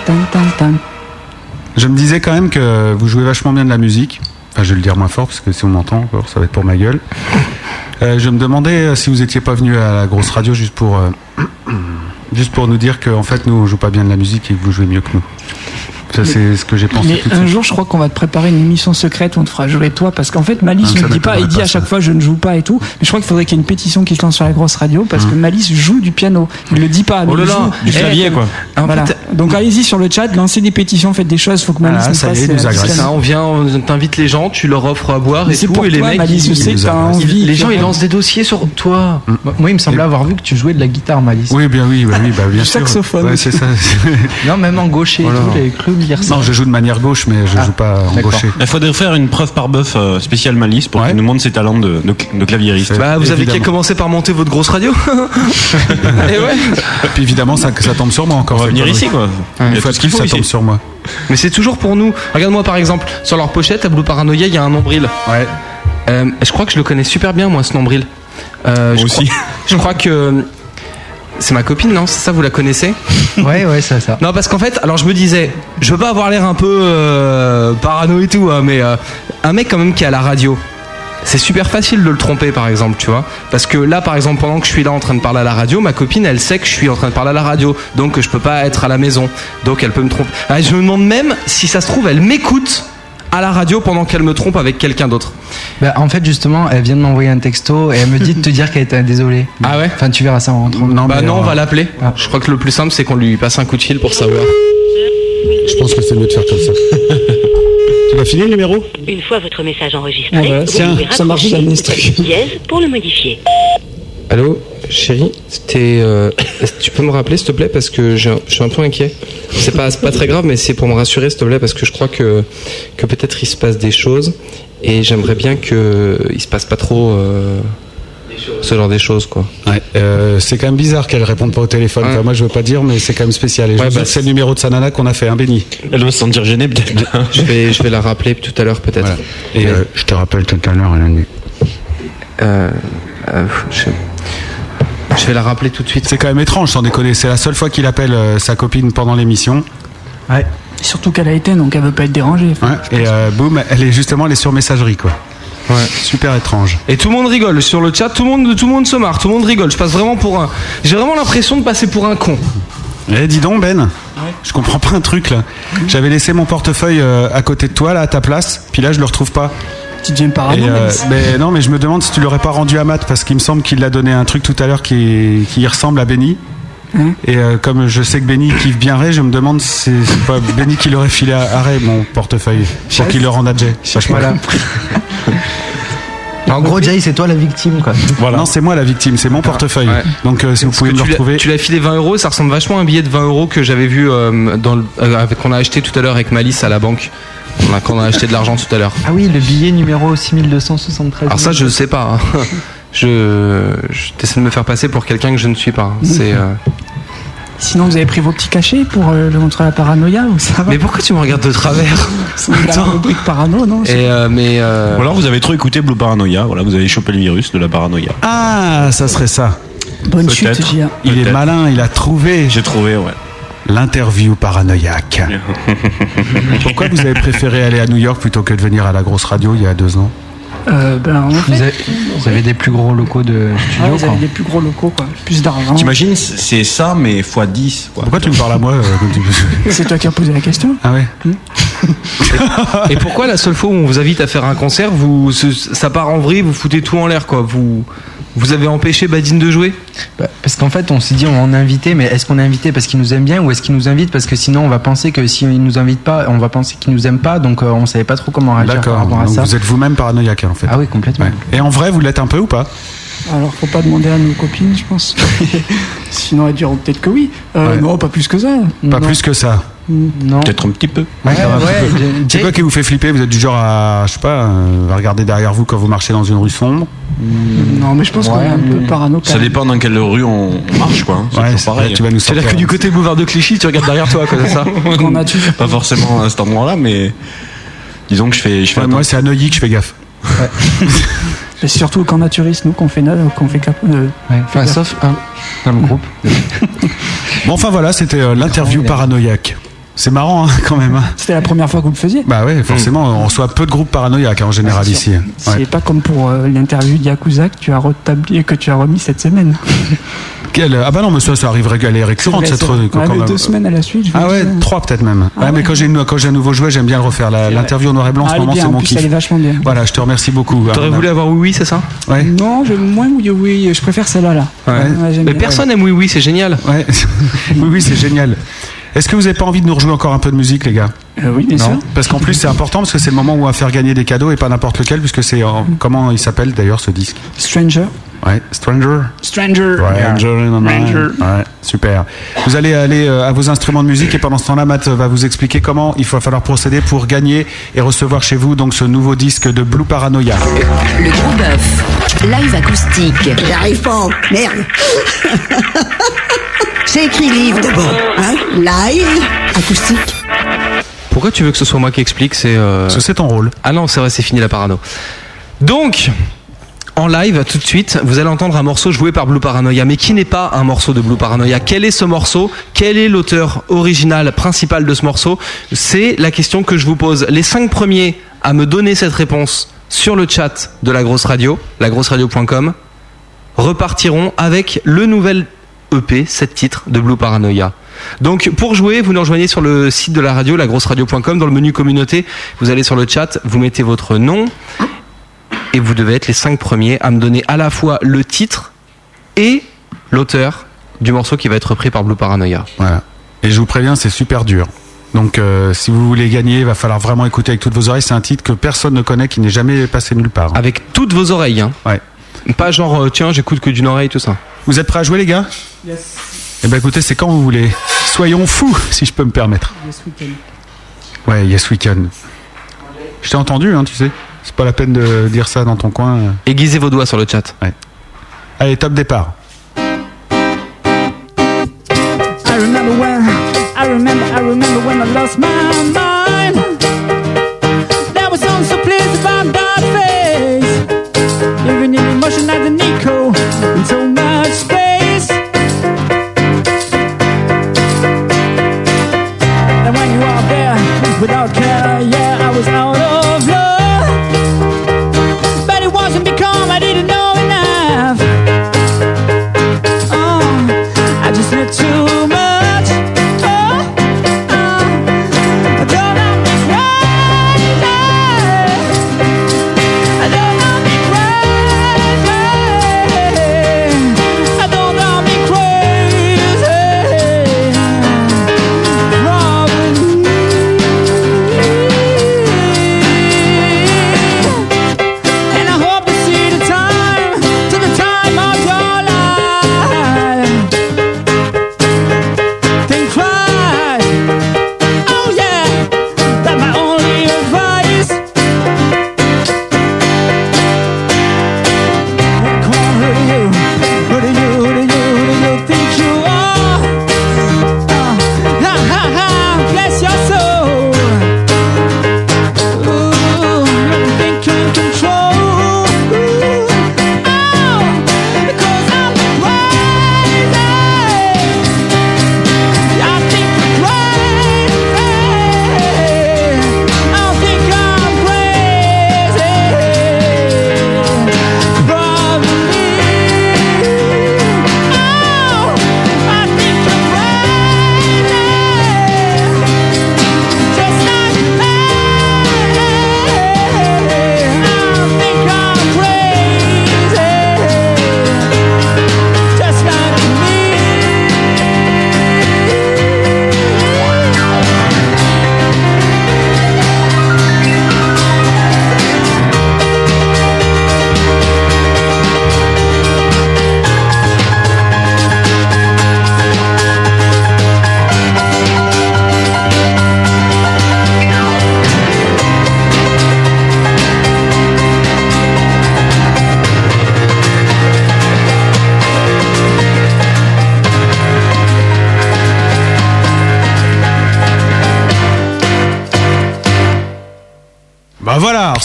Je me disais quand même que vous jouez vachement bien de la musique. Enfin, je vais le dire moins fort parce que si on m'entend encore, ça va être pour ma gueule. Je me demandais si vous étiez pas venu à la grosse radio juste pour nous dire qu'en fait nous on joue pas bien de la musique et que vous jouez mieux que nous. Ça, c'est ce que j'ai pensé. Mais tout de un suite. jour, je crois qu'on va te préparer une émission secrète où on te fera jouer toi, parce qu'en fait, Malice ne dit pas, il dit à chaque fois je ne joue pas et tout. Mais je crois qu'il faudrait qu'il y ait une pétition qui se lance sur la grosse radio, parce que Malice joue du piano. Il le dit pas. Mais Oh là il là, joue. du clavier quoi. Voilà. Donc allez-y sur le chat, lancez des pétitions, faites des choses. Faut que Malice nous fasse. Ça, on t'invite les gens, tu leur offres à boire Mais et c'est tout, pour et les toi, mecs, Malice, je sais que t'as envie. les gens ils lancent des dossiers sur toi. Moi, il me semblait avoir vu que tu jouais de la guitare, Malice. Oui, bien bien sûr. Saxophone. Ouais, c'est ça. Non, même en gaucher et tout, j'avais cru me dire ça. Non, je joue de manière gauche, mais je joue pas en gaucher. Il faudrait faire une preuve par bœuf spéciale Malice pour qu'il nous montre ses talents de claviériste. Bah, vous avez qu'à commencer par monter votre grosse radio. Et ouais. Et puis évidemment, ça tombe sur moi encore. On va venir ici quoi. Une fois de plus, ça tombe sur moi. Mais c'est toujours pour nous. Regarde-moi par exemple, sur leur pochette, à Blue Paranoia, il y a un nombril. Ouais. Je crois que je le connais super bien, moi, ce nombril. Moi aussi. Je crois que. C'est ma copine, non? C'est ça, vous la connaissez? Ouais, c'est ça. Non, parce qu'en fait, alors je me disais, je veux pas avoir l'air un peu parano et tout, hein, mais un mec quand même qui est à la radio, c'est super facile de le tromper par exemple, tu vois. Parce que là, par exemple, pendant que je suis là en train de parler à la radio, ma copine, elle sait que je suis en train de parler à la radio, donc je peux pas être à la maison, donc elle peut me tromper. Ah, je me demande même si ça se trouve, elle m'écoute à la radio pendant qu'elle me trompe avec quelqu'un d'autre. Bah, en fait, justement, elle vient de m'envoyer un texto et elle me dit de te dire qu'elle était désolée. Ah ouais? Enfin, tu verras ça en rentrant. Non, on va l'appeler. Je crois que le plus simple, c'est qu'on lui passe un coup de fil pour savoir. Je pense que c'est mieux de faire comme ça. Tu vas filer le numéro? Une fois votre message enregistré, Ah bah, vous tiens, pouvez ça marche jamais, ce raccrocher truc. dièse pour le modifier. Allô, chérie, tu peux me rappeler s'il te plaît parce que je suis un peu inquiet. C'est pas très grave, mais c'est pour me rassurer s'il te plaît parce que je crois que peut-être il se passe des choses et j'aimerais bien que il se passe pas trop ce genre des choses quoi. Ouais, c'est quand même bizarre qu'elle réponde pas au téléphone. Ouais. Enfin, moi, je veux pas dire, mais c'est quand même spécial. Et je Ouais, veux dire bah, que c'est le numéro de sa nana qu'on a fait, un béni. Elle doit se sentir gênée peut-être. Je vais la rappeler tout à l'heure peut-être. Voilà. Et je te rappelle tout à l'heure à la nuit. Je vais la rappeler tout de suite. C'est quand même étrange, sans déconner. C'est la seule fois qu'il appelle sa copine pendant l'émission. Ouais. Surtout qu'elle a été, donc elle veut pas être dérangée. Ouais. Et boum, elle est sur messagerie quoi. Ouais. Super étrange. Et tout le monde rigole sur le chat, tout le monde se marre, tout le monde rigole. Je passe vraiment pour un. J'ai vraiment l'impression de passer pour un con. Eh, dis donc Ben, je comprends pas un truc là. J'avais laissé mon portefeuille à côté de toi là, à ta place, puis là je le retrouve pas. Tu deviens parano. Mais non, mais je me demande si tu l'aurais pas rendu à Matt parce qu'il me semble qu'il a donné un truc tout à l'heure qui ressemble à Benny. Et comme je sais que Benny kiffe bien Ray, je me demande si c'est pas Benny qui l'aurait filé à Ray mon portefeuille pour qu'il le rende à Jay. Voilà. En gros, Jay, c'est toi la victime quoi. Voilà. Non, c'est moi la victime, c'est mon portefeuille. Ouais. Donc si vous pouvez me le retrouver. Tu l'as filé 20 €, ça ressemble vachement à un billet de 20 € que j'avais vu qu'on a acheté tout à l'heure avec Malice à la banque. Quand on a acheté de l'argent tout à l'heure. Ah oui, le billet numéro 6273. Alors ça, je sais pas. Hein. Je t'essaie de me faire passer pour quelqu'un que je ne suis pas. C'est. Sinon, vous avez pris vos petits cachets pour le montrer à la paranoïa ou ça va? Mais pourquoi tu me regardes de travers? C'est la rubrique parano, non? Ou alors vous avez trop écouté Blue Paranoia. Voilà, vous avez chopé le virus de la paranoïa. Ah, ça serait ça. Bonne chute, Gia. Il est malin, il a trouvé. J'ai trouvé, ouais. L'interview paranoïaque. Pourquoi vous avez préféré aller à New York plutôt que de venir à la grosse radio il y a 2 ans? En fait, Vous avez des plus gros locaux de studio, vous avez des plus gros locaux, quoi. Plus d'argent. T'imagines, c'est ça, mais x10. Quoi. Pourquoi tu me parles à moi C'est toi qui as posé la question. Ah ouais. Et pourquoi la seule fois où on vous invite à faire un concert, ça part en vrille, vous foutez tout en l'air, quoi. Vous avez empêché Badine de jouer? Parce qu'en fait, on s'est dit on est invité, mais est-ce qu'on est invité parce qu'il nous aime bien ou est-ce qu'il nous invite parce que sinon on va penser que si il nous invite pas, on va penser qu'il nous aime pas, donc on savait pas trop comment réagir par rapport à donc ça. vous êtes vous-même paranoïaque en fait. Ah oui, complètement. Ouais. Et en vrai, vous l'êtes un peu ou pas? Alors, faut pas demander à nos copines, je pense. Sinon, elles diront peut-être que oui. Non, pas plus que ça. Pas plus que ça. Non. Peut-être un petit peu. C'est quoi qui vous fait flipper? Vous êtes du genre à, je sais pas, à regarder derrière vous quand vous marchez dans une rue sombre? Non, mais je pense qu'on est un peu parano. Ça dépend dans quelle rue on marche, quoi. C'est pareil. Tu vas nous C'est-à-dire que du côté boulevard de Clichy, tu regardes derrière toi, quoi, c'est ça? Pas forcément à cet endroit-là, mais disons que je fais moi, c'est à Neuilly que je fais gaffe. C'est surtout qu'en naturiste, nous, qu'on fait sauf un dans le groupe. Bon, enfin voilà, c'était l'interview paranoïaque. C'est marrant, hein, quand même. C'était la première fois que vous le faisiez? Bah ouais, forcément, on reçoit peu de groupes paranoïaques en général ici. C'est pas comme pour l'interview d'Yakuza que tu as rétabli et que tu as remis cette semaine. Ah bah non, mais ça arrive, elle est récurrente cette rue. Mais 2 semaines à la suite. Ah ouais, 3 peut-être même. Mais quand j'ai un nouveau jouet, j'aime bien le refaire. L'interview en noir et blanc, en ce moment, c'est mon kiff. Elle est vachement bien. Voilà, je te remercie beaucoup. T'aurais voulu avoir Oui Oui, c'est ça? Ouais. Non, moins Oui, je préfère celle-là. Mais personne aime Oui Oui, c'est génial. Ouais. Oui, c'est génial. Est-ce que vous n'avez pas envie de nous rejouer encore un peu de musique, les gars? Oui, bien sûr. Parce qu'en plus, c'est important parce que c'est le moment où on va faire gagner des cadeaux et pas n'importe lequel, puisque c'est. Comment il s'appelle d'ailleurs ce disque? Stranger. Ouais, Stranger. Yeah. Ouais, super. Vous allez aller à vos instruments de musique et pendant ce temps-là, Matt va vous expliquer comment il va falloir procéder pour gagner et recevoir chez vous donc ce nouveau disque de Blue Paranoia. Le Gros Bœuf, live acoustique. J'arrive pas, merde. C'est écrit livre d'abord, hein? Live, acoustique. Pourquoi tu veux que ce soit moi qui explique? Parce que c'est ton rôle. Ah non, c'est vrai, c'est fini la parano. Donc, en live, tout de suite, vous allez entendre un morceau joué par Blue Paranoia, mais qui n'est pas un morceau de Blue Paranoia. Quel est ce morceau? Quel est l'auteur original, principal de ce morceau? C'est la question que je vous pose. Les 5 premiers à me donner cette réponse sur le chat de La Grosse Radio, lagrosseradio.com, repartiront avec le nouvel EP, 7 titres de Blue Paranoia. Donc pour jouer, vous nous rejoignez sur le site de la radio, lagrosseradio.com, dans le menu communauté, vous allez sur le chat, vous mettez votre nom et vous devez être les 5 premiers à me donner à la fois le titre et l'auteur du morceau qui va être repris par Blue Paranoia. Voilà. Et je vous préviens, c'est super dur. Donc si vous voulez gagner, il va falloir vraiment écouter avec toutes vos oreilles. C'est un titre que personne ne connaît, qui n'est jamais passé nulle part. Avec toutes vos oreilles, hein. Ouais. Pas genre, tiens, j'écoute que d'une oreille, tout ça. Vous êtes prêts à jouer, les gars? Yes. Eh ben écoutez, c'est quand vous voulez. Soyons fous, si je peux me permettre. Yes Weekend. Ouais, Yes Weekend. Je t'ai entendu, hein, tu sais. C'est pas la peine de dire ça dans ton coin. Aiguisez vos doigts sur le chat. Ouais. Allez, top départ. I remember when I lost my mind. There was something so pleased about that face. Living in emotion as an echo in so much space. And when you are there without care, yeah, I was out of love. But it wasn't because I didn't know enough. Oh, I just knew too much.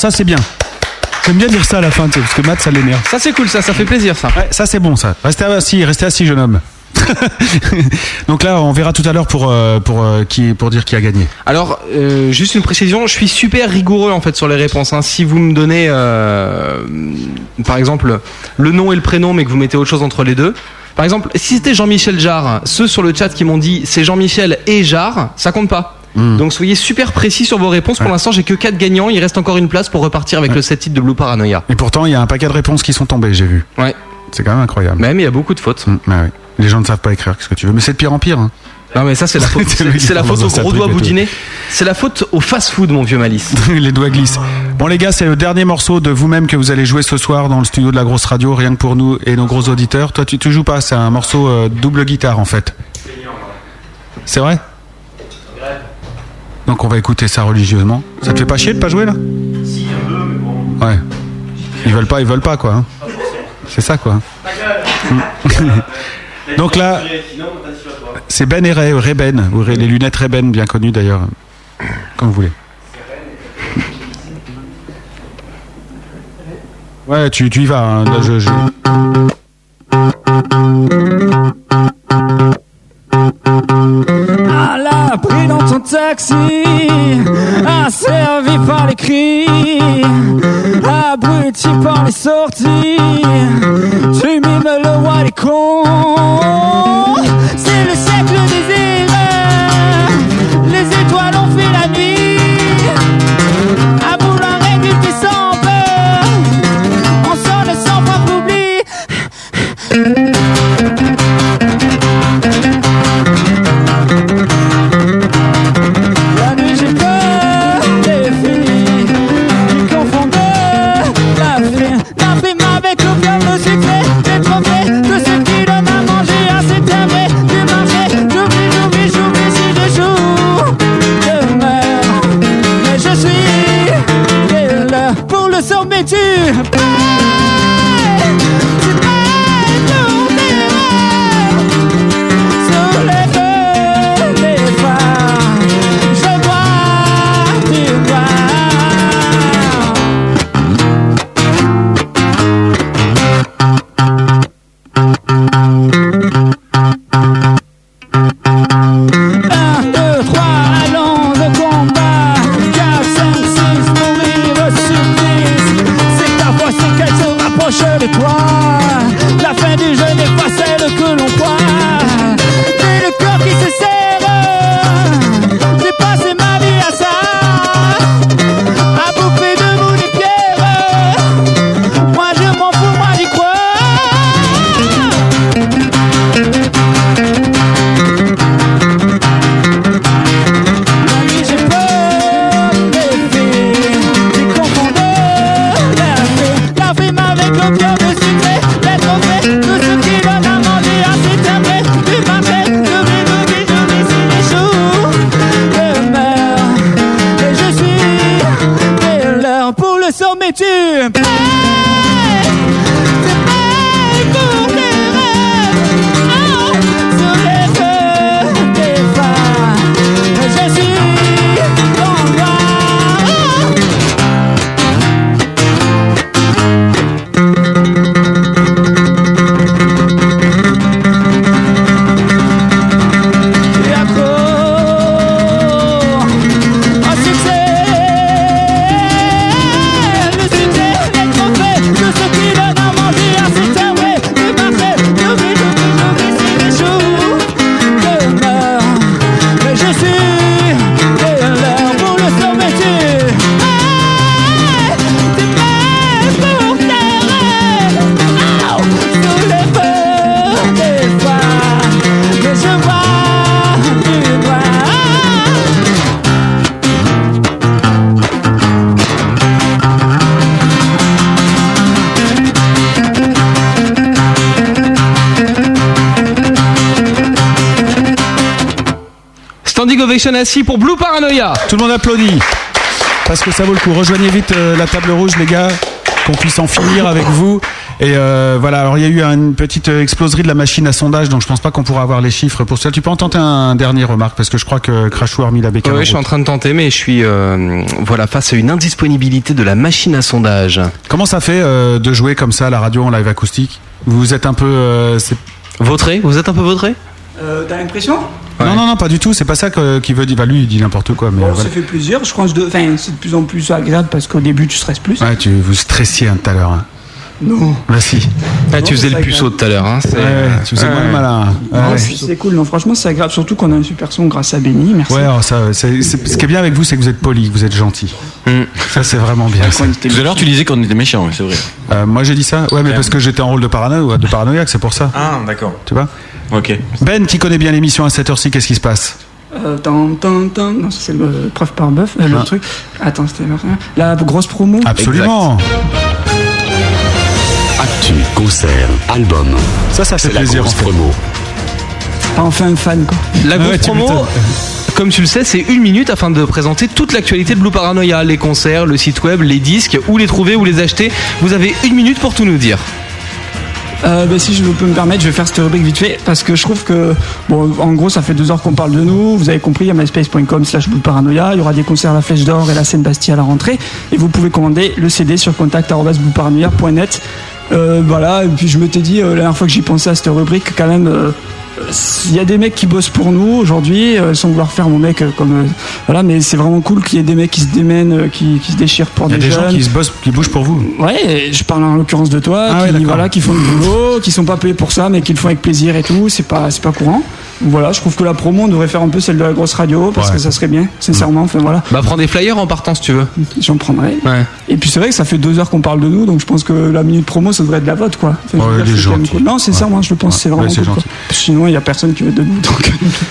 ça c'est bien. J'aime bien dire ça à la fin, tu sais, parce que Matt, ça l'énerve. Ça c'est cool, ça fait plaisir ça. Ouais, ça c'est bon ça. Restez assis, jeune homme. Donc là, on verra tout à l'heure pour dire qui a gagné. Alors, juste une précision, je suis super rigoureux en fait sur les réponses. Hein. Si vous me donnez, par exemple, le nom et le prénom, mais que vous mettez autre chose entre les deux. Par exemple, si c'était Jean-Michel Jarre, ceux sur le chat qui m'ont dit c'est Jean-Michel et Jarre, ça compte pas. Donc soyez super précis sur vos réponses. Pour l'instant, j'ai que 4 gagnants. Il reste encore une place pour repartir avec le 7 titres de Blue Paranoia. Et pourtant, il y a un paquet de réponses qui sont tombées, j'ai vu. Ouais. C'est quand même incroyable. Même il y a beaucoup de fautes. Ouais. Les gens ne savent pas écrire, qu'est-ce que tu veux. Mais c'est de pire en pire. Hein. Non mais ça c'est la faute. C'est la faute au gros doigt boudiné. C'est la faute au fast-food, mon vieux Malice. Les doigts glissent. Bon les gars, c'est le dernier morceau de vous-même que vous allez jouer ce soir dans le studio de la grosse radio, rien que pour nous et nos gros auditeurs. Toi tu joues pas, c'est un morceau double guitare en fait. C'est vrai ? Donc on va écouter ça religieusement. Ça te fait pas chier de pas jouer là ? Si, un peu, mais bon. Ouais. Ils veulent pas quoi. Hein. C'est ça quoi. Donc là, c'est Ben et Reben, ou les lunettes Reben, bien connues d'ailleurs, comme vous voulez. Ouais, tu y vas. Hein, À l'abri dans ton taxi, asservi par les cris, abruti par les sorties, tu mimes le roi des cons. C'est le siècle des erreurs, les étoiles ont fait la nuit, à vouloir réguler sans peur, on sonne sans pas oubli. La nuit j'ai peur des filles qui confondent la prime avec l'opium, le sucré, les trophées de ceux qui donnent à manger à ces termes du marché. J'oublie si je joue, je meurs, mais je suis là pour le sommet du de toi. La fin du jeu n'est pas celle que l'on croit. C'est le cœur qui se serre. J'ai passé ma vie à ça, à bouffer debout des pierres. Moi je m'en fous, moi j'y crois. La nuit j'ai peur des filles qui confondent la prime avec l'opium, le sucré, les trophées, tout ce qui donne à manger à ces termes du marché. J'oublie si les choux, je meurs, et je suis l'heure pour le sommet du Standing ovation assis pour Blue Paranoia. Tout le monde applaudit. Parce que ça vaut le coup. Rejoignez vite la table rouge, les gars, qu'on puisse en finir avec vous. Et voilà, alors il y a eu une petite exploserie de la machine à sondage, donc je pense pas qu'on pourra avoir les chiffres pour ça. Tu peux en tenter un dernier remarque, parce que je crois que Crashou a remis la bécane. Oui, je suis en train de tenter, mais je suis face à une indisponibilité de la machine à sondage. Comment ça fait de jouer comme ça à la radio en live acoustique? Vous êtes un peu... Vautré? Vous êtes un peu vautré? T'as l'impression? Ouais. Non, pas du tout. C'est pas ça qu'il veut dire. Bah, lui, il dit n'importe quoi. Mais bon, voilà. Ça fait plaisir. Je pense c'est de plus en plus agréable parce qu'au début, tu stresses plus. Ouais, vous stressiez tout à l'heure. Hein. Non. Bah si. Tu faisais le puceau tout à l'heure. Hein. Tu faisais moins le malin. C'est cool. Non, franchement, c'est agréable. Surtout qu'on a un super son grâce à Benny. Merci. Ouais, alors ce qui est bien avec vous, c'est que vous êtes poli, que vous êtes gentil. Ça, c'est vraiment bien. Tout à l'heure, tu disais qu'on était méchants, c'est vrai. Moi, j'ai dit ça. Ouais, mais parce que j'étais en rôle de paranoïaque, c'est pour ça. Ah, d'accord. Tu vois? Ok. Ben, qui connaît bien l'émission à cette heure-ci, qu'est-ce qui se passe? Non, ça c'est le preuve par bœuf, le truc. Attends, c'était la grosse promo. Absolument. Actu, concert, album. Ça fait plaisir. La grosse promo. Enfin un fan, quoi. La grosse promo. Comme tu le sais, c'est 1 minute afin de présenter toute l'actualité de Blue Paranoia, les concerts, le site web, les disques, où les trouver, où les acheter. Vous avez 1 minute pour tout nous dire. Si je peux me permettre, je vais faire cette rubrique vite fait parce que je trouve que, en gros, ça fait 2 heures qu'on parle de nous. Vous avez compris, il y a myspace.com/blueparanoia. Il y aura des concerts à la Flèche d'Or et la Seine-Bastille à la rentrée. Et vous pouvez commander le CD sur contact@blueparanoia.net. Voilà, et puis je m'étais dit, la dernière fois que j'y pensais à cette rubrique, quand même, il y a des mecs qui bossent pour nous aujourd'hui, sans vouloir faire mon mec voilà, mais c'est vraiment cool qu'il y ait des mecs qui se démènent, qui se déchirent pour des jeunes. Il y a des gens qui bougent pour vous. Ouais, je parle en l'occurrence de toi, qui font le boulot, qui sont pas payés pour ça, mais qui le font avec plaisir et tout. C'est pas courant. Voilà, je trouve que la promo, on devrait faire un peu celle de la grosse radio parce que ça serait bien, sincèrement. Enfin voilà. Bah prends des flyers en partant si tu veux. J'en prendrai. Ouais. Et puis c'est vrai que ça fait 2 heures qu'on parle de nous, donc je pense que la minute promo, ça devrait être de la vôtre, quoi. Enfin, cool. Non, sincèrement, je le pense, c'est vraiment cool. Quoi. Sinon, il y a personne qui veut de nous. Donc...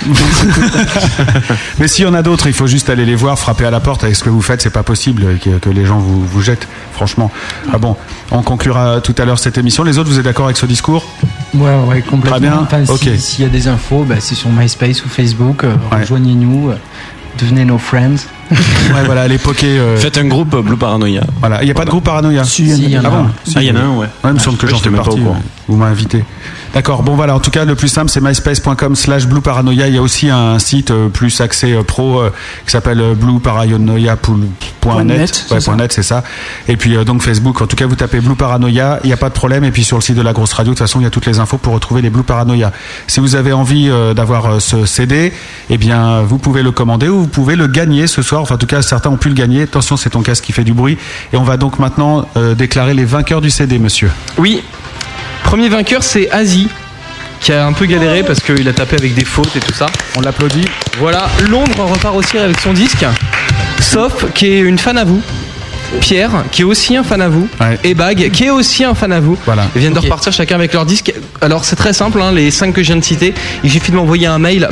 Mais s'il y en a d'autres, il faut juste aller les voir, frapper à la porte avec ce que vous faites. C'est pas possible que les gens vous jettent, franchement. Ah bon, on conclura tout à l'heure cette émission. Les autres, vous êtes d'accord avec ce discours? Ouais, complètement. Très bien. Enfin, s'il y a des infos, c'est sur MySpace ou Facebook. Rejoignez-nous, devenez nos friends. Ouais, voilà, à l'époque. Faites un groupe Blue Paranoia. Voilà, il n'y a pas de groupe Paranoia. Si, il y en a. Ah bon? Il y en a un, ouais. Il me semble que j'en fais partie. Vous m'avez invité. D'accord, bon voilà, en tout cas le plus simple c'est myspace.com/blueparanoia. Il y a aussi un site plus axé pro qui s'appelle blueparanoia.net. .net, c'est ça. Et puis donc Facebook, en tout cas vous tapez Blue Paranoia, il n'y a pas de problème. Et puis sur le site de la grosse radio, de toute façon il y a toutes les infos pour retrouver les Blue Paranoia. Si vous avez envie d'avoir ce CD, eh bien vous pouvez le commander ou vous pouvez le gagner ce soir. Enfin en tout cas certains ont pu le gagner. Attention, c'est ton casque qui fait du bruit. Et on va donc maintenant déclarer les vainqueurs du CD, monsieur. Oui. Premier vainqueur, c'est Asie, qui a un peu galéré parce qu'il a tapé avec des fautes et tout ça. On l'applaudit. Voilà, Londres repart aussi avec son disque. Soph, qui est une fan à vous. Pierre, qui est aussi un fan à vous. Et Bag, qui est aussi un fan à vous. Voilà. Ils viennent de repartir chacun avec leur disque. Alors c'est très simple, les 5 que je viens de citer. Il suffit de m'envoyer un mail,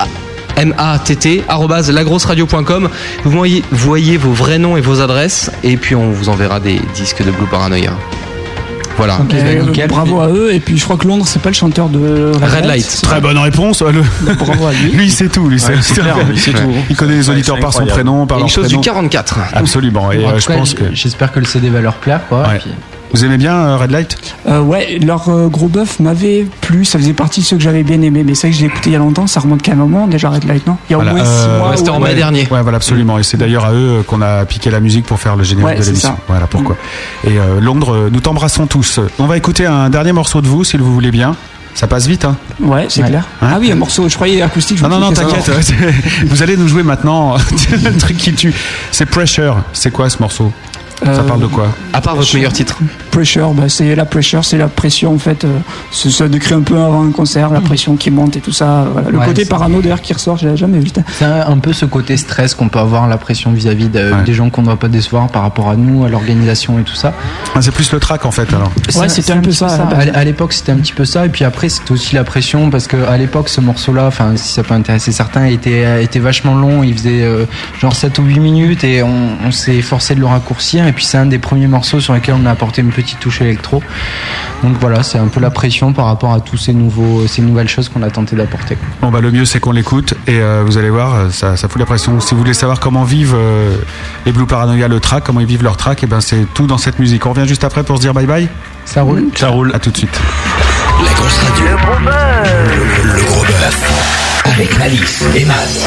matt@lagrosseradio.com. Vous voyez vos vrais noms et vos adresses. Et puis on vous enverra des disques de Blue Paranoia. Voilà. Bravo à eux. Et puis je crois que Londres, c'est pas le chanteur de Red Light. Très bonne réponse. Bravo à lui. Lui, il sait tout. Il sait tout. Il connaît les auditeurs par son prénom, par leur prénom. Une chose du 44. Absolument. Et je pense que. J'espère que le CD va leur plaire, quoi. Ouais. Vous aimez bien Red Light? Ouais, leur gros bœuf m'avait plu, ça faisait partie de ceux que j'avais bien aimé, mais c'est vrai que je l'ai écouté il y a longtemps, ça remonte qu'à un moment déjà Red Light, non? Il y a au moins 6 mois. C'était en mai dernier. Ouais, voilà, absolument. Et c'est d'ailleurs à eux qu'on a piqué la musique pour faire le générique de l'émission. Voilà pourquoi. Et Londres, nous t'embrassons tous. On va écouter un dernier morceau de vous, si vous voulez bien. Ça passe vite, hein? Ouais, c'est clair. Ah oui, un morceau, je croyais acoustique. Non, t'inquiète. Vous allez nous jouer maintenant le truc qui tue. C'est Pressure. C'est quoi ce morceau? Ça parle de quoi? À part votre meilleur titre. Pressure, c'est la pressure, c'est la pression en fait. Ça décrit un peu avant un concert, la pression qui monte et tout ça. Voilà. Le côté parano d'ailleurs qui ressort, je l'ai jamais vu. C'est un peu ce côté stress qu'on peut avoir, la pression vis-à-vis des gens qu'on ne doit pas décevoir par rapport à nous, à l'organisation et tout ça. C'est plus le track en fait alors. Ouais, c'était un peu ça. À l'époque, c'était un petit peu ça, et puis après, c'était aussi la pression parce qu'à l'époque, ce morceau-là, enfin, si ça peut intéresser certains, était vachement long. Il faisait genre 7 ou 8 minutes et on s'est efforcé de le raccourcir. Et puis c'est un des premiers morceaux sur lesquels on a apporté une petite touche électro. Donc voilà, c'est un peu la pression par rapport à tous ces nouvelles choses qu'on a tenté d'apporter. Bon bah le mieux c'est qu'on l'écoute et vous allez voir, ça fout la pression. Si vous voulez savoir comment vivent les Blue Paranoia le track, comment ils vivent leur track, et ben c'est tout dans cette musique. On revient juste après pour se dire bye bye. Ça roule. Ça roule. À tout de suite. La grosse radio. Le gros bœuf. Avec Malice et Matt.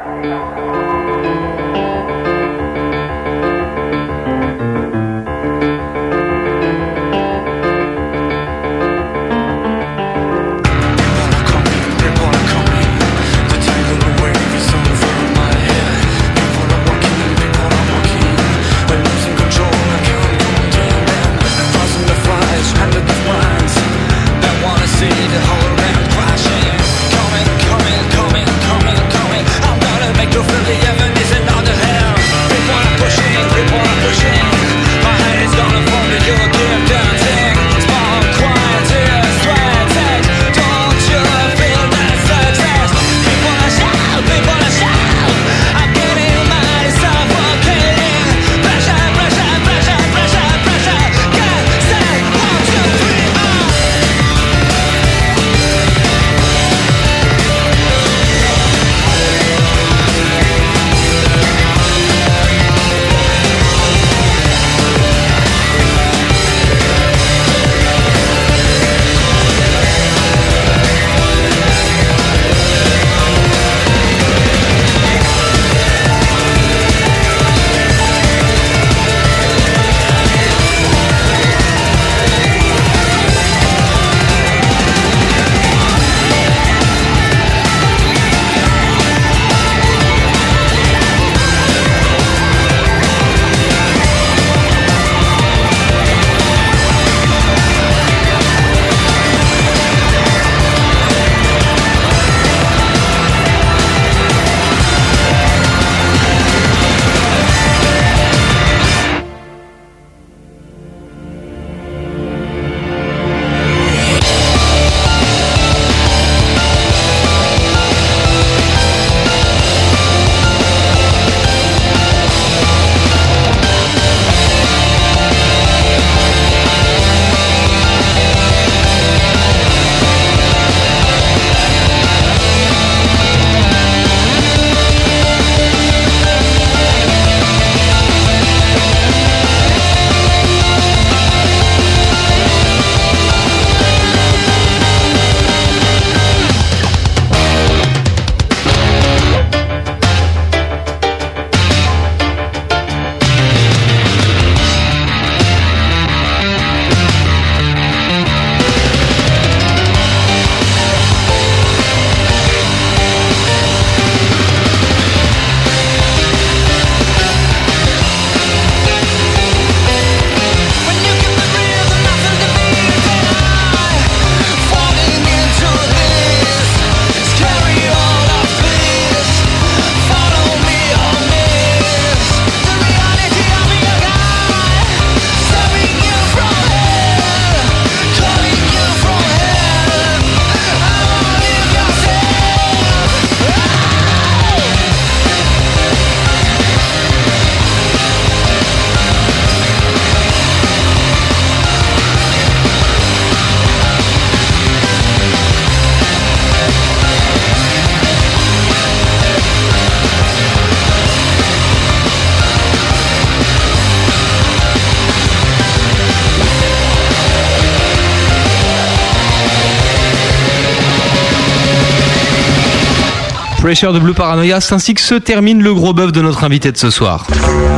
Pressure de Blue Paranoia, c'est ainsi que se termine le gros bœuf de notre invité de ce soir.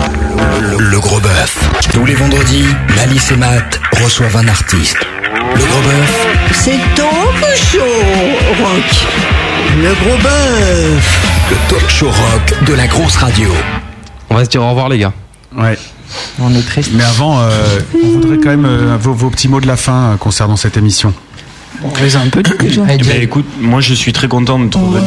Le gros bœuf. Tous les vendredis, Malice et Matt reçoivent un artiste. Le gros bœuf. C'est talk show rock. Le gros bœuf. Le talk show rock de la grosse radio. On va se dire au revoir les gars. Ouais. On est triste. Mais avant, on voudrait quand même vos petits mots de la fin concernant cette émission. On les a un peu dit déjà. Écoute, moi je suis très content de te revenir.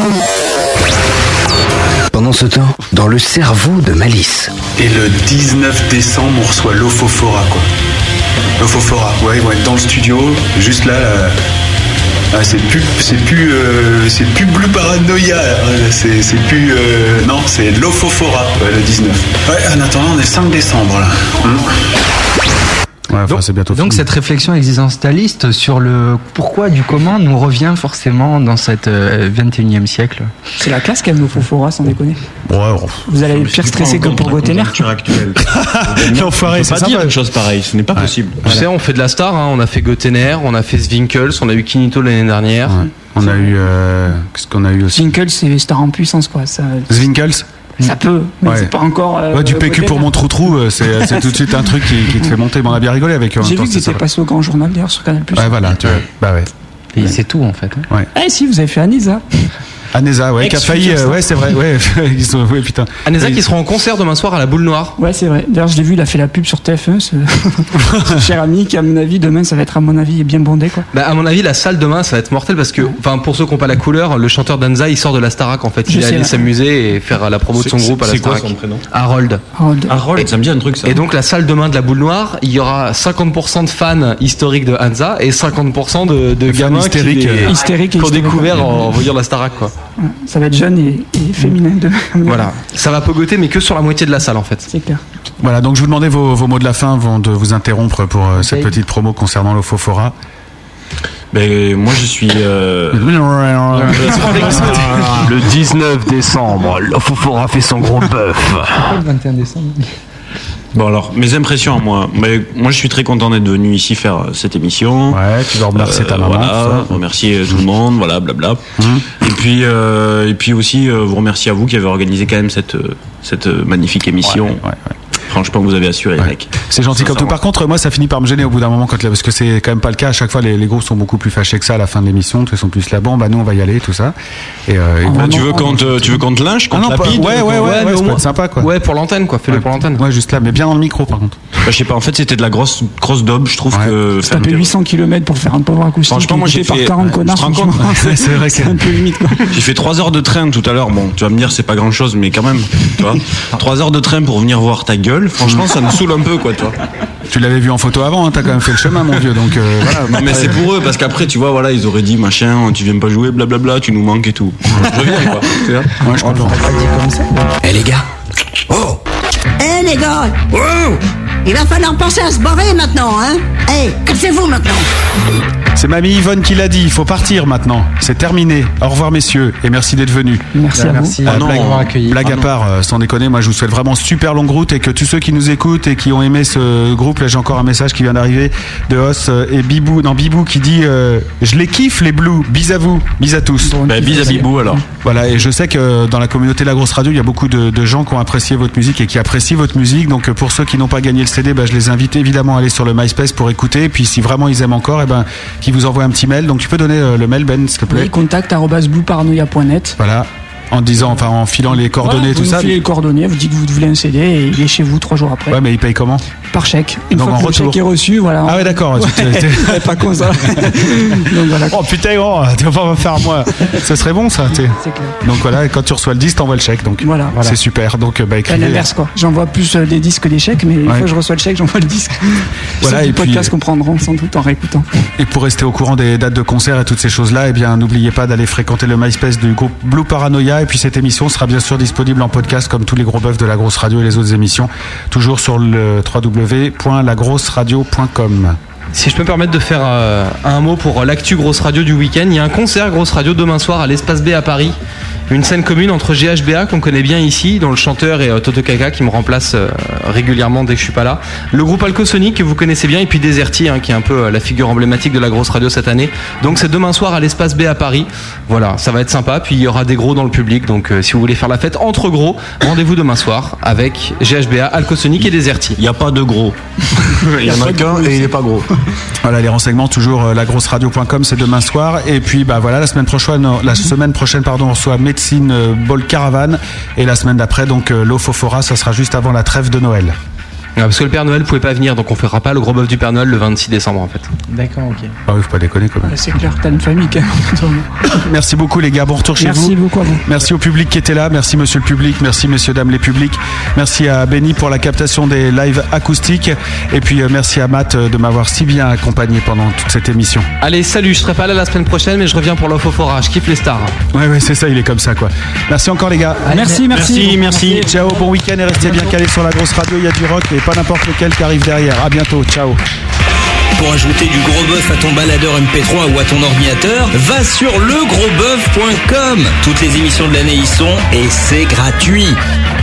Pendant ce temps, dans le cerveau de Malice. Et le 19 décembre, on reçoit l'Ofofora, quoi. L'Ofofora, ouais, ils vont être dans le studio, juste là. C'est plus Blue Paranoia, c'est plus non, c'est l'Ofofora, ouais, le 19. Ouais, en attendant, on est le 5 décembre là. Ouais, enfin, c'est bientôt Donc fini. cette réflexion existentialiste sur le pourquoi du comment nous revient forcément dans cette 21e siècle. C'est la classe quand même, nos Fofora, sans déconner. Ouais, Vous allez être pire stressé que pour Gotener. L'enfoiré, c'est pas dire une chose pareille, ce n'est pas possible. Tu sais, on fait de la star, hein. On a fait Gotener, on a fait Zwinkels, on a eu Kinito l'année dernière. Ouais. On a eu. Qu'est-ce qu'on a eu aussi? Zwinkels, c'est star en puissance, quoi. Ça, Zwinkels? ça peut, mais Ouais. c'est pas encore. Ouais, du PQ pour mon trou-trou, c'est tout de suite un truc qui te fait monter. Mais on a bien rigolé avec eux. en J'ai même temps, vu que c'est c'était sympa. passé au Grand Journal d'ailleurs sur Canal+. Ouais, voilà, tu vois. Bah ouais. Et c'est tout en fait. Ouais. Ah si, vous avez fait Anisa. Anesa, ouais, qui a failli. Ouais, c'est vrai. Ouais, ils sont. Ouais, putain. Anesa qui sera en concert demain soir à la Boule Noire. Ouais, c'est vrai. D'ailleurs, je l'ai vu, il a fait la pub sur TF1, ce cher ami, qui à mon avis, demain, ça va être à mon avis bien bondé, quoi. Bah, à mon avis, la salle demain, ça va être mortel parce que, enfin, pour ceux qui n'ont pas la couleur, le chanteur d'Anza, il sort de la Starac en fait. Je Il est sais, allé ouais. s'amuser et faire la promo de son groupe à la C'est quoi Starac. son prénom? Harold. Harold, ça me dit un truc ça. Et donc la salle demain de la Boule Noire, il y aura 50% de fans historiques de Hansa et 50% de gamins hystériques, qui ont historiques. découvert en voyant la Starac, quoi. Ouais, ça va être jeune et féminin demain. Voilà. Ça va pogoter, mais que sur la moitié de la salle en fait. C'est clair. Voilà, donc je vous demandais vos mots de la fin avant de vous interrompre pour cette petite promo concernant le Fofora. Ben, moi je suis. Le 19 décembre, le Fofora fait son gros bœuf. Le 21 décembre. Bon alors, mes impressions moi. Mais moi je suis très content d'être venu ici faire cette émission. Ouais, tu dois remercier ta maman. Voilà, tout ça. remercier tout le monde, voilà, blabla. Et puis aussi vous remercier à vous qui avez organisé quand même cette magnifique émission. Franchement, vous avez assuré, mec. C'est gentil comme tout. Par contre, moi, ça finit par me gêner au bout d'un moment parce que c'est quand même pas le cas. À chaque fois, les groupes sont beaucoup plus fâchés que ça à la fin de l'émission. Ils sont plus là. Bon, bah nous, on va y aller, tout ça. Et tu veux qu'on te lynche, qu'on te lapide? Ouais, ça peut être sympa, quoi. Ouais, pour l'antenne, quoi. Fais-le pour l'antenne. Ouais, juste là, mais bien dans le micro, par contre. Bah, je sais pas. En fait, c'était de la grosse daube. Je trouve que. Se taper 800 km pour faire un power acoustique. Franchement, moi, j'ai par fait. 40 connards. Tu te rends compte? C'est vrai que c'est un peu limite, quoi. J'ai fait 3 heures de train tout à l'heure. Bon, tu vas me dire, c'est pas grand chose, mais quand même, tu vois. 3 heures de train pour venir voir ta gueule. Franchement, ça me saoule un peu, quoi, tu vois. Tu l'avais vu en photo avant, hein, t'as quand même fait le chemin, mon vieux, donc voilà. Mais c'est pour eux, parce qu'après, tu vois, voilà, ils auraient dit, machin, tu viens pas jouer, blablabla, tu nous manques et tout. Je reviens, quoi. Tu vois? Ouais, je comprends. Eh les gars. Oh. Eh les gars, il va falloir penser à se barrer maintenant, hein. Eh, cassez-vous maintenant. C'est mamie Yvonne qui l'a dit, il faut partir maintenant. C'est terminé. Au revoir messieurs et merci d'être venus. Merci à vous. Blague à part, sans déconner, moi je vous souhaite vraiment super longue route et que tous ceux qui nous écoutent et qui ont aimé ce groupe, là j'ai encore un message qui vient d'arriver de Os et Bibou qui dit je les kiffe les Blues, bis à vous, bis à tous. Bah, bis à Bibou alors. Voilà, et je sais que dans la communauté de la grosse radio, il y a beaucoup de gens qui ont apprécié votre musique et qui apprécient votre musique. Donc pour ceux qui n'ont pas gagné le CD, je les invite évidemment à aller sur le MySpace pour écouter. Et puis si vraiment ils aiment encore, qui vous envoient un petit mail. Donc tu peux donner le mail, Ben, s'il te plaît. Oui, contact@blueparanoia.net. Voilà. En filant les coordonnées, tout ça. Vous filez les coordonnées, vous dites que vous voulez un CD et il est chez vous 3 jours après. Ouais, mais il paye comment? Par chèque. Une Donc fois en que le retour. chèque est reçu, voilà. Ah ouais, d'accord. Pas con ça. Donc voilà. Oh putain, tu vas pas me faire moi. Ça serait bon ça, tu sais. C'est clair. Donc voilà, et quand tu reçois le disque, t'envoies le chèque. Donc Voilà. c'est super. Donc À écrivez. l'inverse, quoi. J'envoie plus des disques que des chèques, mais une fois que je reçois le chèque, j'envoie le disque. Voilà, Les et puis podcasts comprendront sans doute en réécoutant. Et pour rester au courant des dates de concert et toutes ces choses-là, n'oubliez pas d'aller fréquenter le MySpace du groupe Blue Paranoia. Et puis cette émission sera bien sûr disponible en podcast comme tous les gros bœufs de la grosse radio et les autres émissions. Toujours sur le www.lagrosseradio.com. Si je peux me permettre de faire un mot pour l'actu Grosse Radio du week-end, il y a un concert Grosse Radio demain soir à l'Espace B à Paris. Une scène commune entre GHBA qu'on connaît bien ici, dont le chanteur est Toto Kaka qui me remplace régulièrement dès que je suis pas là. Le groupe Alcosonic que vous connaissez bien et puis Deserti qui est un peu la figure emblématique de la Grosse Radio cette année. Donc c'est demain soir à l'Espace B à Paris. Voilà, ça va être sympa. Puis il y aura des gros dans le public. Donc si vous voulez faire la fête entre gros, rendez-vous demain soir avec GHBA, Alcosonic et Deserti. Il n'y a pas de gros. Il y en a qu'un et il n'est pas gros. Voilà, les renseignements toujours lagrosseradio.com, c'est demain soir. Et puis voilà, la semaine prochaine on reçoit Médecine Ball Caravan et la semaine d'après donc l'Ofofora, ça sera juste avant la trêve de Noël. Parce que le Père Noël pouvait pas venir, donc on fera pas le gros bœuf du Père Noël le 26 décembre en fait. D'accord, ok. Ah oui, faut pas déconner quand même. C'est clair, t'as une famille quand même. Merci beaucoup les gars, bon retour chez vous. Merci beaucoup à vous. Merci au public qui était là, merci monsieur le public, merci messieurs dames les publics, merci à Benny pour la captation des lives acoustiques et puis merci à Matt de m'avoir si bien accompagné pendant toute cette émission. Allez, salut, je serai pas là la semaine prochaine mais je reviens pour l'Ofofora, je kiffe les stars. Ouais, c'est ça, il est comme ça quoi. Merci encore les gars. Merci. Ciao, bon week-end et restez bien calés sur la grosse radio, il y a du rock et pas n'importe lequel qui arrive derrière. À bientôt, ciao. Pour ajouter du gros bœuf à ton baladeur MP3 ou à ton ordinateur, va sur legrosboeuf.com. Toutes les émissions de l'année y sont et c'est gratuit.